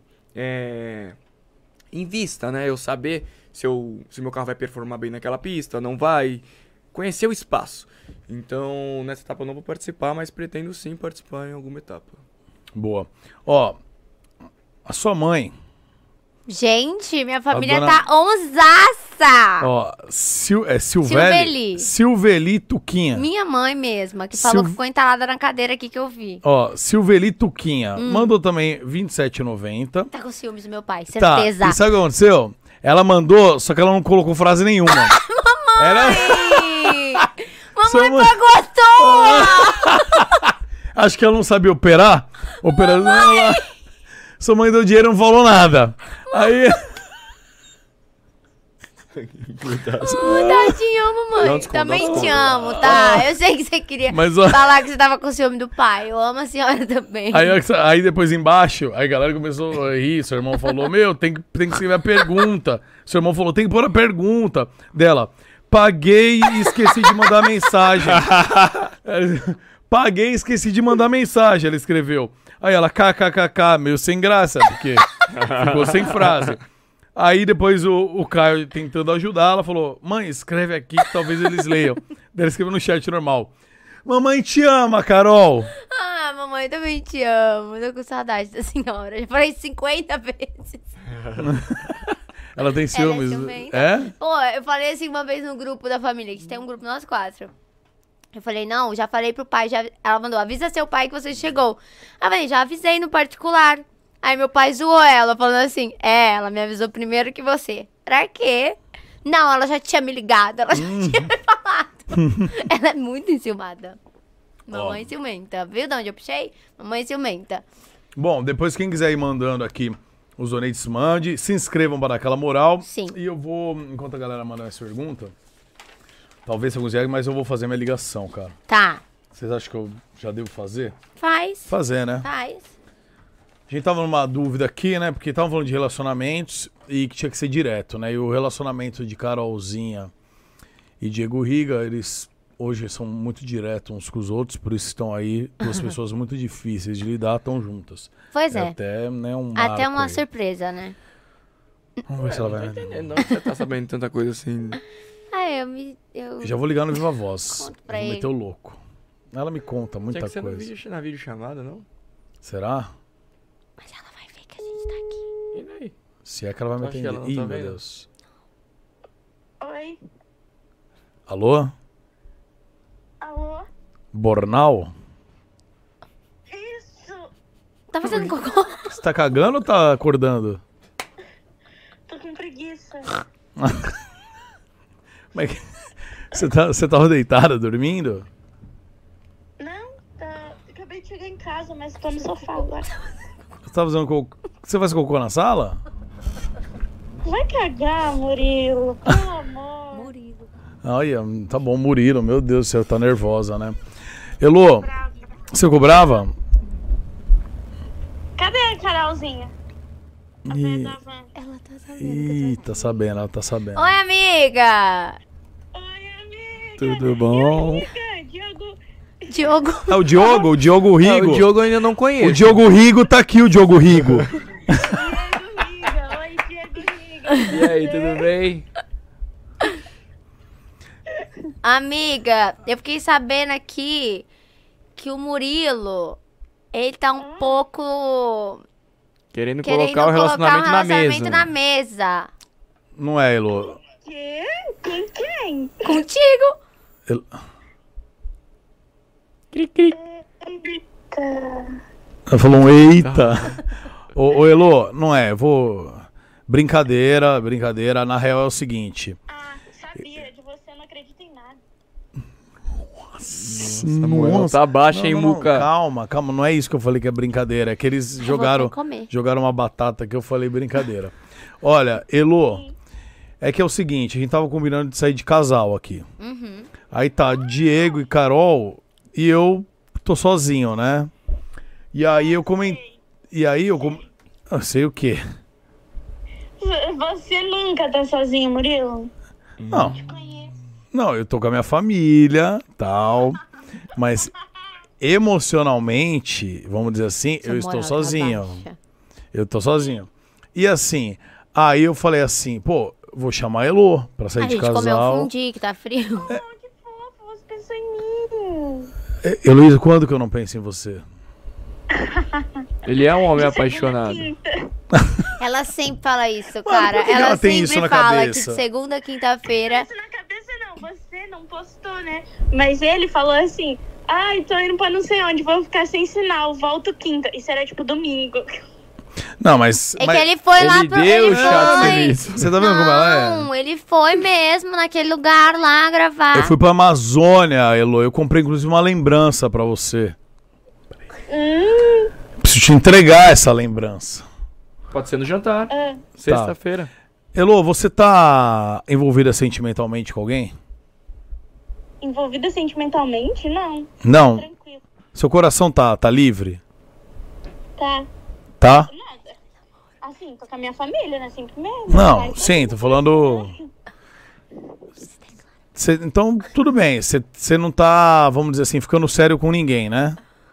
em vista, né? Eu saber se meu carro vai performar bem naquela pista, não vai, conhecer o espaço. Então, nessa etapa eu não vou participar, mas pretendo sim participar em alguma etapa. Boa. Ó, a sua mãe... Gente, minha família tá onzaça! Ó, Silveli Tuquinha. Minha mãe mesma, que falou que ficou entalada na cadeira aqui que eu vi. Ó, Silveli Tuquinha. Mandou também R$27,90. Tá com ciúmes do meu pai, certeza. Tá, e sabe o que aconteceu? Ela mandou, só que ela não colocou frase nenhuma. Mamãe pagou à toa! Acho que ela não sabia operar. Sua mãe deu dinheiro e não falou nada. Aí... Tadinho, mamãe. Também te amo, tá? Eu sei que você queria falar que você tava com ciúme do pai. Eu amo a senhora também. Aí depois embaixo, aí a galera começou a rir. Seu irmão falou, tem que escrever a pergunta. Seu irmão falou, tem que pôr a pergunta dela. Paguei e esqueci de mandar mensagem. Paguei e esqueci de mandar mensagem, ela escreveu. Aí ela, kkkk, meio sem graça, porque ficou sem frase. Aí depois o Caio tentando ajudar, ela falou, mãe, escreve aqui que talvez eles leiam. Daí ela escreveu no chat normal. Mamãe te ama, Carol. Ah, mamãe também te amo. Tô com saudade da senhora. Já falei 50 vezes. Ela tem ciúmes. Pô, eu falei assim uma vez no grupo da família, que tem um grupo nós 4. Eu falei, não, já falei pro pai, ela mandou, avisa seu pai que você chegou. Aí eu falei, já avisei no particular. Aí meu pai zoou ela, falando assim, ela me avisou primeiro que você. Pra quê? Não, ela já tinha me ligado, ela já tinha me falado. Ela é muito enciumada. Mamãe ciumenta, viu de onde eu puxei? Mamãe ciumenta. Bom, depois quem quiser ir mandando aqui os donates, mande. Se inscrevam para dar aquela moral. Sim. E eu vou, enquanto a galera manda essa pergunta... Talvez alguns dias, mas eu vou fazer minha ligação, cara. Tá. Vocês acham que eu já devo fazer? Faz. Fazer, né? Faz. A gente tava numa dúvida aqui, né? Porque tava falando de relacionamentos e que tinha que ser direto, né? E o relacionamento de Carolzinha e Diego Riga, eles hoje são muito diretos uns com os outros, por isso estão aí duas pessoas muito difíceis de lidar, estão juntas. Pois é. Até, né, até uma surpresa, né? Vamos ver se ela vai... Não tô entendendo, não, que você tá sabendo tanta coisa assim... Eu já vou ligar no Viva Voz. Conto pra vou ele. meter o louco. Ela me conta muita Tinha que ser coisa. na videochamada, não? Será? Mas ela vai ver que a gente tá aqui. E daí? Se é que ela vai me Tu acha que atender. ela não Ih, tá meu vendo? Deus. Oi. Alô? Alô? Bornal? Isso. Tá fazendo cocô? Você tá cagando ou tá acordando? Tô com preguiça. Mas você tava deitada, dormindo? Não, tá. Acabei de chegar em casa, mas tô no sofá agora. Você tá fazendo cocô? Você faz cocô na sala? Vai cagar, Murilo. Pelo amor. Murilo. Olha, tá bom, Murilo, meu Deus do céu, tá nervosa, né? Elô, você ficou brava? Cadê a Carolzinha? A Ih, velha da van. Ela tá sabendo. ih, tá sabendo, ela tá sabendo. Oi, amiga. Oi, amiga. Tudo bom? Amiga, Diogo. Diogo. É o Diogo Rigo. O Diogo eu ainda não conheço. O Diogo Rigo tá aqui, o Diogo Rigo. Diego Riga. Oi, Diego Riga. E aí, tudo bem? Amiga, eu fiquei sabendo aqui que o Murilo, ele tá um pouco Querendo querendo colocar o relacionamento, na mesa. Não é, Elô? Quê? Com quem? Contigo. El- Eita. Ela falou um eita. Ô, Elô, não é, Brincadeira. Na real é o seguinte. Ah, sabia. De você eu não acredito em nada. Samuel, tá baixa, hein, Muca? Calma, não é isso que eu falei que é brincadeira. É que eles vou até comer. jogaram uma batata que eu falei brincadeira. Olha, Elô, é que é o seguinte, a gente tava combinando de sair de casal aqui. Uhum. Aí tá Diego e Carol e eu tô sozinho, né? E aí eu comentei. Eu sei o quê? Você nunca tá sozinho, Murilo? Não. Conheço. Não, eu tô com a minha família, tal. Mas emocionalmente, vamos dizer assim, eu estou sozinho. Eu tô sozinho. E assim, aí eu falei assim, pô, vou chamar a Elô pra sair A de gente comeu casal. um fundi que tá frio. Oh, que fofo. Você pensou em mim. Heloísa, quando que eu não penso em você? Ele é um homem apaixonado. Ela sempre fala isso, cara. por que Ela ela tem sempre isso na fala cabeça? que de segunda a quinta-feira. Isso na cabeça não. Você não postou, né? Mas ele falou assim... Ai, tô indo pra não sei onde. Vou ficar sem sinal. Volto quinta. Isso era tipo domingo. Não, mas... É mas que ele foi lá Ele pro. deu Ele chato foi. serviço. você tá vendo como ela é? Não, ele foi mesmo naquele lugar lá gravar. Eu fui pra Amazônia, Elô. Eu comprei inclusive uma lembrança pra você. Preciso te entregar essa lembrança. Pode ser no jantar. Sexta-feira. Elô, você tá envolvida sentimentalmente com alguém? Envolvida sentimentalmente? Não. Não. Tranquilo. Seu coração tá livre? Tá. Tá? Nada. Assim, tô com a minha família, né? Sempre mesmo. Não, Mas- sim, tô falando... Então, tudo bem. Você não tá, vamos dizer assim, ficando sério com ninguém, né?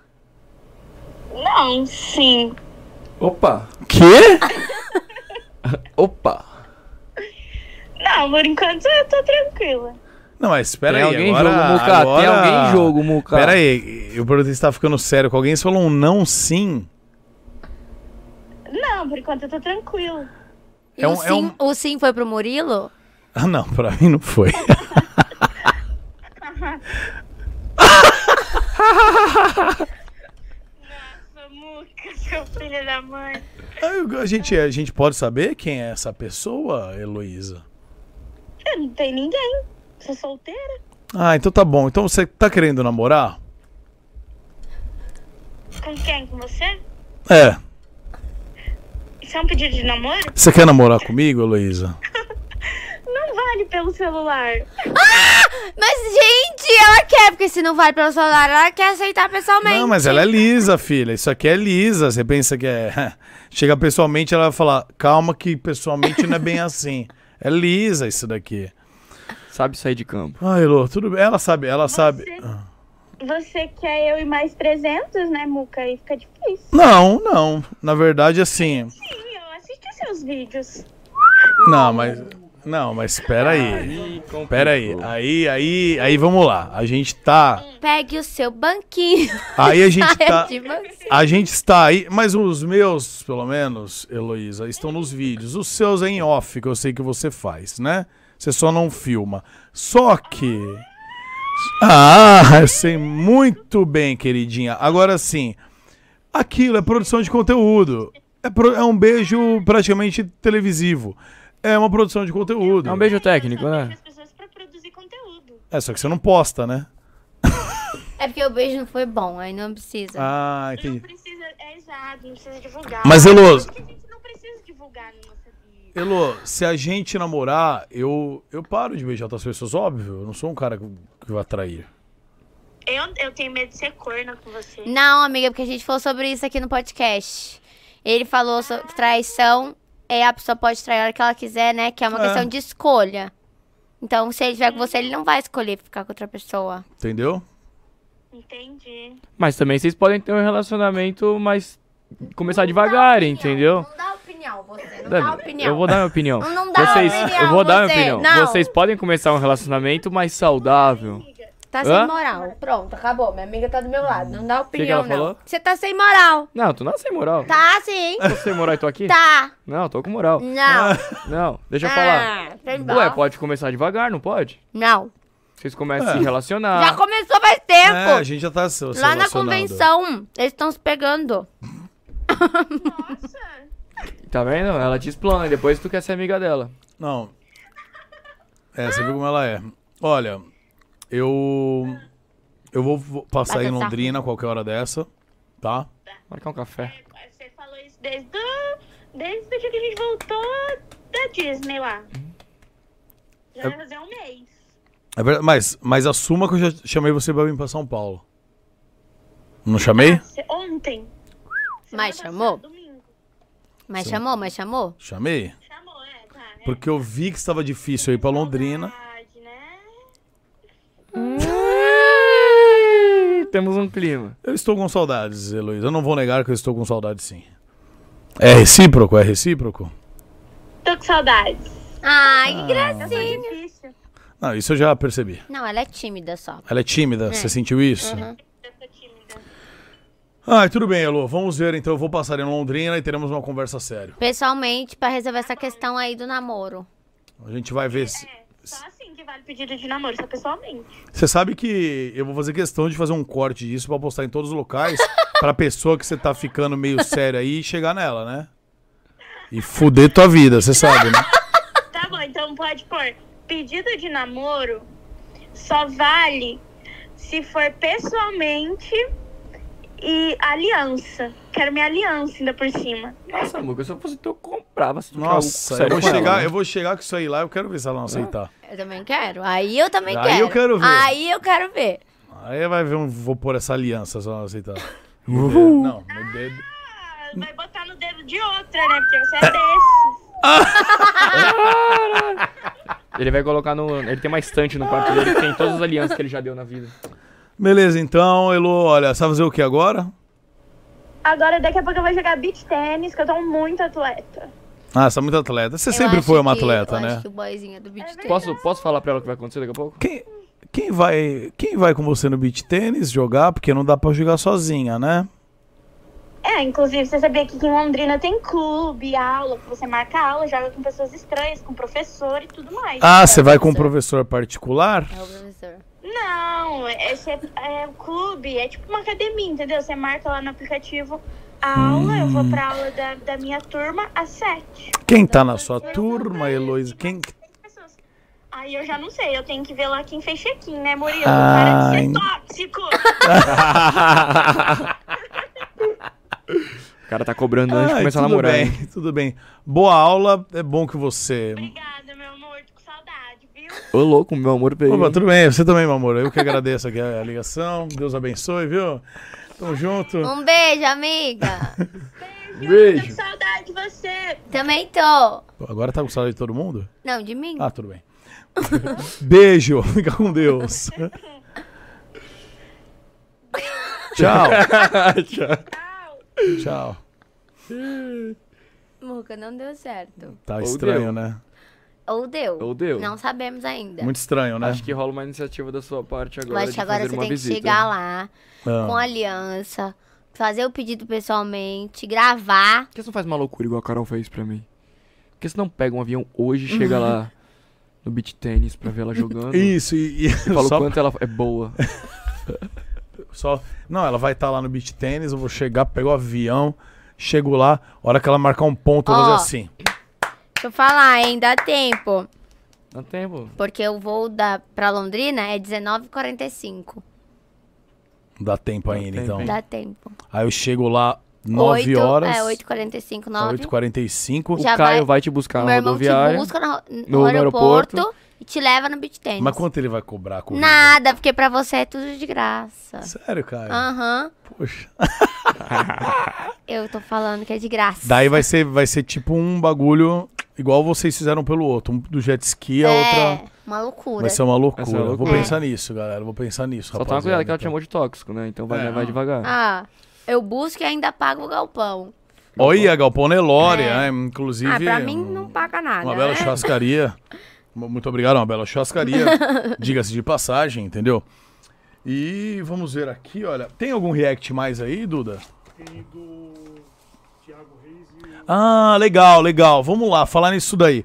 Não, sim. Opa! Quê? Opa! Não, por enquanto eu tô tranquila. Não, mas espera Tem aí. alguém em agora, jogo, Muca. agora... Tem alguém em jogo, Muca. Pera aí, eu perguntei se tá ficando sério com alguém. Você falou um não sim. Não, por enquanto eu tô tranquila. E É o, um- sim, é um- o sim foi pro Murilo? Ah, não, pra mim não foi. Nossa, Muca, seu filho da mãe. A gente pode saber quem é essa pessoa, Heloísa? Eu não tenho ninguém. Sou solteira. Ah, então tá bom. Então você tá querendo namorar? Com quem? Com você? É. Isso é um pedido de namoro? Você quer namorar comigo, Heloísa? Não vale pelo celular. Mas, gente, ela quer, porque se não vale pelo celular, ela quer aceitar pessoalmente. Não, mas ela é lisa, filha. Isso aqui é lisa. Você pensa que é... Chega pessoalmente, ela vai falar, calma que pessoalmente não é bem assim. É lisa isso daqui. Sabe sair de campo. Ah, Elô, tudo bem. Ela sabe. Você quer eu e mais 300, né, Muca? Aí fica difícil. Não. Na verdade, assim... Sim, eu assisti seus vídeos. Não, mas... Não, mas espera aí. Espera aí. Aí, vamos lá. A gente tá... Pegue o seu banquinho. Aí a gente tá... De mansinho. A gente está aí... Mas os meus, pelo menos, Heloísa, estão nos vídeos. Os seus é em off, que eu sei que você faz, né? Você só não filma. Só que... eu sei muito bem, queridinha. Agora sim, aquilo é produção de conteúdo. É um beijo praticamente televisivo. É uma produção de conteúdo. É um beijo técnico, né? As pessoas pra produzir conteúdo. Só que você não posta, né? É porque o beijo não foi bom, aí não precisa. Ah, entendi. Não precisa, exato, não precisa divulgar. Mas, Elô... Porque a gente não precisa divulgar na nossa vida. Elô, se a gente namorar, eu paro de beijar outras pessoas, óbvio. Eu não sou um cara que vai atrair. Eu tenho medo de ser corna com você. Não, amiga, porque a gente falou sobre isso aqui no podcast. Ele falou sobre traição, a pessoa pode trair a hora que ela quiser, né? Que é uma questão de escolha. Então, se ele estiver com você, ele não vai escolher ficar com outra pessoa. Entendeu? Entendi. Mas também vocês podem ter um relacionamento, mas começar devagar, entendeu? Não dá opinião, você. Não dá opinião. Eu vou dar minha opinião. Não dá opinião, eu vou dar minha você. opinião. Não. Vocês podem começar um relacionamento mais saudável. Tá sem Hã? moral. Pronto, acabou. Minha amiga tá do meu lado. Não dá que opinião, ela falou? não. Você tá sem moral. Não, tu não é sem moral. Tá, sim. Tô sem moral e tô aqui? Tá. Não, tô com moral. Não. Não, deixa eu falar. Foi bom. Ué, pode começar devagar, não pode? Não. Vocês começam a se relacionar. Já começou faz tempo. A gente já tá se Lá na relacionando. convenção, eles estão se pegando. Nossa. Tá vendo? Ela te explana e depois tu quer ser amiga dela. Não. Você viu como ela é. Olha, eu vou passar aí em Londrina qualquer hora dessa, tá? Marcar um café. Você falou isso desde o dia que a gente voltou da Disney lá. Já vai fazer um mês. É verdade, mas assuma que eu já chamei você pra vir pra São Paulo. Não chamei? Ontem. Mas chamou? Domingo. Mas chamou, mas chamou? Chamei? Chamou, tá. Porque eu vi que estava difícil ir pra Londrina. Temos um clima. Eu estou com saudades, Heloísa. Eu não vou negar que eu estou com saudades, sim. É recíproco? É recíproco? Tô com saudades. Ai, que gracinha. Difícil. Não, isso eu já percebi. Não, ela é tímida só. Ela é tímida? É. Você sentiu isso? Uhum. Tudo bem, Elô. Vamos ver, então. Eu vou passar em Londrina e teremos uma conversa séria. Pessoalmente, pra resolver essa questão aí do namoro. A gente vai ver se... Só assim que vale pedido de namoro, só pessoalmente. Você sabe que eu vou fazer questão de fazer um corte disso pra postar em todos os locais pra pessoa que você tá ficando meio séria aí chegar nela, né? E fuder tua vida, você sabe, né? Tá bom, então pode pôr. Pedido de namoro só vale se for pessoalmente e aliança. Quero minha aliança ainda por cima. Nossa, amor, se eu fosse tu, eu comprava. Se tu Nossa, quer algo sério com ela, né? eu vou chegar com isso aí lá, eu quero ver se ela não aceitar. Eu também quero. Aí eu também Aí quero. eu quero ver. Aí eu quero ver. Aí vai ver, vou pôr essa aliança se ela não aceitar. No dedo, não, no dedo. Vai botar no dedo de outra, né? Porque você é desses. Ele vai colocar no... Ele tem uma estante no quarto dele que tem todas as alianças que ele já deu na vida. Beleza, então, Elô, olha, sabe fazer o que agora? Agora, daqui a pouco eu vou jogar beach tênis, que eu tô muito atleta. Ah, você é muito atleta. Você Eu sempre acho foi uma que- atleta, eu né? Acho que o boyzinho é do beach tênis. Posso falar pra ela o que vai acontecer daqui a pouco? Quem vai com você no beach tênis jogar? Porque não dá pra jogar sozinha, né? Inclusive, você sabia que aqui em Londrina tem clube, aula, que você marca aula, joga com pessoas estranhas, com professor e tudo mais. Ah, você vai com um professor particular? É o professor. Não, esse é um clube, é tipo uma academia, entendeu? Você marca lá no aplicativo a aula, eu vou pra aula da minha turma às 7. Quem tá na sua turma, Heloísa? Quem... Aí eu já não sei, eu tenho que ver lá quem fez check-in, né, Murilo? Ah, Para de ser tóxico! O cara tá cobrando antes de começar a namorar. Tudo hein? bem, tudo bem. Boa aula, é bom que você... Obrigada, meu amor, tô com saudade, viu? Ô, louco, meu amor veio. Opa, tudo bem, você também, meu amor. Eu que agradeço aqui a ligação. Deus abençoe, viu? Tamo junto. Um beijo, amiga. Beijo. Tô com saudade de você! Também tô. Agora tá com saudade de todo mundo? Não, de mim. Ah, tudo bem. Beijo, fica com Deus. Tchau. Tchau. Muca, não deu certo. Tá Ou estranho, deu. né? Ou deu. Ou deu. Não sabemos ainda. Muito estranho, né? Acho que rola uma iniciativa da sua parte agora. Acho que agora fazer você uma tem visita. que chegar lá com aliança, fazer o pedido pessoalmente, gravar. Por que você não faz uma loucura igual a Carol fez pra mim? Por que você não pega um avião hoje e chega lá no beach tênis pra ver ela jogando? Isso, e fala o só- quanto ela é boa. Não, ela vai estar lá no beach tênis, eu vou chegar, pegar o avião, chego lá, a hora que ela marcar um ponto, eu vou fazer assim. Deixa eu falar, hein? Dá tempo. Dá tempo. Porque o voo pra Londrina é 19h45. Dá tempo ainda, tempo, então. hein? Dá tempo. Aí eu chego lá 9 horas. 8h45, 9. 8h45. O Já Caio vai te buscar Meu na irmão te rodoviária. busca no no aeroporto aeroporto. e te leva no beach tennis. Mas quanto ele vai cobrar a corrida? Nada, porque pra você é tudo de graça. Sério, Caio? Aham. Poxa. Eu tô falando que é de graça. Daí vai ser tipo um bagulho igual vocês fizeram pelo outro. Um do jet ski, a outra... uma loucura. Vai ser uma loucura. Vai ser uma Eu Vou loucura. pensar nisso, galera. Vou pensar nisso, Só toma rapaziada, cuidado que ela te então. chamou de tóxico, né? Então vai, vai devagar. Ah, eu busco e ainda pago o galpão. Olha, Galpão Nelore, né? Inclusive... Ah, pra mim não paga nada, Uma bela né? churrascaria. Muito obrigado, uma bela churrascaria. Diga-se de passagem, entendeu? E vamos ver aqui, olha. Tem algum react mais aí, Duda? Tem do Thiago Reis e... Ah, legal, legal. Vamos lá, falar nisso daí.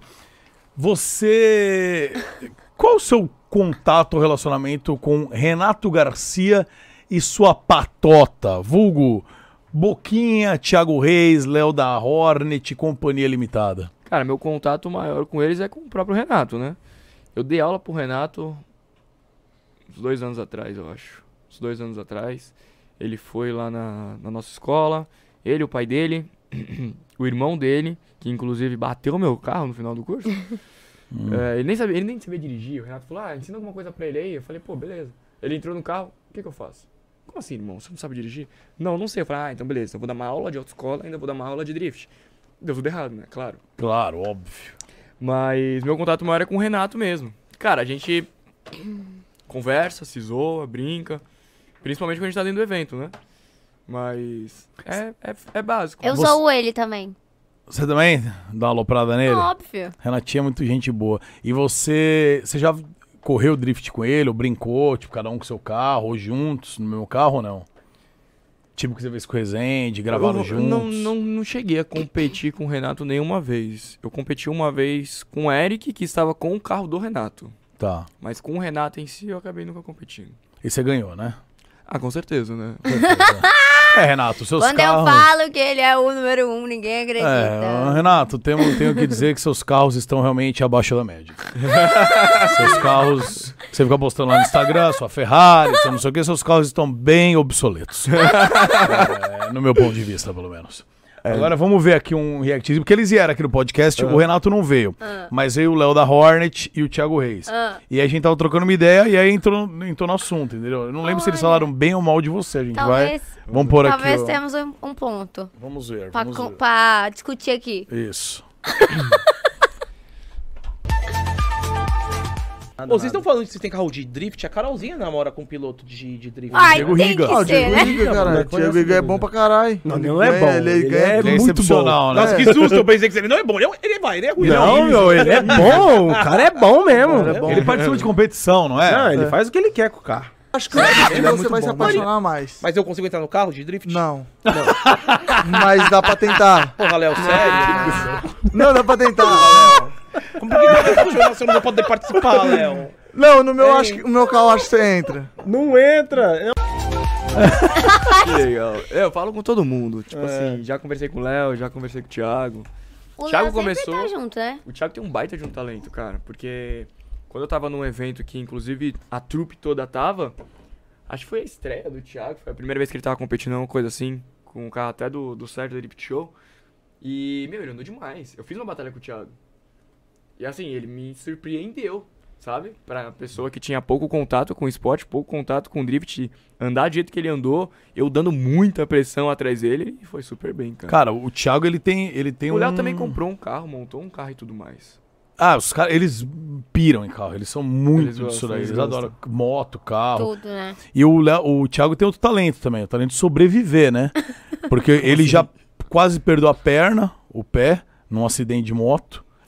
Você... Qual o seu contato, relacionamento com Renato Garcia e sua patota? Vulgo Boquinha, Thiago Reis, Léo da Hornet, Companhia Limitada. Cara, meu contato maior com eles é com o próprio Renato, né? Eu dei aula pro Renato uns 2 anos atrás, eu acho. Uns 2 anos atrás. Ele foi lá na nossa escola. Ele, o pai dele, o irmão dele, que inclusive bateu meu carro no final do curso. Ele nem sabia dirigir. O Renato falou, ensina alguma coisa pra ele aí. Eu falei, pô, beleza. Ele entrou no carro, o que eu faço? Como assim, irmão? Você não sabe dirigir? Não sei. Eu falei, então beleza. Eu vou dar uma aula de autoescola, ainda vou dar uma aula de drift. Deu tudo errado, né? Claro. Claro, óbvio. Mas meu contato maior é com o Renato mesmo. Cara, a gente conversa, se zoa, brinca. Principalmente quando a gente tá dentro do evento, né? Mas é básico. Eu sou ele também. Você também dá uma aloprada nele? Óbvio. Renatinho é muito gente boa. E você já correu drift com ele, ou brincou, tipo, cada um com seu carro, ou juntos, no mesmo carro ou não? Tipo que você fez com o Rezende, gravaram juntos? Não cheguei a competir com o Renato nenhuma vez. Eu competi uma vez com o Eric, que estava com o carro do Renato. Tá. Mas com o Renato em si, eu acabei nunca competindo. E você ganhou, né? Ah, com certeza, né? Renato, seus Quando carros... eu falo que ele é o número 1, ninguém acredita. Renato, tenho que dizer que seus carros estão realmente abaixo da média. Seus carros... Você fica postando lá no Instagram, sua Ferrari, não sei o que, seus carros estão bem obsoletos. No meu ponto de vista, pelo menos. Agora vamos ver aqui um reactzinho, porque eles vieram aqui no podcast, o Renato não veio, mas veio o Léo da Hornet e o Thiago Reis. E aí a gente tava trocando uma ideia e aí entrou no assunto, entendeu? Eu não lembro se eles falaram bem ou mal de você, a gente vai... Vamos pôr aqui, Talvez ó. temos um ponto. Vamos ver, Pra discutir aqui. Isso. Ô, vocês estão falando que vocês têm carro de drift? A Carolzinha namora com um piloto de drift. Ai, Diego tem Riga. Que ser, Diego né? Riga, cara. Diego Riga é bom pra caralho. Não é bom. Ele é muito excepcional, bom. né? Nossa, que susto, eu pensei que ele não é bom. Ele é ruim. Não, meu, ele é bom. O cara é bom mesmo. Ele participa de competição, não é? Não, ele faz o que ele quer com o carro. Acho que você vai se apaixonar mais. Mas eu consigo entrar no carro de drift? Não. Mas dá pra tentar. Porra, Léo, sério? Não, dá pra tentar. Como que vai funcionar se eu não vou poder participar, Léo? Não, no meu, acho que, o meu carro acho que você entra. Não entra. Que legal. Eu falo com todo mundo. Tipo assim, já conversei com o Léo, já conversei com o Thiago. O Thiago Léo começou. sempre tá junto, né? O Thiago tem um baita de um talento, cara. Porque quando eu tava num evento que, inclusive, a trupe toda tava, acho que foi a estreia do Thiago. Foi a primeira vez que ele tava competindo, uma coisa assim, com o carro até do Sérgio da Drift Show. E, meu, ele andou demais. Eu fiz uma batalha com o Thiago. E assim, ele me surpreendeu, sabe? Pra pessoa que tinha pouco contato com o esporte, pouco contato com o drift, andar do jeito que ele andou, eu dando muita pressão atrás dele, e foi super bem, cara. Cara, o Thiago, ele tem O Léo também comprou um carro, montou um carro e tudo mais. Ah, os caras, eles piram em carro, eles são muito Eles gostam, disso daí, eles eles adoram moto, carro. Tudo, né? E o Thiago tem outro talento também, o talento de sobreviver, né? Porque ele já quase perdeu a perna, o pé, num acidente de moto.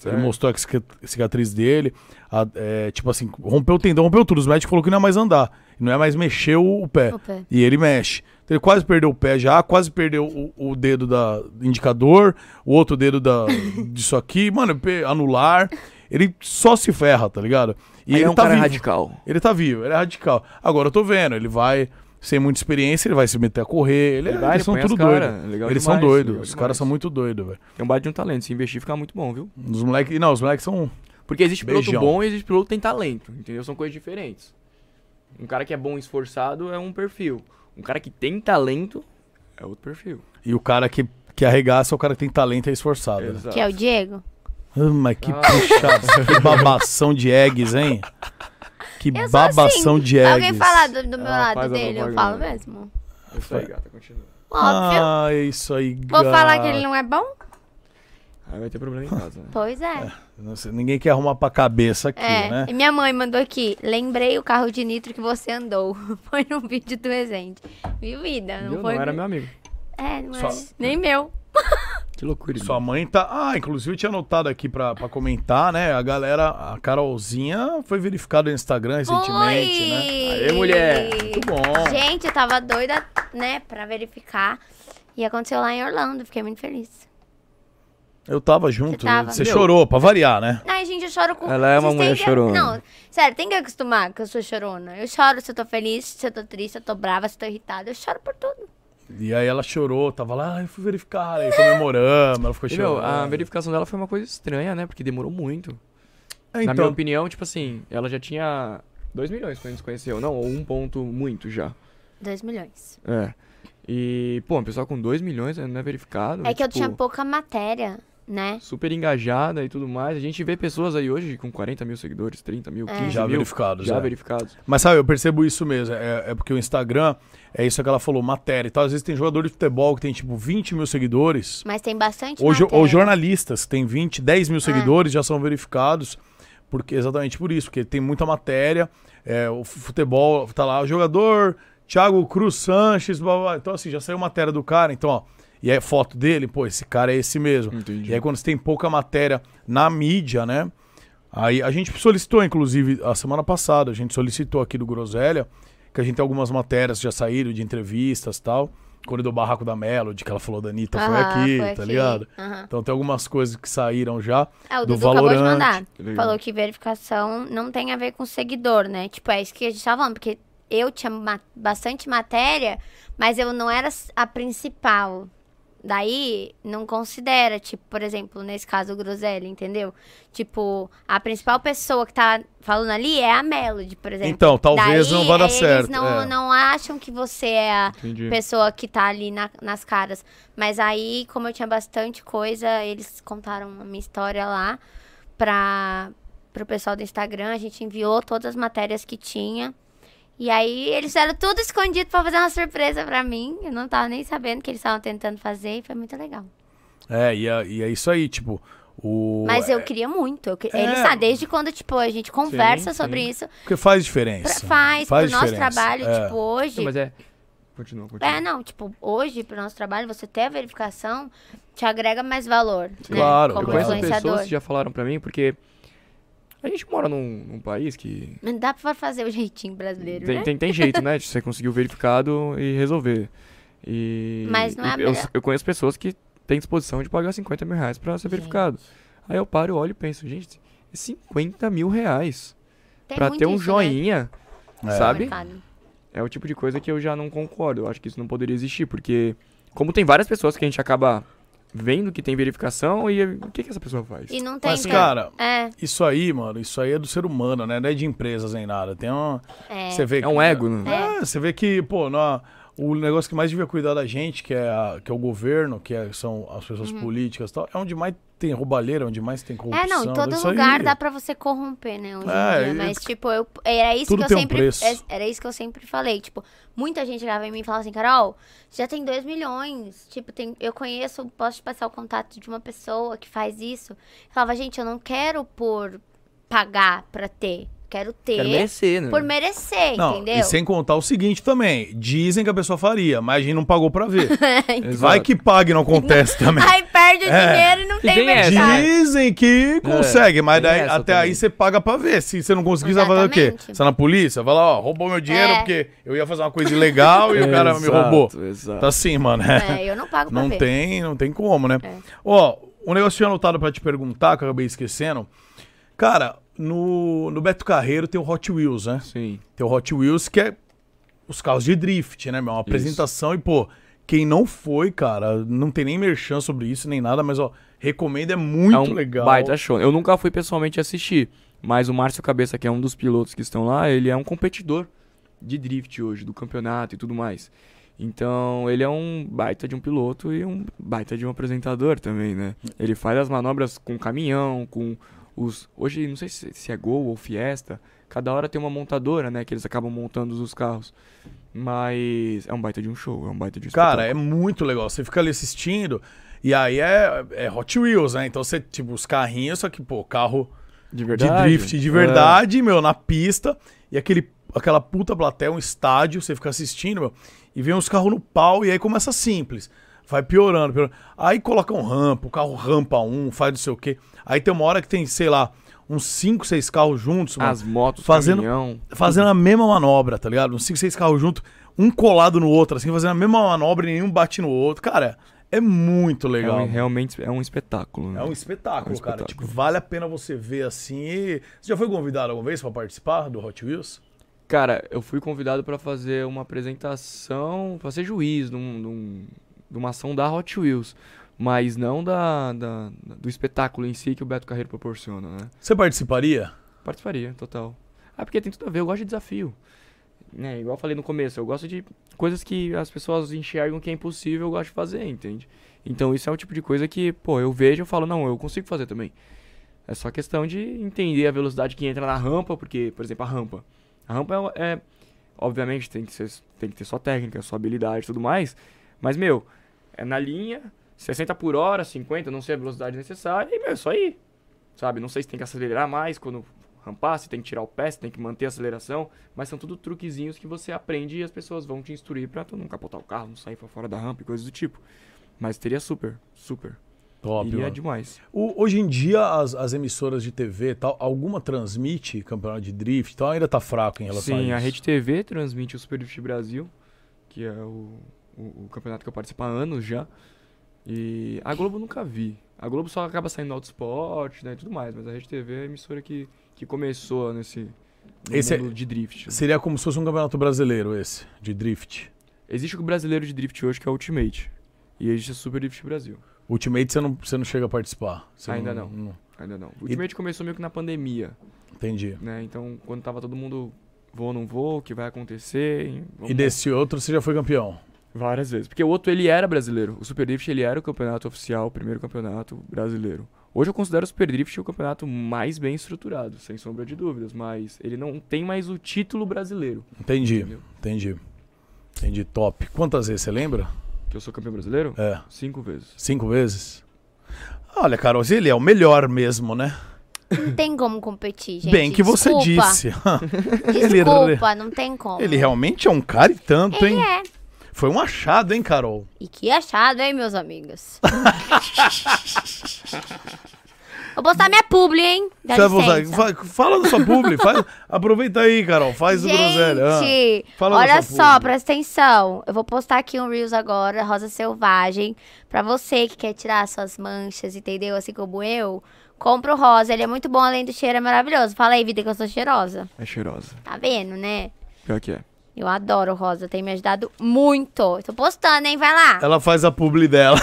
Ele mostrou a cicatriz dele. Tipo assim, rompeu o tendão, rompeu tudo. Os médicos falaram que não ia mais andar. Não é mais mexer o pé. E ele mexe. Então ele quase perdeu o pé já, quase perdeu o dedo do indicador, o outro dedo disso aqui. Mano, anular. Ele só se ferra, tá ligado? E ele é um tá cara vivo. radical. Ele tá vivo, ele é radical. Agora eu tô vendo, ele vai, sem muita experiência, ele vai se meter a correr. Eles são tudo doidos. Eles são doidos. Os caras são muito doidos, velho. Tem um baita de um talento. Se investir, fica muito bom, viu? Os moleques são. Porque existe piloto beijão. bom e existe piloto que tem talento, entendeu? São coisas diferentes. Um cara que é bom e esforçado é um perfil. Um cara que tem talento é outro perfil. E o cara que arregaça é o cara que tem talento e é esforçado. Né? Que é o Diego? Mas que puxada, que babação de eggs, hein? Que babação de eggs. Alguém falar do meu lado dele, eu falo mesmo. É isso aí, gata, continua. Óbvio. É isso aí, gata. Vou falar que ele não é bom? Aí vai ter problema em casa, né? Pois é. Ninguém quer arrumar pra cabeça aqui, né? E minha mãe mandou aqui, lembrei o carro de nitro que você andou. Foi no vídeo do Resende. Viu, vida? Não era meu amigo. Não é. Nem meu. Que loucura. Sua mãe tá... inclusive eu tinha anotado aqui pra comentar, né? A Carolzinha foi verificada no Instagram recentemente, né? Aê, mulher! Muito bom. Gente, eu tava doida, né, pra verificar. E aconteceu lá em Orlando, fiquei muito feliz. Eu tava junto. Você Meu. chorou, pra variar, né? Ai, gente, eu choro com... Ela é uma Vocês mulher têm que- chorona. Não, sério, tem que acostumar que eu sou chorona. Eu choro se eu tô feliz, se eu tô triste, se eu tô brava, se eu tô irritada. Eu choro por tudo. E aí ela chorou, tava lá, eu fui verificar, aí comemoramos, ela ficou E, meu, chorando. a verificação dela foi uma coisa estranha, né? Porque demorou muito. Na então- minha opinião, tipo assim, ela já tinha 2 milhões quando a gente se conheceu. Não, ou 1 ponto muito já. 2 milhões. É. E, pô, um pessoal com 2 milhões não é verificado. É que eu tipo, tinha pouca matéria, né? super engajada e tudo mais. A gente vê pessoas aí hoje com 40 mil seguidores, 30 mil, 15 Já mil. verificados, Já é. verificados. Mas sabe, eu percebo isso mesmo. É porque o Instagram, é isso que ela falou, matéria e tal. Às vezes tem jogador de futebol que tem tipo 20 mil seguidores. Mas tem bastante Ou matéria. jornalistas que tem 20, 10 mil seguidores, já são verificados. Exatamente por isso, porque tem muita matéria. O futebol, tá lá, o jogador Thiago Cruz Sanches, blá, blá, blá. Então assim, já saiu matéria do cara, então ó. E aí foto dele, pô, esse cara é esse mesmo. Entendi. E aí quando você tem pouca matéria na mídia, né? Aí a gente solicitou, inclusive, a semana passada, a gente solicitou aqui do Groselha, que a gente tem algumas matérias que já saíram de entrevistas e tal. Quando do Barraco da Melody, que ela falou da Anitta, foi aqui, tá ligado? Então tem algumas coisas que saíram já. O do Dudu acabou de Valorant. mandar. Falou que verificação não tem a ver com seguidor, né? Tipo, é isso que a gente tava falando, porque eu tinha bastante matéria, mas eu não era a principal. Daí, não considera, tipo, por exemplo, nesse caso, o Groselha, entendeu? Tipo, a principal pessoa que tá falando ali é a Melody, por exemplo. Então, talvez Daí, não vá dar eles certo. não acham que você é a Entendi. pessoa que tá ali nas caras. Mas aí, como eu tinha bastante coisa, eles contaram a minha história lá pro pessoal do Instagram. A gente enviou todas as matérias que tinha. E aí, eles fizeram tudo escondido pra fazer uma surpresa pra mim. Eu não tava nem sabendo que eles estavam tentando fazer e foi muito legal. E é isso aí, tipo... Mas eu queria muito. Ele sabe, desde quando, tipo, a gente conversa sobre isso. Porque faz diferença. Pro nosso trabalho, tipo, hoje... Não, mas Continua. Não, tipo, hoje, pro nosso trabalho, você ter a verificação te agrega mais valor, Claro. né? Como Eu conheço influenciador. pessoas que já falaram pra mim, porque a gente mora num país que... Não dá pra fazer o jeitinho brasileiro, né? Tem jeito, né? De você conseguir o verificado e resolver. Mas não é a eu, melhor. eu conheço pessoas que têm disposição de pagar 50 mil reais pra ser verificado. Aí eu paro, olho e penso, gente, 50 mil reais Tem pra muito ter um isso, joinha, né? sabe? Mercado. É o tipo de coisa que eu já não concordo. Eu acho que isso não poderia existir, porque como tem várias pessoas que a gente acaba vendo que tem verificação, e o que essa pessoa faz? E não tem... Mas, cara, É. isso aí, mano, isso aí é do ser humano, né? Não é de empresas nem nada. Tem um... Você vê É um ego, né? Você vê que, pô, o negócio que mais devia cuidar da gente, que é o governo, são as pessoas políticas e tal, é onde mais tem roubalheira, onde mais tem corrupção. Não, em todo isso aí. lugar dá pra você corromper, né, hoje em dia. Mas, tipo, era isso tudo que eu tem um preço. Era isso que eu sempre falei. Tipo, muita gente ligava em mim e falava assim, Carol, já tem 2 milhões. Tipo, eu conheço, posso te passar o contato de uma pessoa que faz isso. Eu falava, gente, eu não quero pagar pra ter. quero ter. Quero merecer, né? Por merecer, Não, entendeu? e sem contar o seguinte também. Dizem que a pessoa faria, mas a gente não pagou pra ver. Então. Vai que paga e não acontece também. Aí perde o dinheiro e não tem mercado. Dizem que consegue, mas tem daí, essa até também. aí você paga pra ver. Se você não conseguir, você vai fazer o quê? Exatamente. Você é na polícia? Vai lá, ó, roubou meu dinheiro É. porque eu ia fazer uma coisa ilegal e o cara me roubou. Exato. Tá assim, mano. Eu não pago pra Não ver. tem como, né? Ó, um negócio que eu tinha anotado pra te perguntar, que eu acabei esquecendo. Cara, no Beto Carreiro tem o Hot Wheels, né? Sim. Tem o Hot Wheels que é os carros de drift, né, meu? Uma apresentação e, pô, quem não foi, cara, não tem nem merchan sobre isso, nem nada, mas, ó, recomendo, é muito legal. Baita show. Eu nunca fui pessoalmente assistir, mas o Márcio Cabeça, que é um dos pilotos que estão lá, ele é um competidor de drift hoje, do campeonato e tudo mais. Então, ele é um baita de um piloto e um baita de um apresentador também, né? Ele faz as manobras com caminhão, com os... Hoje, não sei se é Gol ou Fiesta, cada hora tem uma montadora, né? Que eles acabam montando os carros. Mas é um baita de um show, é um baita de um Cara, espetáculo. é muito legal. Você fica ali assistindo e aí é Hot Wheels, né? Então você, tipo, os carrinhos, só que, pô, carro de drift de verdade, meu, na pista. E aquela puta plateia, um estádio, você fica assistindo, meu, e vem uns carros no pau e aí começa simples. Vai piorando. Aí coloca um rampa, o carro rampa faz não sei o quê. Aí tem uma hora que tem, sei lá, uns 5, 6 carros juntos, mano, As motos, fazendo a mesma manobra, tá ligado? Uns 5, 6 carros juntos, um colado no outro, assim, fazendo a mesma manobra e nenhum bate no outro. Cara, é muito legal. Realmente é um espetáculo. Né? É um espetáculo, cara. Tipo, vale a pena você ver assim. Você já foi convidado alguma vez pra participar do Hot Wheels? Cara, eu fui convidado pra fazer uma apresentação, pra ser juiz de uma ação da Hot Wheels. Mas não do espetáculo em si que o Beto Carreiro proporciona, né? Você participaria? Participaria, total. Porque tem tudo a ver, eu gosto de desafio. Né? Igual eu falei no começo, eu gosto de coisas que as pessoas enxergam que é impossível, eu gosto de fazer, entende? Então isso é o tipo de coisa que, pô, eu vejo e falo, não, eu consigo fazer também. É só questão de entender a velocidade que entra na rampa, porque, por exemplo, a rampa obviamente tem que ter sua técnica, sua habilidade e tudo mais, mas, meu, é na linha, 60 por hora, 50, não sei a velocidade necessária, e, meu, é só ir, sabe? Não sei se tem que acelerar mais quando rampar, se tem que tirar o pé, se tem que manter a aceleração, mas são tudo truquezinhos que você aprende e as pessoas vão te instruir pra tu não capotar o carro, não sair pra fora da rampa e coisas do tipo. Mas teria super. Top, Iria mano. demais. Hoje em dia, as emissoras de TV e tal, alguma transmite campeonato de drift e tal, ainda tá fraco em relação a isso? Sim, a Rede TV transmite o Super Drift Brasil, que é o campeonato que eu participo há anos já. E a Globo nunca vi. A Globo só acaba saindo no Autosport, né, e tudo mais, mas a Rede TV é a emissora que começou nesse mundo de drift. Seria como se fosse um campeonato brasileiro esse, de drift. Existe o brasileiro de drift hoje, que é o Ultimate. E existe o Super Drift Brasil. Ultimate você não chega a participar? Ainda não. O Ultimate começou meio que na pandemia. Entendi. Né? Então, quando tava todo mundo vou ou não vou, o que vai acontecer... E desse outro você já foi campeão? Várias vezes. Porque o outro, ele era brasileiro. O Super Drift, ele era o campeonato oficial, o primeiro campeonato brasileiro. Hoje eu considero o Super Drift o campeonato mais bem estruturado, sem sombra de dúvidas. Mas ele não tem mais o título brasileiro. Entendi. Top. Quantas vezes, você lembra? Que eu sou campeão brasileiro? 5 vezes. 5 vezes? Olha, Carol, ele é o melhor mesmo, né? Não tem como competir, gente. Bem que você disse. Desculpa, não tem como. Ele realmente é um cara e tanto, hein? Ele é. Foi um achado, hein, Carol? E que achado, hein, meus amigos? Vou postar minha publi, hein? Dá licença. Fala da sua publi. Aproveita aí, Carol. Faz o groselha. Olha só, presta atenção. Eu vou postar aqui um Reels agora, Rosa Selvagem. Pra você que quer tirar suas manchas, entendeu? Assim como eu. Compra o rosa. Ele é muito bom, além do cheiro, é maravilhoso. Fala aí, vida, que eu sou cheirosa. É cheirosa. Tá vendo, né? Pior que é. Eu adoro o rosa. Tem me ajudado muito. Tô postando, hein? Vai lá. Ela faz a publi dela.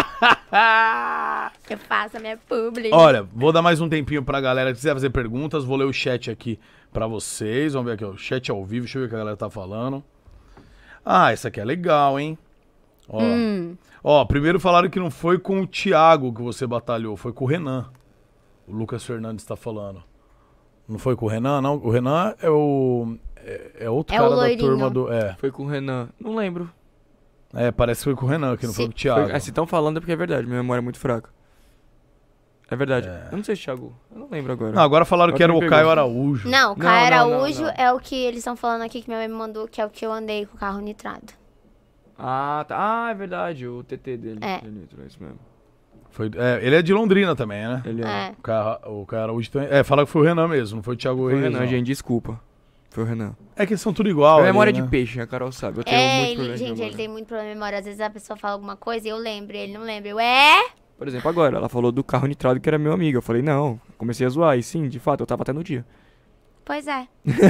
Eu faço a minha publi. Olha, vou dar mais um tempinho pra galera que quiser fazer perguntas. Vou ler o chat aqui pra vocês. Vamos ver aqui, ó. O chat ao vivo. Deixa eu ver o que a galera tá falando. Ah, essa aqui é legal, hein? Ó, primeiro falaram que não foi com o Thiago que você batalhou. Foi com o Renan. O Lucas Fernandes tá falando. Não foi com o Renan, não? O Renan é o... É outro cara da turma do... Foi com o Renan. Não lembro. Parece que foi com o Renan, que não foi com o Thiago. Se estão falando é porque é verdade. Minha memória é muito fraca. É verdade. Eu não sei se Thiago... Eu não lembro agora. Não, agora falaram que era o Caio Araújo. Não, o Caio Araújo é o que eles estão falando aqui, que minha mãe me mandou, que é o que eu andei com o carro nitrado. Ah, tá. Ah, é verdade. O TT dele. É. Isso mesmo. Ele é de Londrina também, né? Ele é. O Caio Araújo também. Fala que foi o Renan mesmo, não foi o Thiago Reis. Foi o Renan, gente, desculpa. Foi o Renan. É que eles são tudo igual. É memória ali, de né? peixe, a Carol sabe. Eu tenho muito problema de memória. Ele tem muito problema de memória. Às vezes a pessoa fala alguma coisa e eu lembro, e ele não lembra. Por exemplo, agora, ela falou do carro nitrado que era meu amigo. Eu falei, não. Comecei a zoar. E sim, de fato, eu tava até no dia. Pois é.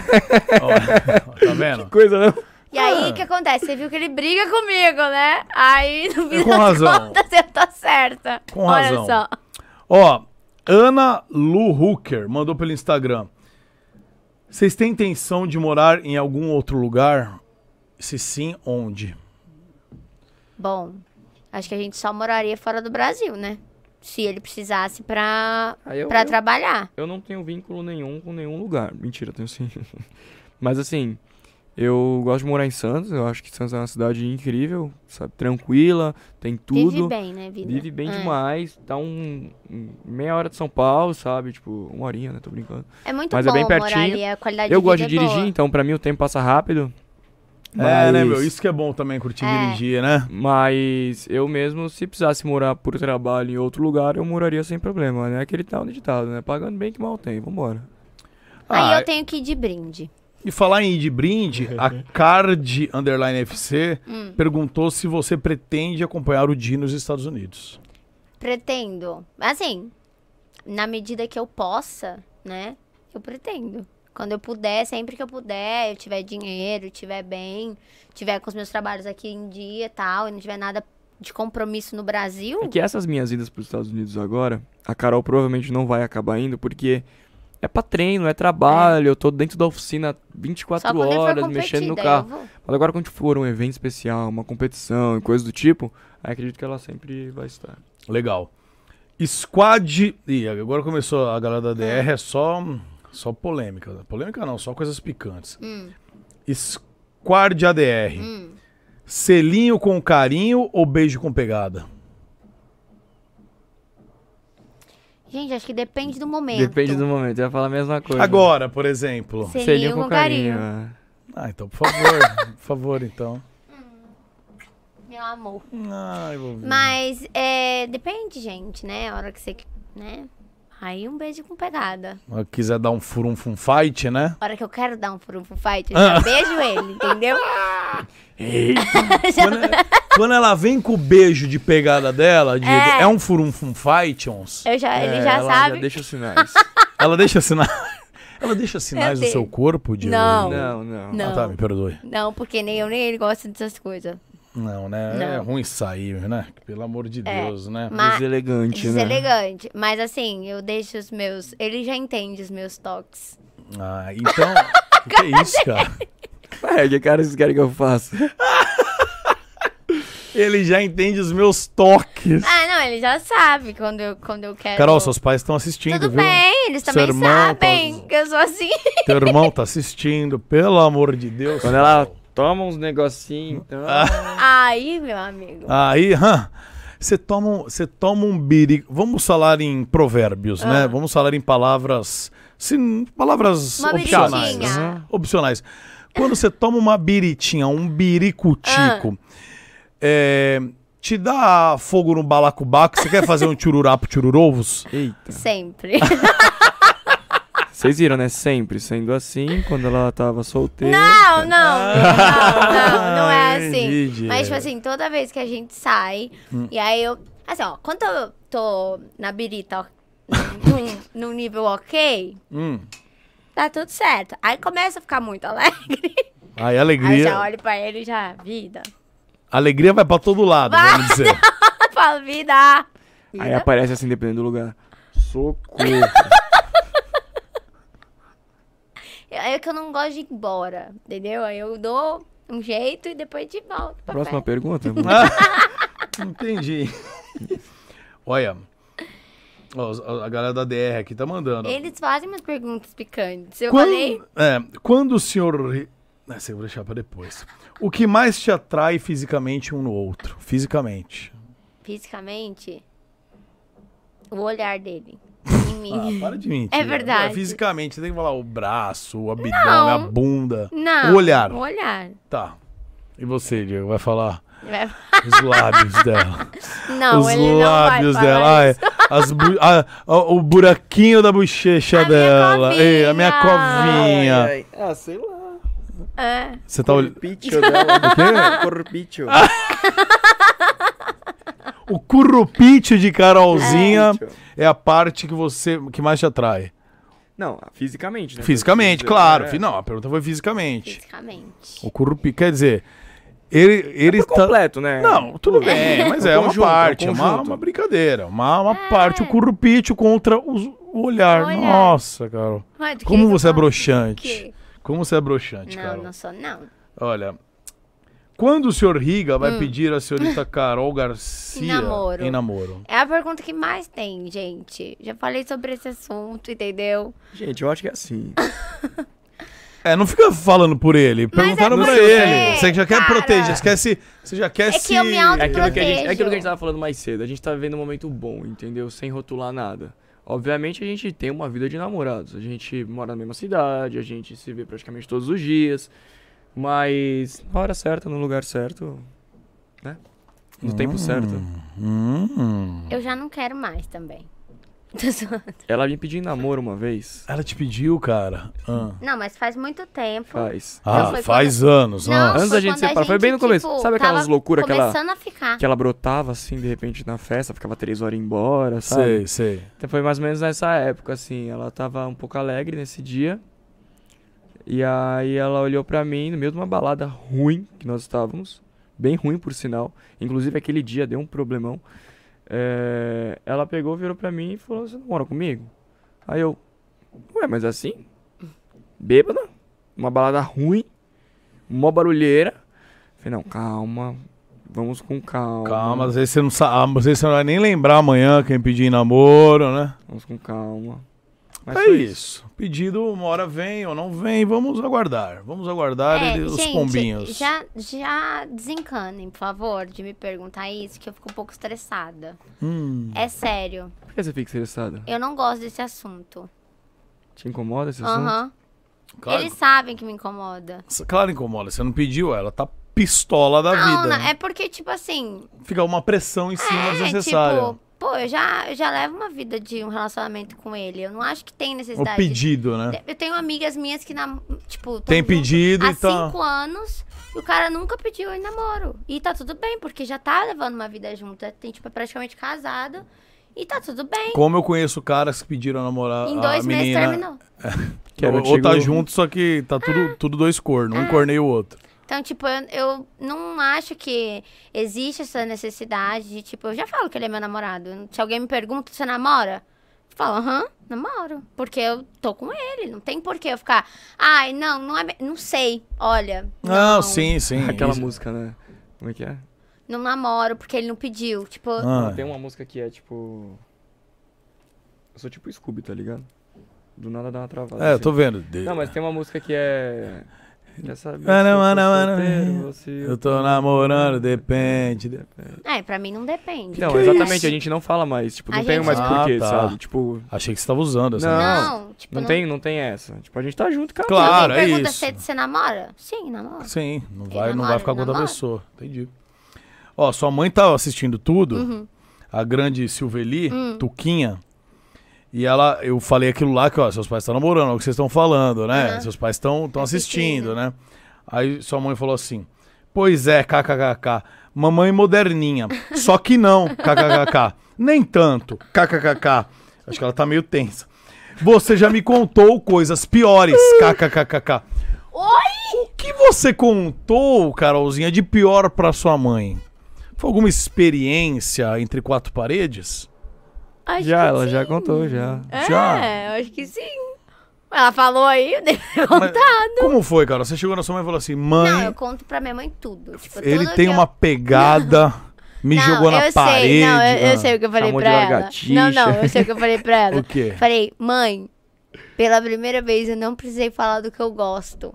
Tá vendo? Que coisa, não? E aí, o que acontece? Você viu que ele briga comigo, né? Aí, no fim Com das razão. contas, eu tô certa. Com Olha razão. só. Ó, Ana Lu Hooker mandou pelo Instagram. Vocês têm intenção de morar em algum outro lugar? Se sim, onde? Bom, acho que a gente só moraria fora do Brasil, né? Se ele precisasse pra trabalhar. Eu não tenho vínculo nenhum com nenhum lugar. Mentira, tenho sim. Mas assim, eu gosto de morar em Santos. Eu acho que Santos é uma cidade incrível, sabe? Tranquila, tem tudo. Vive bem, né, vida? Vive bem demais. Tá meia hora de São Paulo, sabe? Tipo, 1 horinha, né? Tô brincando. É muito Mas bom é bem morar pertinho. ali, a qualidade Eu de gosto vida de é dirigir, boa. então pra mim o tempo passa rápido. Né, meu? Isso que é bom também, curtir dirigir, né? Mas eu mesmo, se precisasse morar por trabalho em outro lugar, eu moraria sem problema, né? Aquele tal ditado, né? Pagando bem que mal tem, vambora. Aí eu tenho que ir de brinde. E falar em ir de brinde, a Card Underline FC perguntou se você pretende acompanhar o Di nos Estados Unidos. Pretendo. Assim, na medida que eu possa, né? Eu pretendo. Quando eu puder, sempre que eu puder, eu tiver dinheiro, tiver bem, tiver com os meus trabalhos aqui em dia e tal, e não tiver nada de compromisso no Brasil. É que essas minhas idas para os Estados Unidos agora, a Carol provavelmente não vai acabar indo, porque é pra treino, é trabalho, eu tô dentro da oficina 24 horas, mexendo no carro. Mas agora quando for um evento especial, uma competição e coisa do tipo, aí acredito que ela sempre vai estar. Legal. Squad... Ih, agora começou a galera da DR, é só polêmica. Polêmica não, só coisas picantes. Squad ADR. Selinho com carinho ou beijo com pegada? Gente, acho que depende do momento. Depende do momento, eu ia falar a mesma coisa. Agora, por exemplo. Selinho com carinho. Ah, então, por favor. Por favor, então. Meu amor. Ai, vou ver. Mas, depende, gente, né? A hora que você... né? Aí um beijo com pegada. Se quiser dar um furum fight, né? A hora que eu quero dar um furum fight, eu já beijo ele, entendeu? Eita. Quando ela vem com o beijo de pegada dela, Diego, é um furum fight, ons? Ele já ela sabe. Já deixa os sinais. Ela deixa sinais? Ela deixa sinais do seu corpo, Diego? Não. Ah, tá, me perdoe. Não, porque nem eu nem ele gostam dessas coisas. Não, né? Não. É ruim sair, né? Pelo amor de Deus, né? Deselegante, né? Deselegante. Mas assim, eu deixo os meus... Ele já entende os meus toques. Ah, então... que é isso, cara? Que cara vocês querem que eu faça? Ele já entende os meus toques. Ah, não, ele já sabe quando eu quero... Carol, seus pais estão assistindo, Tudo viu? bem, eles Seu também irmão sabem que eu sou assim. Teu irmão tá assistindo, pelo amor de Deus. Quando ela toma uns negocinhos, então... Aí, meu amigo. Aí, você toma um birico. Vamos falar em provérbios, né? Vamos falar em palavras... palavras Uma opcionais. biritinha. Opcionais. Quando você toma uma biritinha, um biricutico, te dá fogo no balacobaco, você quer fazer um tchururapo tchururovos? Eita. Sempre. Vocês viram, né? Sempre sendo assim, quando ela tava solteira. Não é assim. Entendi, Mas, tipo assim, toda vez que a gente sai, e aí eu... Assim, ó, quando eu tô na birita, ó, num nível ok, tá tudo certo. Aí começa a ficar muito alegre. Aí Aí alegria... eu já olho pra ele e já, vida. Alegria vai pra todo lado, vamos dizer. Falo, vida. Aí aparece assim, dependendo do lugar. Socorro. É que eu não gosto de ir embora, entendeu? Aí eu dou um jeito e depois de volta pra Próxima festa. pergunta? Entendi. Olha, ó, a galera da DR aqui tá mandando. Eles fazem umas perguntas picantes. Eu falei... Quando o senhor... Essa eu vou deixar pra depois. O que mais te atrai fisicamente um no outro? Fisicamente. Fisicamente... O olhar dele. Em mim. Para de mentir. É verdade. Fisicamente, você tem que falar o braço, o abdômen, Não. a bunda. Não. O olhar. O olhar. Tá. E você, Diego, vai falar Vai- os lábios dela. Não, os ele não vai lábios falar dela. isso. O buraquinho da bochecha dela. Ei, a minha covinha. Ah, sei lá. É. Você tá olhando. Corpicho dela. O quê? Corpicho. O currupício de Carolzinha é a parte que mais te atrai. Não, fisicamente, né? Fisicamente, Eu claro. quis dizer, Não, a pergunta foi fisicamente. Fisicamente. O currupício, quer dizer, ele por completo, né? Não, tudo bem, mas é uma conjunto, parte, é um uma conjunto. brincadeira. Uma parte, o currupício contra o olhar. O olhar. Nossa, Carol. Ué, do que Como que eu você é falo? broxante. O quê? Como você é broxante, Não, Carol. não sou, não. Olha, quando o senhor Riga vai pedir a senhorita Carol Garcia Em namoro. em É a pergunta que mais tem, gente. Já falei sobre esse assunto, entendeu? Gente, eu acho que é assim. Não fica falando por ele. Perguntaram é pra porque, ele. Você já quer cara, proteger, você já quer é se... que eu me É aquilo que, autoprotejo. é aquilo que a gente tava falando mais cedo. A gente tá vivendo um momento bom, entendeu? Sem rotular nada. Obviamente a gente tem uma vida de namorados. A gente mora na mesma cidade, a gente se vê praticamente todos os dias. Mas na hora certa, no lugar certo, né? No tempo certo. Eu já não quero mais também. Tô zoando. Ela me pediu em namoro uma vez. Ela te pediu, cara? Não, mas faz muito tempo. Faz. Não, foi faz quando- anos. Não, ah. Antes da foi gente quando a separar, foi bem no gente, começo. tipo, Sabe aquelas tava loucuras começando a ficar. que ela brotava assim, de repente na festa, ficava 3 horas e ia embora, sabe? Sei. Então foi mais ou menos nessa época, assim. Ela tava um pouco alegre nesse dia. E aí ela olhou pra mim no meio de uma balada ruim que nós estávamos. Bem ruim, por sinal. Inclusive aquele dia deu um problemão. Ela pegou, virou pra mim e falou: você não mora comigo? Aí eu: ué, mas assim? Bêbada? Uma balada ruim? Mó barulheira? Falei: não, calma. Vamos com calma. Calma, às vezes você não sabe, às vezes você não vai nem lembrar amanhã quem pedir em namoro, né? Vamos com calma. Mas É foi isso. Pedido, uma hora vem ou não vem, vamos aguardar. Vamos aguardar os gente, pombinhos. já desencanem, por favor, de me perguntar isso, que eu fico um pouco estressada. É sério. Por que você fica estressada? Eu não gosto desse assunto. Te incomoda esse assunto? Aham. Claro. Eles sabem que me incomoda. Claro, incomoda. Você não pediu, ela tá pistola da Não, vida. não, é porque, tipo assim... Fica uma pressão em cima desnecessária. tipo, pô, eu já levo uma vida de um relacionamento com ele. Eu não acho que tem O necessidade. pedido, né? Eu tenho amigas minhas que, tipo, Tem tão junto pedido há e tá... 5 anos e o cara nunca pediu em namoro. E tá tudo bem, porque já tá levando uma vida junto. Tem, tipo, é praticamente casado e tá tudo bem. Como eu conheço caras que pediram a namorar Em a 2 meses menina. terminou. Que era o Ou tá antigo- junto, só que tá tudo dois cornos. Um corneia o outro. Então, tipo, eu não acho que existe essa necessidade de, tipo, eu já falo que ele é meu namorado. Se alguém me pergunta, você namora? Eu falo, aham, namoro. Porque eu tô com ele. Não tem por que eu ficar, ai, não é. Não sei, olha. Não, sim. Aquela Isso. música, né? Como é que é? Não namoro porque ele não pediu. Tipo, Tem uma música que é tipo... Eu sou tipo Scooby, tá ligado? Do nada dá uma travada. Eu tô vendo. Não, mas tem uma música que é... Já sabe, Eu tô namorando, depende. pra mim não depende. Não, Que exatamente, isso? a gente não fala mais. Tipo, A não tem gente mais não- porquê, tá. sabe? Tipo... Achei que você tava usando essa. Não, tipo, não tem essa. Tipo, a gente tá junto, cara. Claro, Alguém é pergunta isso. se você namora? Sim, namoro. Sim, não Ele vai namora, ficar com outra namora? pessoa. Entendi. Ó, sua mãe tava assistindo tudo, Uhum. a grande Silveli, Tuquinha, e eu falei aquilo lá que, ó, seus pais estão namorando, é o que vocês estão falando, né? Uhum. Seus pais estão assistindo, né? Aí sua mãe falou assim, pois é, kkkk, mamãe moderninha, só que não, kkkk, nem tanto, kkkk. Acho que ela tá meio tensa. Você já me contou coisas piores, kkkk. Oi! O que você contou, Carolzinha, de pior pra sua mãe? Foi alguma experiência entre quatro paredes? Acho Já, que ela sim. já contou, já. Já? Eu acho que sim. Ela falou aí, eu devo ter Mas contado. como foi, Carol? Você chegou na sua mãe e falou assim, mãe, Não, eu conto pra minha mãe tudo. Tipo, ele tudo tem que uma pegada, me Não, jogou na eu parede. sei, não, eu sei o que eu falei Chamou pra de ela. lagartixa. Não, eu sei o que eu falei pra ela. O quê? Falei, mãe, pela primeira vez eu não precisei falar do que eu gosto.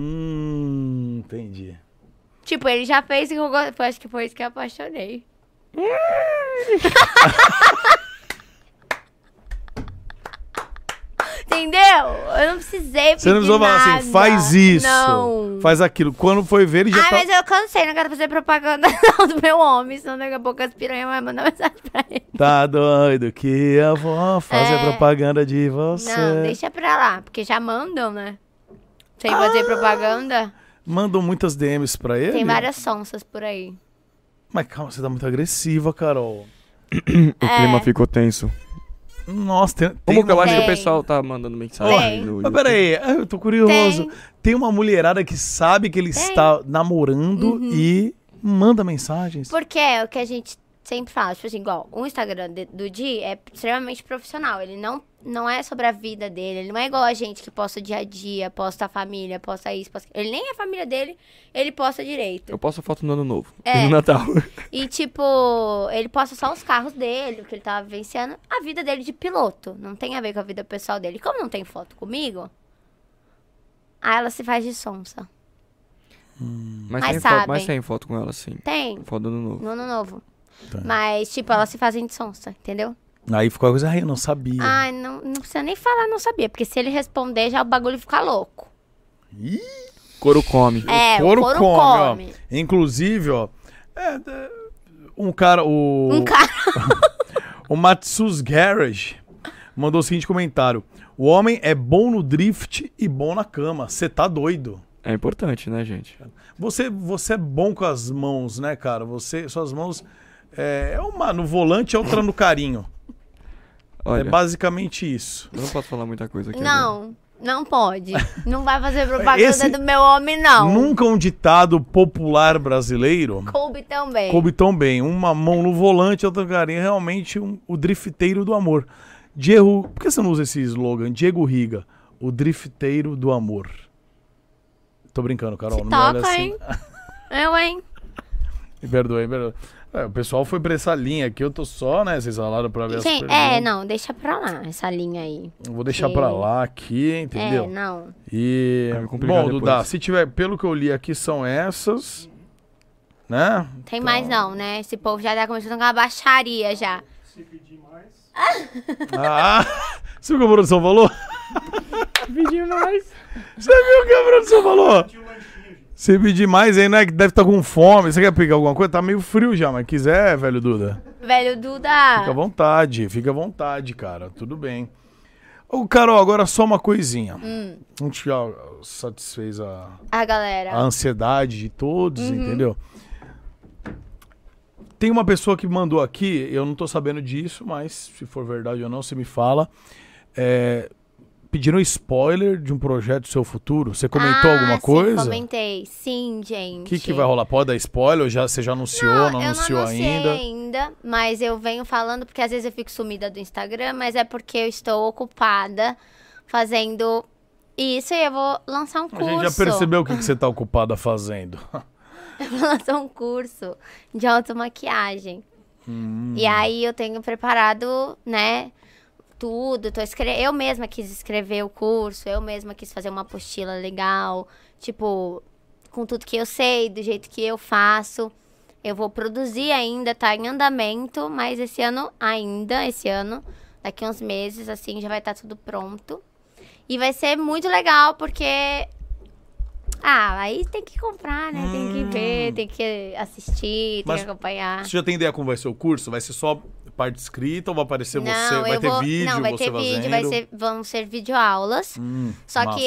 Entendi. Tipo, ele já fez o que eu gosto. Acho que foi isso que eu apaixonei. Entendeu? Eu não precisei pedir Você não precisou falar assim, nada. faz isso, Não. faz aquilo. Quando foi ver, ele já Ai, tá... mas eu cansei, não quero fazer propaganda não, do meu homem, senão daqui a pouco as piranhas vão mandar mensagem pra ele. Tá doido que eu vou fazer É. propaganda de você. Não, deixa pra lá, porque já mandam, né? Sem fazer propaganda. Mandam muitas DMs pra ele? Tem várias sonsas por aí. Mas calma, você tá muito agressiva, Carol. O clima ficou tenso. Nossa, tem Como que eu acho que o Tem. pessoal tá mandando mensagem Tem. no Mas YouTube? peraí, eu tô curioso. Tem. Tem uma mulherada que sabe que ele está namorando e manda mensagens. Porque é o que a gente sempre fala, tipo assim, igual, o Instagram do Di é extremamente profissional, ele não é sobre a vida dele, ele não é igual a gente que posta o dia a dia, posta a família, posta isso, posta... Ele nem é a família dele, ele posta direito. Eu posto foto no ano novo. É. E no Natal. E, tipo, ele posta só os carros dele, o que ele tava vivenciando, a vida dele de piloto. Não tem a ver com a vida pessoal dele. Como não tem foto comigo, aí ela se faz de sonsa. Mas, Mas tem sabem. foto com ela, sim. Tem, Foto do ano novo. no ano novo. Tá. Mas, tipo, elas se fazem de sonsa, entendeu? Aí ficou a coisa, ai, eu não sabia. Ai, não precisa nem falar, não sabia. Porque se ele responder, já o bagulho fica louco. Ih, Couro come. É, couro o couro come, come. ó. Inclusive, ó, um cara, Um cara... o Matsus Garage mandou o seguinte comentário. O homem é bom no drift e bom na cama. Você tá doido. É importante, né, gente? Você é bom com as mãos, né, cara? Suas mãos é uma no volante e outra no carinho. Olha, É basicamente isso. eu não posso falar muita coisa aqui agora. Não pode. Não vai fazer propaganda Esse- do meu homem, não. Nunca um ditado popular brasileiro Coube também. coube tão bem. Uma mão no volante, outra no carinho. Realmente o drifteiro do amor. Diego, por que você não usa esse slogan? Diego Riga, o drifteiro do amor. Tô brincando, Carol. Se não me olha toca, assim. hein? Eu, hein? Me perdoe. O pessoal foi pra essa linha aqui, eu tô só, né? Vocês falaram pra ver as Gente, perguntas. não, deixa pra lá essa linha aí. Eu vou deixar que- pra lá aqui, entendeu? Não. E. Vai me complicar Bom, depois. Duda, se tiver, pelo que eu li aqui, são essas. Né? Tem mais não, né? Esse povo já tá começando com uma baixaria já. Ah! Você viu o que a produção falou? Pedi mais. Você viu o que a produção falou? Se pedir mais aí, né? Que deve estar com fome. Você quer pegar alguma coisa? Tá meio frio já, mas quiser, velho Duda. Velho Duda. Fica à vontade, cara. Tudo bem. Ô, Carol, agora só uma coisinha. A gente já satisfez A galera. a ansiedade de todos, entendeu? Tem uma pessoa que mandou aqui, eu não tô sabendo disso, mas se for verdade ou não, você me fala. Pediram spoiler de um projeto do seu futuro. Você comentou alguma coisa? Sim, comentei. Sim, gente. O que vai rolar? Pode dar spoiler? Ou você já anunciou? Não eu anunciou não anunciei ainda? mas eu venho falando porque às vezes eu fico sumida do Instagram, mas é porque eu estou ocupada fazendo isso e eu vou lançar um A curso. gente já percebeu o que você tá ocupada fazendo. Eu vou lançar um curso de automaquiagem. E aí eu tenho preparado, né, tudo. Eu mesma quis escrever o curso, eu mesma quis fazer uma apostila legal, tipo, com tudo que eu sei, do jeito que eu faço. Eu vou produzir ainda, tá em andamento, mas esse ano, daqui uns meses, assim, já vai estar tudo pronto. E vai ser muito legal, porque... aí tem que comprar, né? Tem que ver, tem que assistir, tem Mas que acompanhar. Você já tem ideia como vai ser o curso? Vai ser só parte escrita ou vai aparecer você? Vai ter vídeo, Não, vai você ter vídeo, fazendo? vão ser videoaulas. Só massa. que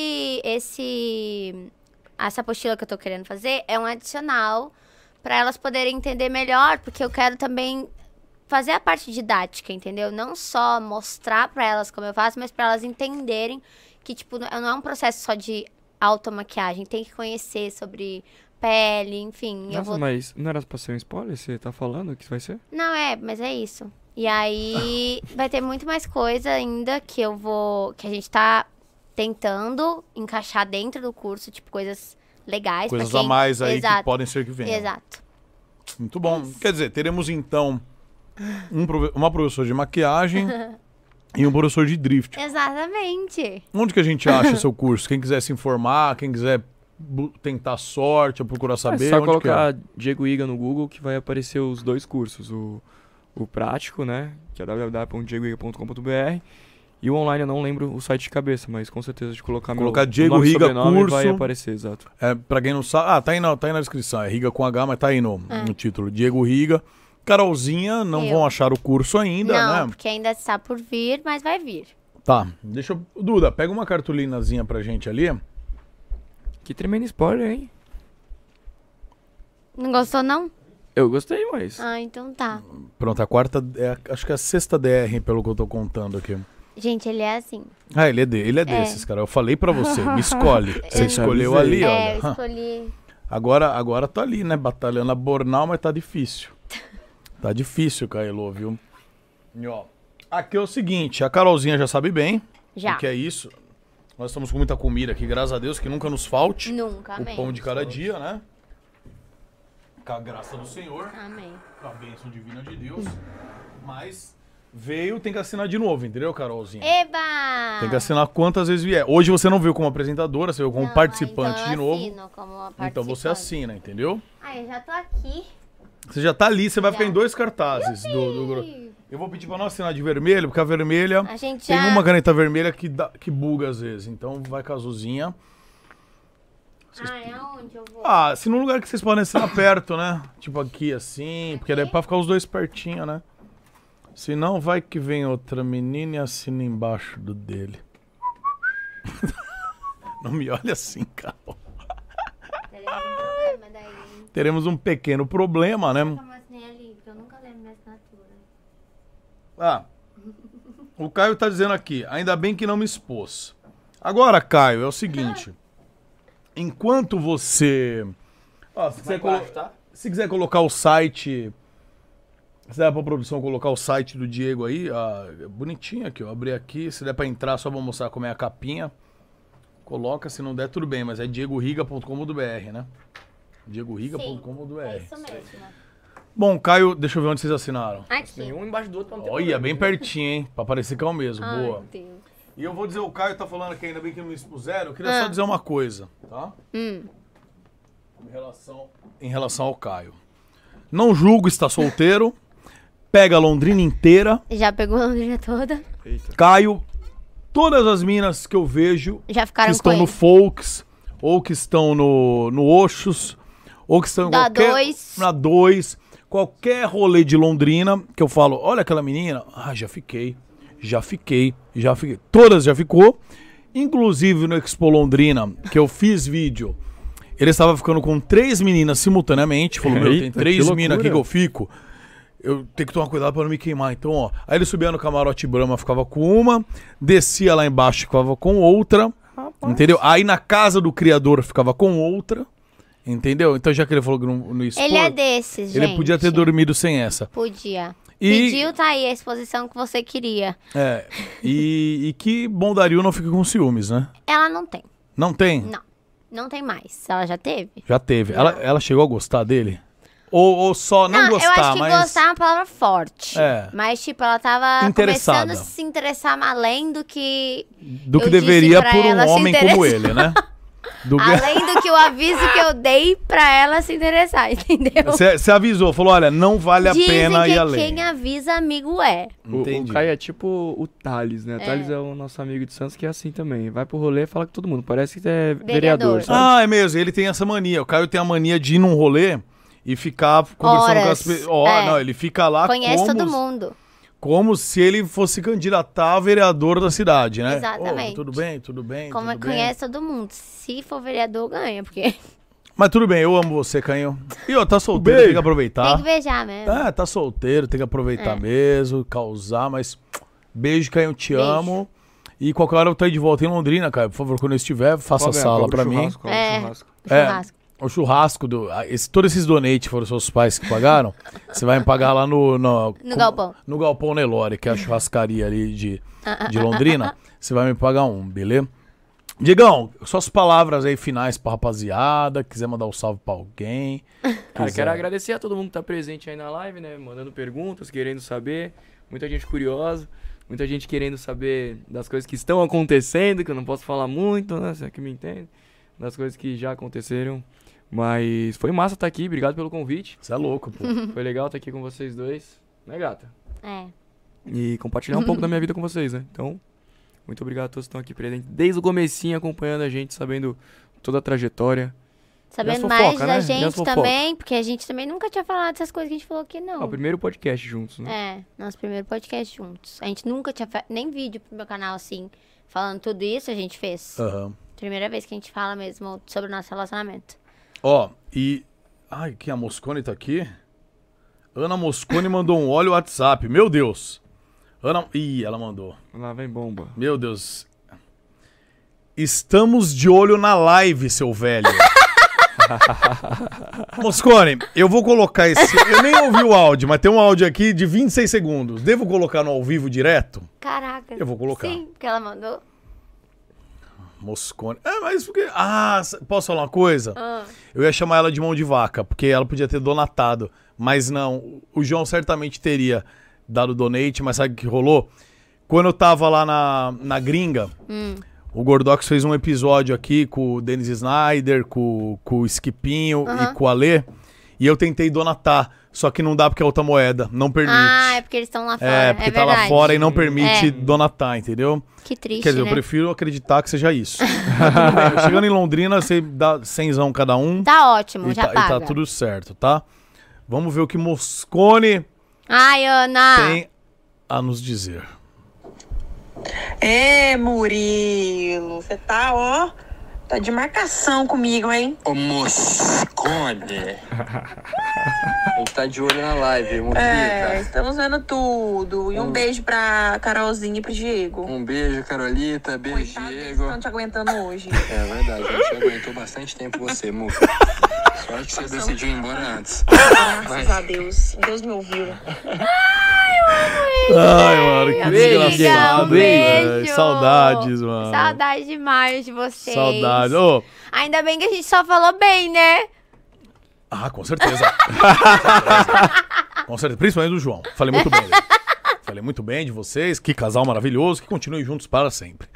essa apostila que eu tô querendo fazer é um adicional para elas poderem entender melhor, porque eu quero também fazer a parte didática, entendeu? Não só mostrar para elas como eu faço, mas para elas entenderem que, tipo, não é um processo só de automaquiagem, tem que conhecer sobre pele, enfim. Nossa, mas não era pra ser um spoiler? Você tá falando que vai ser? Não, mas é isso. E aí vai ter muito mais coisa ainda que a gente tá tentando encaixar dentro do curso, tipo, coisas legais. Coisas pra a quem... mais aí Exato. que podem ser que venham. Exato. Muito bom. Quer dizer, teremos então uma professora de maquiagem e um professor de drift. Exatamente. Onde que a gente acha seu curso? Quem quiser se informar, quem quiser tentar sorte, ou procurar saber? É só onde colocar que é? Diego Iga no Google que vai aparecer os 2 cursos. O prático, né? Que é www.diegoiga.com.br. E o online eu não lembro o site de cabeça, mas com certeza de colocar Diego nome e Riga sobrenome curso. vai aparecer, exato. Pra quem não sabe... tá aí na descrição. É Riga com H, mas tá aí no título. Diego Riga. Carolzinha, não vão achar o curso ainda, né? Não, porque ainda está por vir, mas vai vir. Tá, deixa eu... Duda, pega uma cartolinazinha pra gente ali. Que tremendo spoiler, hein? Não gostou, não? Eu gostei, mas... Ah, então tá. Pronto, a quarta... acho que é a 6ª DR, pelo que eu tô contando aqui. Gente, ele é assim. Ah, ele é desses, cara. Eu falei pra você, me escolhe. Você escolheu ali, olha. Eu escolhi... Agora tá ali, né? Batalhando a Bornal, mas tá difícil. Tá difícil, Caelô, viu? E ó, aqui é o seguinte, a Carolzinha já sabe bem o que é isso. Nós estamos com muita comida aqui, graças a Deus, que nunca nos falte. Nunca, o pão de cada dia, né? Com a graça do Senhor. Amém. Com a bênção divina de Deus. Mas veio, tem que assinar de novo, entendeu, Carolzinha? Eba! Tem que assinar quantas vezes vier. Hoje você não veio como apresentadora, você veio como participante então de novo. Como participante. Então você assina, entendeu? Ah, eu já tô aqui. Você já tá ali, você vai ficar em 2 cartazes. Eu vou pedir pra não assinar de vermelho, porque a vermelha... A gente tem já... uma caneta vermelha que buga às vezes. Então vai com a azulzinha. é aonde eu vou? Se num lugar que vocês podem assinar perto, né? Tipo aqui, assim. Porque daí é pra ficar os 2 pertinho, né? Se não, vai que vem outra menina e assina embaixo do dele. Não me olha assim, cara. Teremos um pequeno problema, né? Eu nunca lembro minha assinatura. O Caio tá dizendo aqui, ainda bem que não me expôs. Agora, Caio, é o seguinte. Enquanto você... se quiser colocar o site... Se der pra produção colocar o site do Diego aí, bonitinho aqui, ó. Abrir aqui, se der pra entrar, só vou mostrar como é a capinha. Coloca, se não der, tudo bem, mas é diegoriga.com.br, né? diegoriga.com.br. É isso mesmo. Bom, Caio, deixa eu ver onde vocês assinaram. Aqui. Um embaixo do outro pra não ter Olha, problema. bem pertinho, hein? Pra parecer que é o mesmo. Boa. Deus. E eu vou dizer, o Caio tá falando aqui, ainda bem que não me expuseram. Eu queria só dizer uma coisa, tá? Em relação ao Caio. Não julgo estar solteiro. Pega a Londrina inteira. Já pegou a Londrina toda? Caio, todas as minas que eu vejo já ficaram que estão com no ele. Folks, ou que estão no Oxos, ou que estão em na 2, qualquer rolê de Londrina, que eu falo, olha aquela menina, já fiquei. Todas já ficou. Inclusive no Expo Londrina, que eu fiz vídeo, ele estava ficando com 3 meninas simultaneamente. Falou, tem 3 minas aqui que eu fico. Eu tenho que tomar cuidado pra não me queimar. Então, ó. Aí ele subia no camarote Brahma, ficava com uma. Descia lá embaixo, ficava com outra. Rapaz. Entendeu? Aí na casa do criador, ficava com outra. Entendeu? Então, já que ele falou que não expôs... Ele é desses, gente. Ele podia ter dormido sem essa. Podia. Pediu, tá aí a exposição que você queria. E que Bondaril não fica com ciúmes, né? Ela não tem. Não tem? Não. Não tem mais. Ela já teve? Já teve. Ela chegou a gostar dele? Ou só não gostar, eu acho que mas... gostar é uma palavra forte. Mas, tipo, ela tava começando a se interessar além do que... Do que deveria por um homem como ele, né? Além do que o aviso que eu dei pra ela se interessar, entendeu? Você avisou, falou, olha, não vale a pena ir além. Quem avisa, amigo é. O Caio é tipo o Thales, né? Thales é o nosso amigo de Santos que é assim também. Vai pro rolê e fala com todo mundo. Parece que é vereador, sabe? É mesmo, ele tem essa mania. O Caio tem a mania de ir num rolê e ficar conversando com as pessoas. Não, ele fica lá conhece todo mundo. Como se ele fosse candidatar a vereador da cidade, né? Exatamente. Tudo bem. Conhece todo mundo. Se for vereador, ganha, porque... Mas tudo bem, eu amo você, Canhão. E tá solteiro, tem que aproveitar. Tem que beijar mesmo. Tá solteiro, tem que aproveitar mesmo, causar, mas... Beijo, Canhão, te amo. E qualquer hora eu tô aí de volta em Londrina, Caio. Por favor, quando eu estiver, faça a sala pra mim. Churrasco. O churrasco, todos esses donates foram seus pais que pagaram. Você vai me pagar lá no Galpão. No Galpão Nelore, que é a churrascaria ali de Londrina. Você vai me pagar beleza? Diegão, suas palavras aí finais pra rapaziada. Quiser mandar um salve pra alguém. Cara, quero agradecer a todo mundo que tá presente aí na live, né? Mandando perguntas, querendo saber. Muita gente curiosa. Muita gente querendo saber das coisas que estão acontecendo, que eu não posso falar muito, né? Você que me entende. das coisas que já aconteceram. Mas foi massa estar aqui, obrigado pelo convite. Você é louco, pô. Foi legal estar aqui com vocês dois, né, gata? É. E compartilhar um pouco da minha vida com vocês, né? Então, muito obrigado a todos que estão aqui presentes. Desde o comecinho acompanhando a gente, sabendo toda a trajetória. Sabendo mais da gente também, porque a gente também nunca tinha falado dessas coisas que a gente falou aqui, não. É o primeiro podcast juntos, né? É, nosso primeiro podcast juntos. A gente nunca tinha nem vídeo pro meu canal, assim, falando tudo isso, a gente fez. Primeira vez que a gente fala mesmo sobre o nosso relacionamento. Ó, e... Ai, quem a Moscone tá aqui? Ana Moscone mandou um olho WhatsApp, meu Deus. Ih, ela mandou. Lá vem bomba. Meu Deus. Estamos de olho na live, seu velho. Moscone, eu vou colocar esse... Eu nem ouvi o áudio, mas tem um áudio aqui de 26 segundos. Devo colocar no ao vivo direto? Caraca. Eu vou colocar. Sim, porque ela mandou. Moscone. Mas porque... posso falar uma coisa? Eu ia chamar ela de mão de vaca, porque ela podia ter donatado. Mas não, o João certamente teria dado donate, mas sabe o que rolou? Quando eu tava lá na gringa... O Gordox fez um episódio aqui com o Dennis Snyder, com o Skipinho e com o Alê. E eu tentei donatar, só que não dá porque é outra moeda, não permite. É porque eles estão lá fora, É, porque tá lá fora e não permite donatar, entendeu? Que triste, Quer dizer, né? eu prefiro acreditar que seja isso. Mas tudo bem. Chegando em Londrina, você dá 100zão cada um. Tá ótimo, já paga. E tá tudo certo, tá? Vamos ver o que Moscone Ai, Ana! tem a nos dizer. Murilo, você tá, ó, tá de marcação comigo, hein? Ô, Moscone. Ele tá de olho na live, Moquita. Estamos vendo tudo. E um beijo pra Carolzinha e pro Diego. Um beijo, Carolita. Beijo, Coitado, Diego. estão te aguentando hoje. É verdade, a gente aguentou bastante tempo você, Muca. Sorte que você decidiu ir embora antes. Graças a Deus. Deus me ouviu. Ai, mano, que desgraçado. Beijo. Saudades, mano. Saudade demais de vocês. Saudade. Ô. Ainda bem que a gente só falou bem, né? Com certeza. Com certeza. Principalmente do João. Falei muito bem dele. Falei muito bem de vocês. Que casal maravilhoso. Que continuem juntos para sempre.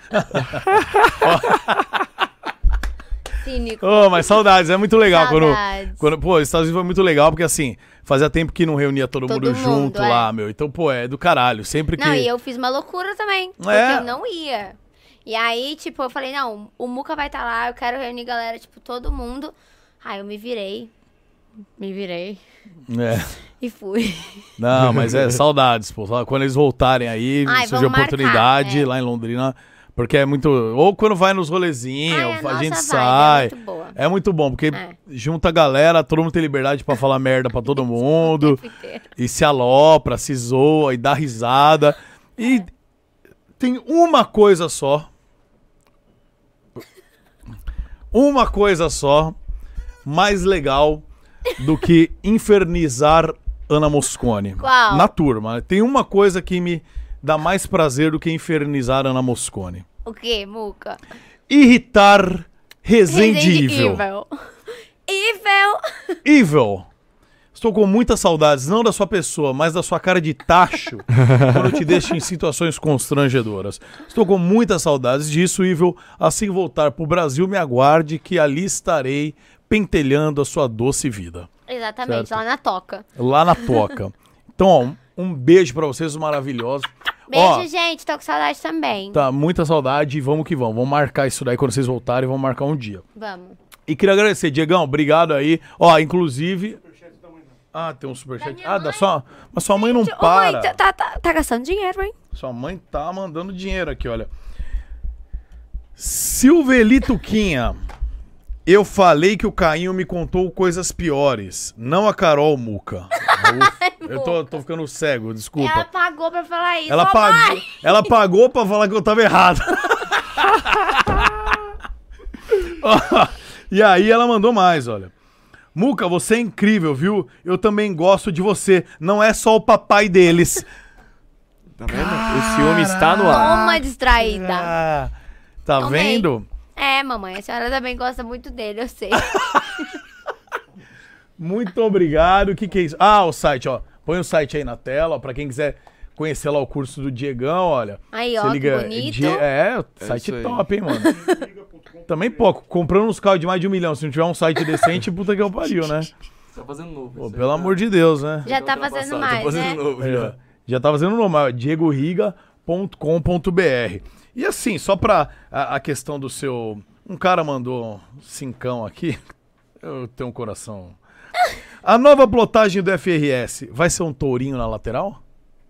Cínico. Mas saudades. É muito legal. Saudades. Pô, os Estados Unidos foi muito legal. Porque assim, fazia tempo que não reunia todo mundo junto lá, meu. Então, pô, é do caralho. Sempre que... Não, e eu fiz uma loucura também. Porque eu não ia. E aí, tipo, eu falei, não, o Muca vai estar lá. Eu quero reunir galera, tipo, todo mundo. Aí eu me virei. E fui. Não, mas saudades, pô. Quando eles voltarem aí, surge a oportunidade lá em Londrina. Porque é muito... Ou quando vai nos rolezinhos, a gente sai. É muito boa. É muito bom, porque junta a galera, todo mundo tem liberdade pra falar merda pra todo mundo. E se alopra, se zoa e dá risada. E tem uma coisa só. Uma coisa só mais legal do que infernizar Ana Moscone. Qual? Na turma. Tem uma coisa que me dá mais prazer do que infernizar Ana Moscone. O quê, Muca? Irritar Resende Evil. Evil. Estou com muitas saudades, não da sua pessoa, mas da sua cara de tacho, quando te deixa em situações constrangedoras. Estou com muitas saudades disso, Evil. Assim que voltar pro Brasil, me aguarde que ali estarei pentelhando a sua doce vida. Exatamente, certo? lá na toca. Lá na toca. Então, ó, um beijo pra vocês, maravilhosos. Beijo, gente. Tô com saudade também. Tá, muita saudade e vamos que vamos. Vamos marcar isso daí quando vocês voltarem, vamos marcar um dia. Vamos. E queria agradecer, Diegão, obrigado aí. Ó, inclusive... tem um superchat. Mas sua mãe não para. Ô, mãe, tá gastando dinheiro, hein? Sua mãe tá mandando dinheiro aqui, olha. Silvelituquinha. Eu falei que o Cainho me contou coisas piores. Não a Carol, Muca. Eu tô ficando cego, desculpa. Ela pagou pra falar isso. Ela pagou pra falar que eu tava errado. E aí ela mandou mais, olha. Muca, você é incrível, viu? Eu também gosto de você. Não é só o papai deles. Tá vendo? O ciúme está no ar. Toma, distraída. Tá vendo? Mamãe, a senhora também gosta muito dele, eu sei. Muito obrigado. O que é isso? O site, ó. Põe o site aí na tela, ó, pra quem quiser conhecer lá o curso do Diegão, olha. Aí, Você ó, liga, que bonito. Site isso aí. top, hein, mano. Também pouco, comprando uns carros de mais de 1 milhão, se não tiver um site decente, puta que eu pariu, né? Tá fazendo novo. Pô, pelo amor de Deus, né? Já tá fazendo mais, né? Já tá fazendo novo, diegoriga.com.br. E assim, só pra a questão do seu... Um cara mandou 5 aqui. Eu tenho um coração... A nova plotagem do FRS vai ser um tourinho na lateral?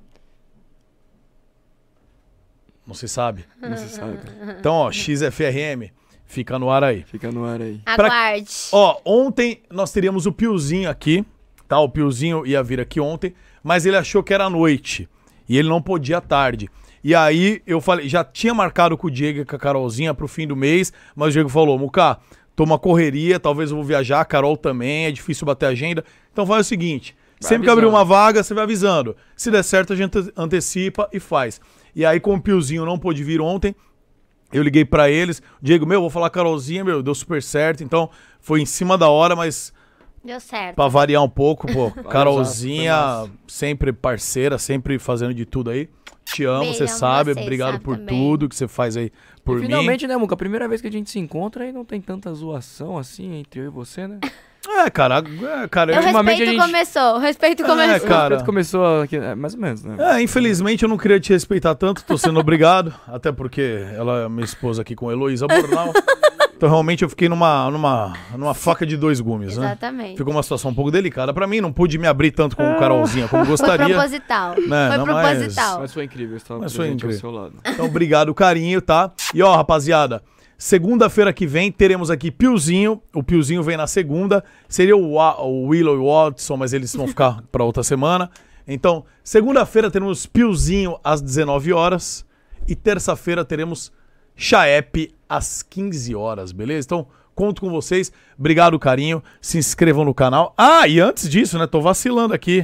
Não se sabe. Não se sabe. Então, ó, XFRM, fica no ar aí. Fica no ar aí. Aguarde. Ó, ontem nós teríamos o Piozinho aqui, tá? O Piozinho ia vir aqui ontem, mas ele achou que era à noite e ele não podia à tarde. E aí eu falei, já tinha marcado com o Diego e com a Carolzinha pro fim do mês, mas o Diego falou, Mucá, tô uma correria, talvez eu vou viajar, a Carol também, é difícil bater agenda. Então faz o seguinte, sempre que abrir uma vaga, você vai avisando. Se der certo, a gente antecipa e faz. E aí, como o Piozinho não pôde vir ontem, eu liguei pra eles. Diego, vou falar com a Carolzinha, deu super certo. Então, foi em cima da hora, mas... Deu certo. Pra variar um pouco, pô. Carolzinha, sempre parceira, sempre fazendo de tudo aí. Te amo, Beijão você sabe. pra Obrigado sabe por também. tudo que você faz aí por mim. Finalmente, né, Muca? A primeira vez que a gente se encontra aí não tem tanta zoação assim entre eu e você, né? Cara, O respeito começou, o respeito começou. cara. O respeito começou aqui, mais ou menos, né? Infelizmente eu não queria te respeitar tanto, tô sendo obrigado. Até porque ela é minha esposa aqui com Heloísa Bornal. Então realmente eu fiquei numa faca de 2 gumes, né? Exatamente. Ficou uma situação um pouco delicada pra mim, não pude me abrir tanto com o Carolzinha como gostaria. Foi proposital. Né? Foi proposital. Mas foi incrível, eu estava Mas foi presente ao incrível. seu lado. Então obrigado, carinho, tá? E ó, rapaziada, segunda-feira que vem teremos aqui Piozinho. O Piozinho vem na segunda. Seria o Willow e o Watson, mas eles vão ficar pra outra semana. Então, segunda-feira teremos Piozinho às 19 horas. E terça-feira teremos Chaep às 15 horas, beleza? Então, conto com vocês. Obrigado, carinho. Se inscrevam no canal. E antes disso, né? Tô vacilando aqui.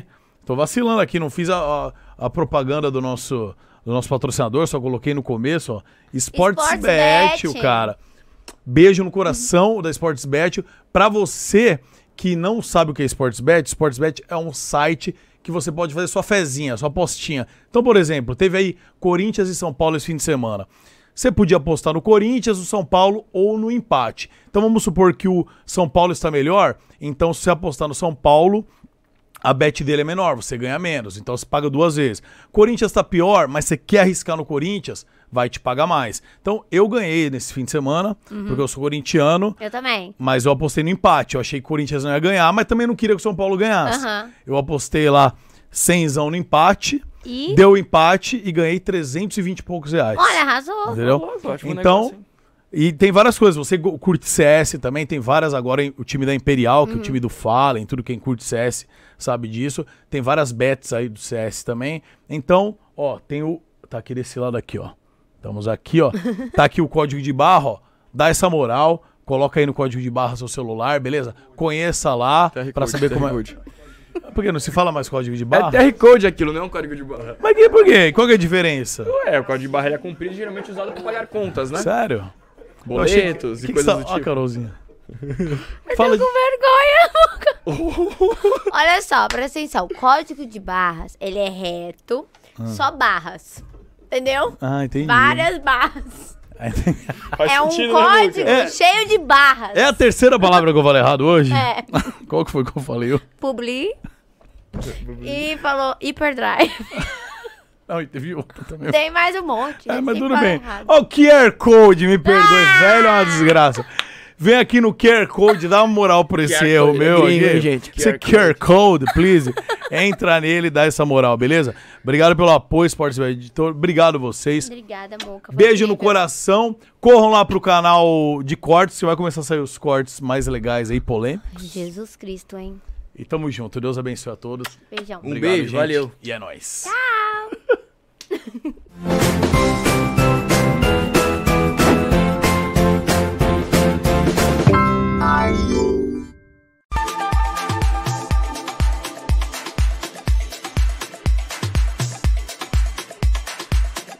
Não fiz a propaganda do nosso patrocinador, só coloquei no começo, ó. Sportsbet, o cara. Beijo no coração da Sportsbet. Pra você que não sabe o que é Sportsbet, Sportsbet é um site que você pode fazer sua fezinha, sua apostinha. Então, por exemplo, teve aí Corinthians e São Paulo esse fim de semana. Você podia apostar no Corinthians, no São Paulo ou no empate. Então vamos supor que o São Paulo está melhor. Então se você apostar no São Paulo, a bet dele é menor, você ganha menos. Então você paga 2 vezes. Corinthians está pior, mas você quer arriscar no Corinthians, vai te pagar mais. Então eu ganhei nesse fim de semana, porque eu sou corintiano. Eu também. Mas eu apostei no empate. Eu achei que o Corinthians não ia ganhar, mas também não queria que o São Paulo ganhasse. Eu apostei lá 100zão no empate. Deu empate e ganhei 320 e poucos reais. Olha, arrasou. Entendeu? Então, e tem várias coisas. Você curte CS também, tem várias agora. O time da Imperial, que é o time do Fallen, tudo quem curte CS sabe disso. Tem várias bets aí do CS também. Então, ó, tem o... Tá aqui desse lado aqui, ó. Estamos aqui, ó. Tá aqui o código de barra, ó. Dá essa moral. Coloca aí no código de barra seu celular, beleza? Conheça lá pra saber como é... Por que não se fala mais código de barra? É TR Code aquilo, não é um código de barra. Mas por quê? Qual que é a diferença? O código de barra ele é comprido e geralmente usado para pagar contas, né? Sério? Boletos e coisas do tipo. Ó, Carolzinha. Fala com vergonha. Olha só, presta atenção. O código de barras, ele é reto, só barras. Entendeu? Entendi. Várias barras. É um sentido, código né, cheio de barras. É a terceira palavra que eu falei errado hoje? É. Qual que foi que eu falei? Publi. E falou Hyperdrive. Não, e teve outro também. Tem mais um monte. Mas tudo bem. Ó, o QR Code, me perdoe, velho, é uma desgraça. Vem aqui no QR Code, dá uma moral por esse erro meu aqui. Gente, esse QR Code, please. Entra nele e dá essa moral, beleza? Obrigado pelo apoio, Sportsbet Editor. Obrigado vocês. Obrigada, Moca. Beijo no coração. Corram lá pro canal de cortes, que vai começar a sair os cortes mais legais aí, polêmicos. Jesus Cristo, hein? E tamo junto. Deus abençoe a todos. Beijão. Obrigado, beijo, gente. valeu. E é nóis. Tchau.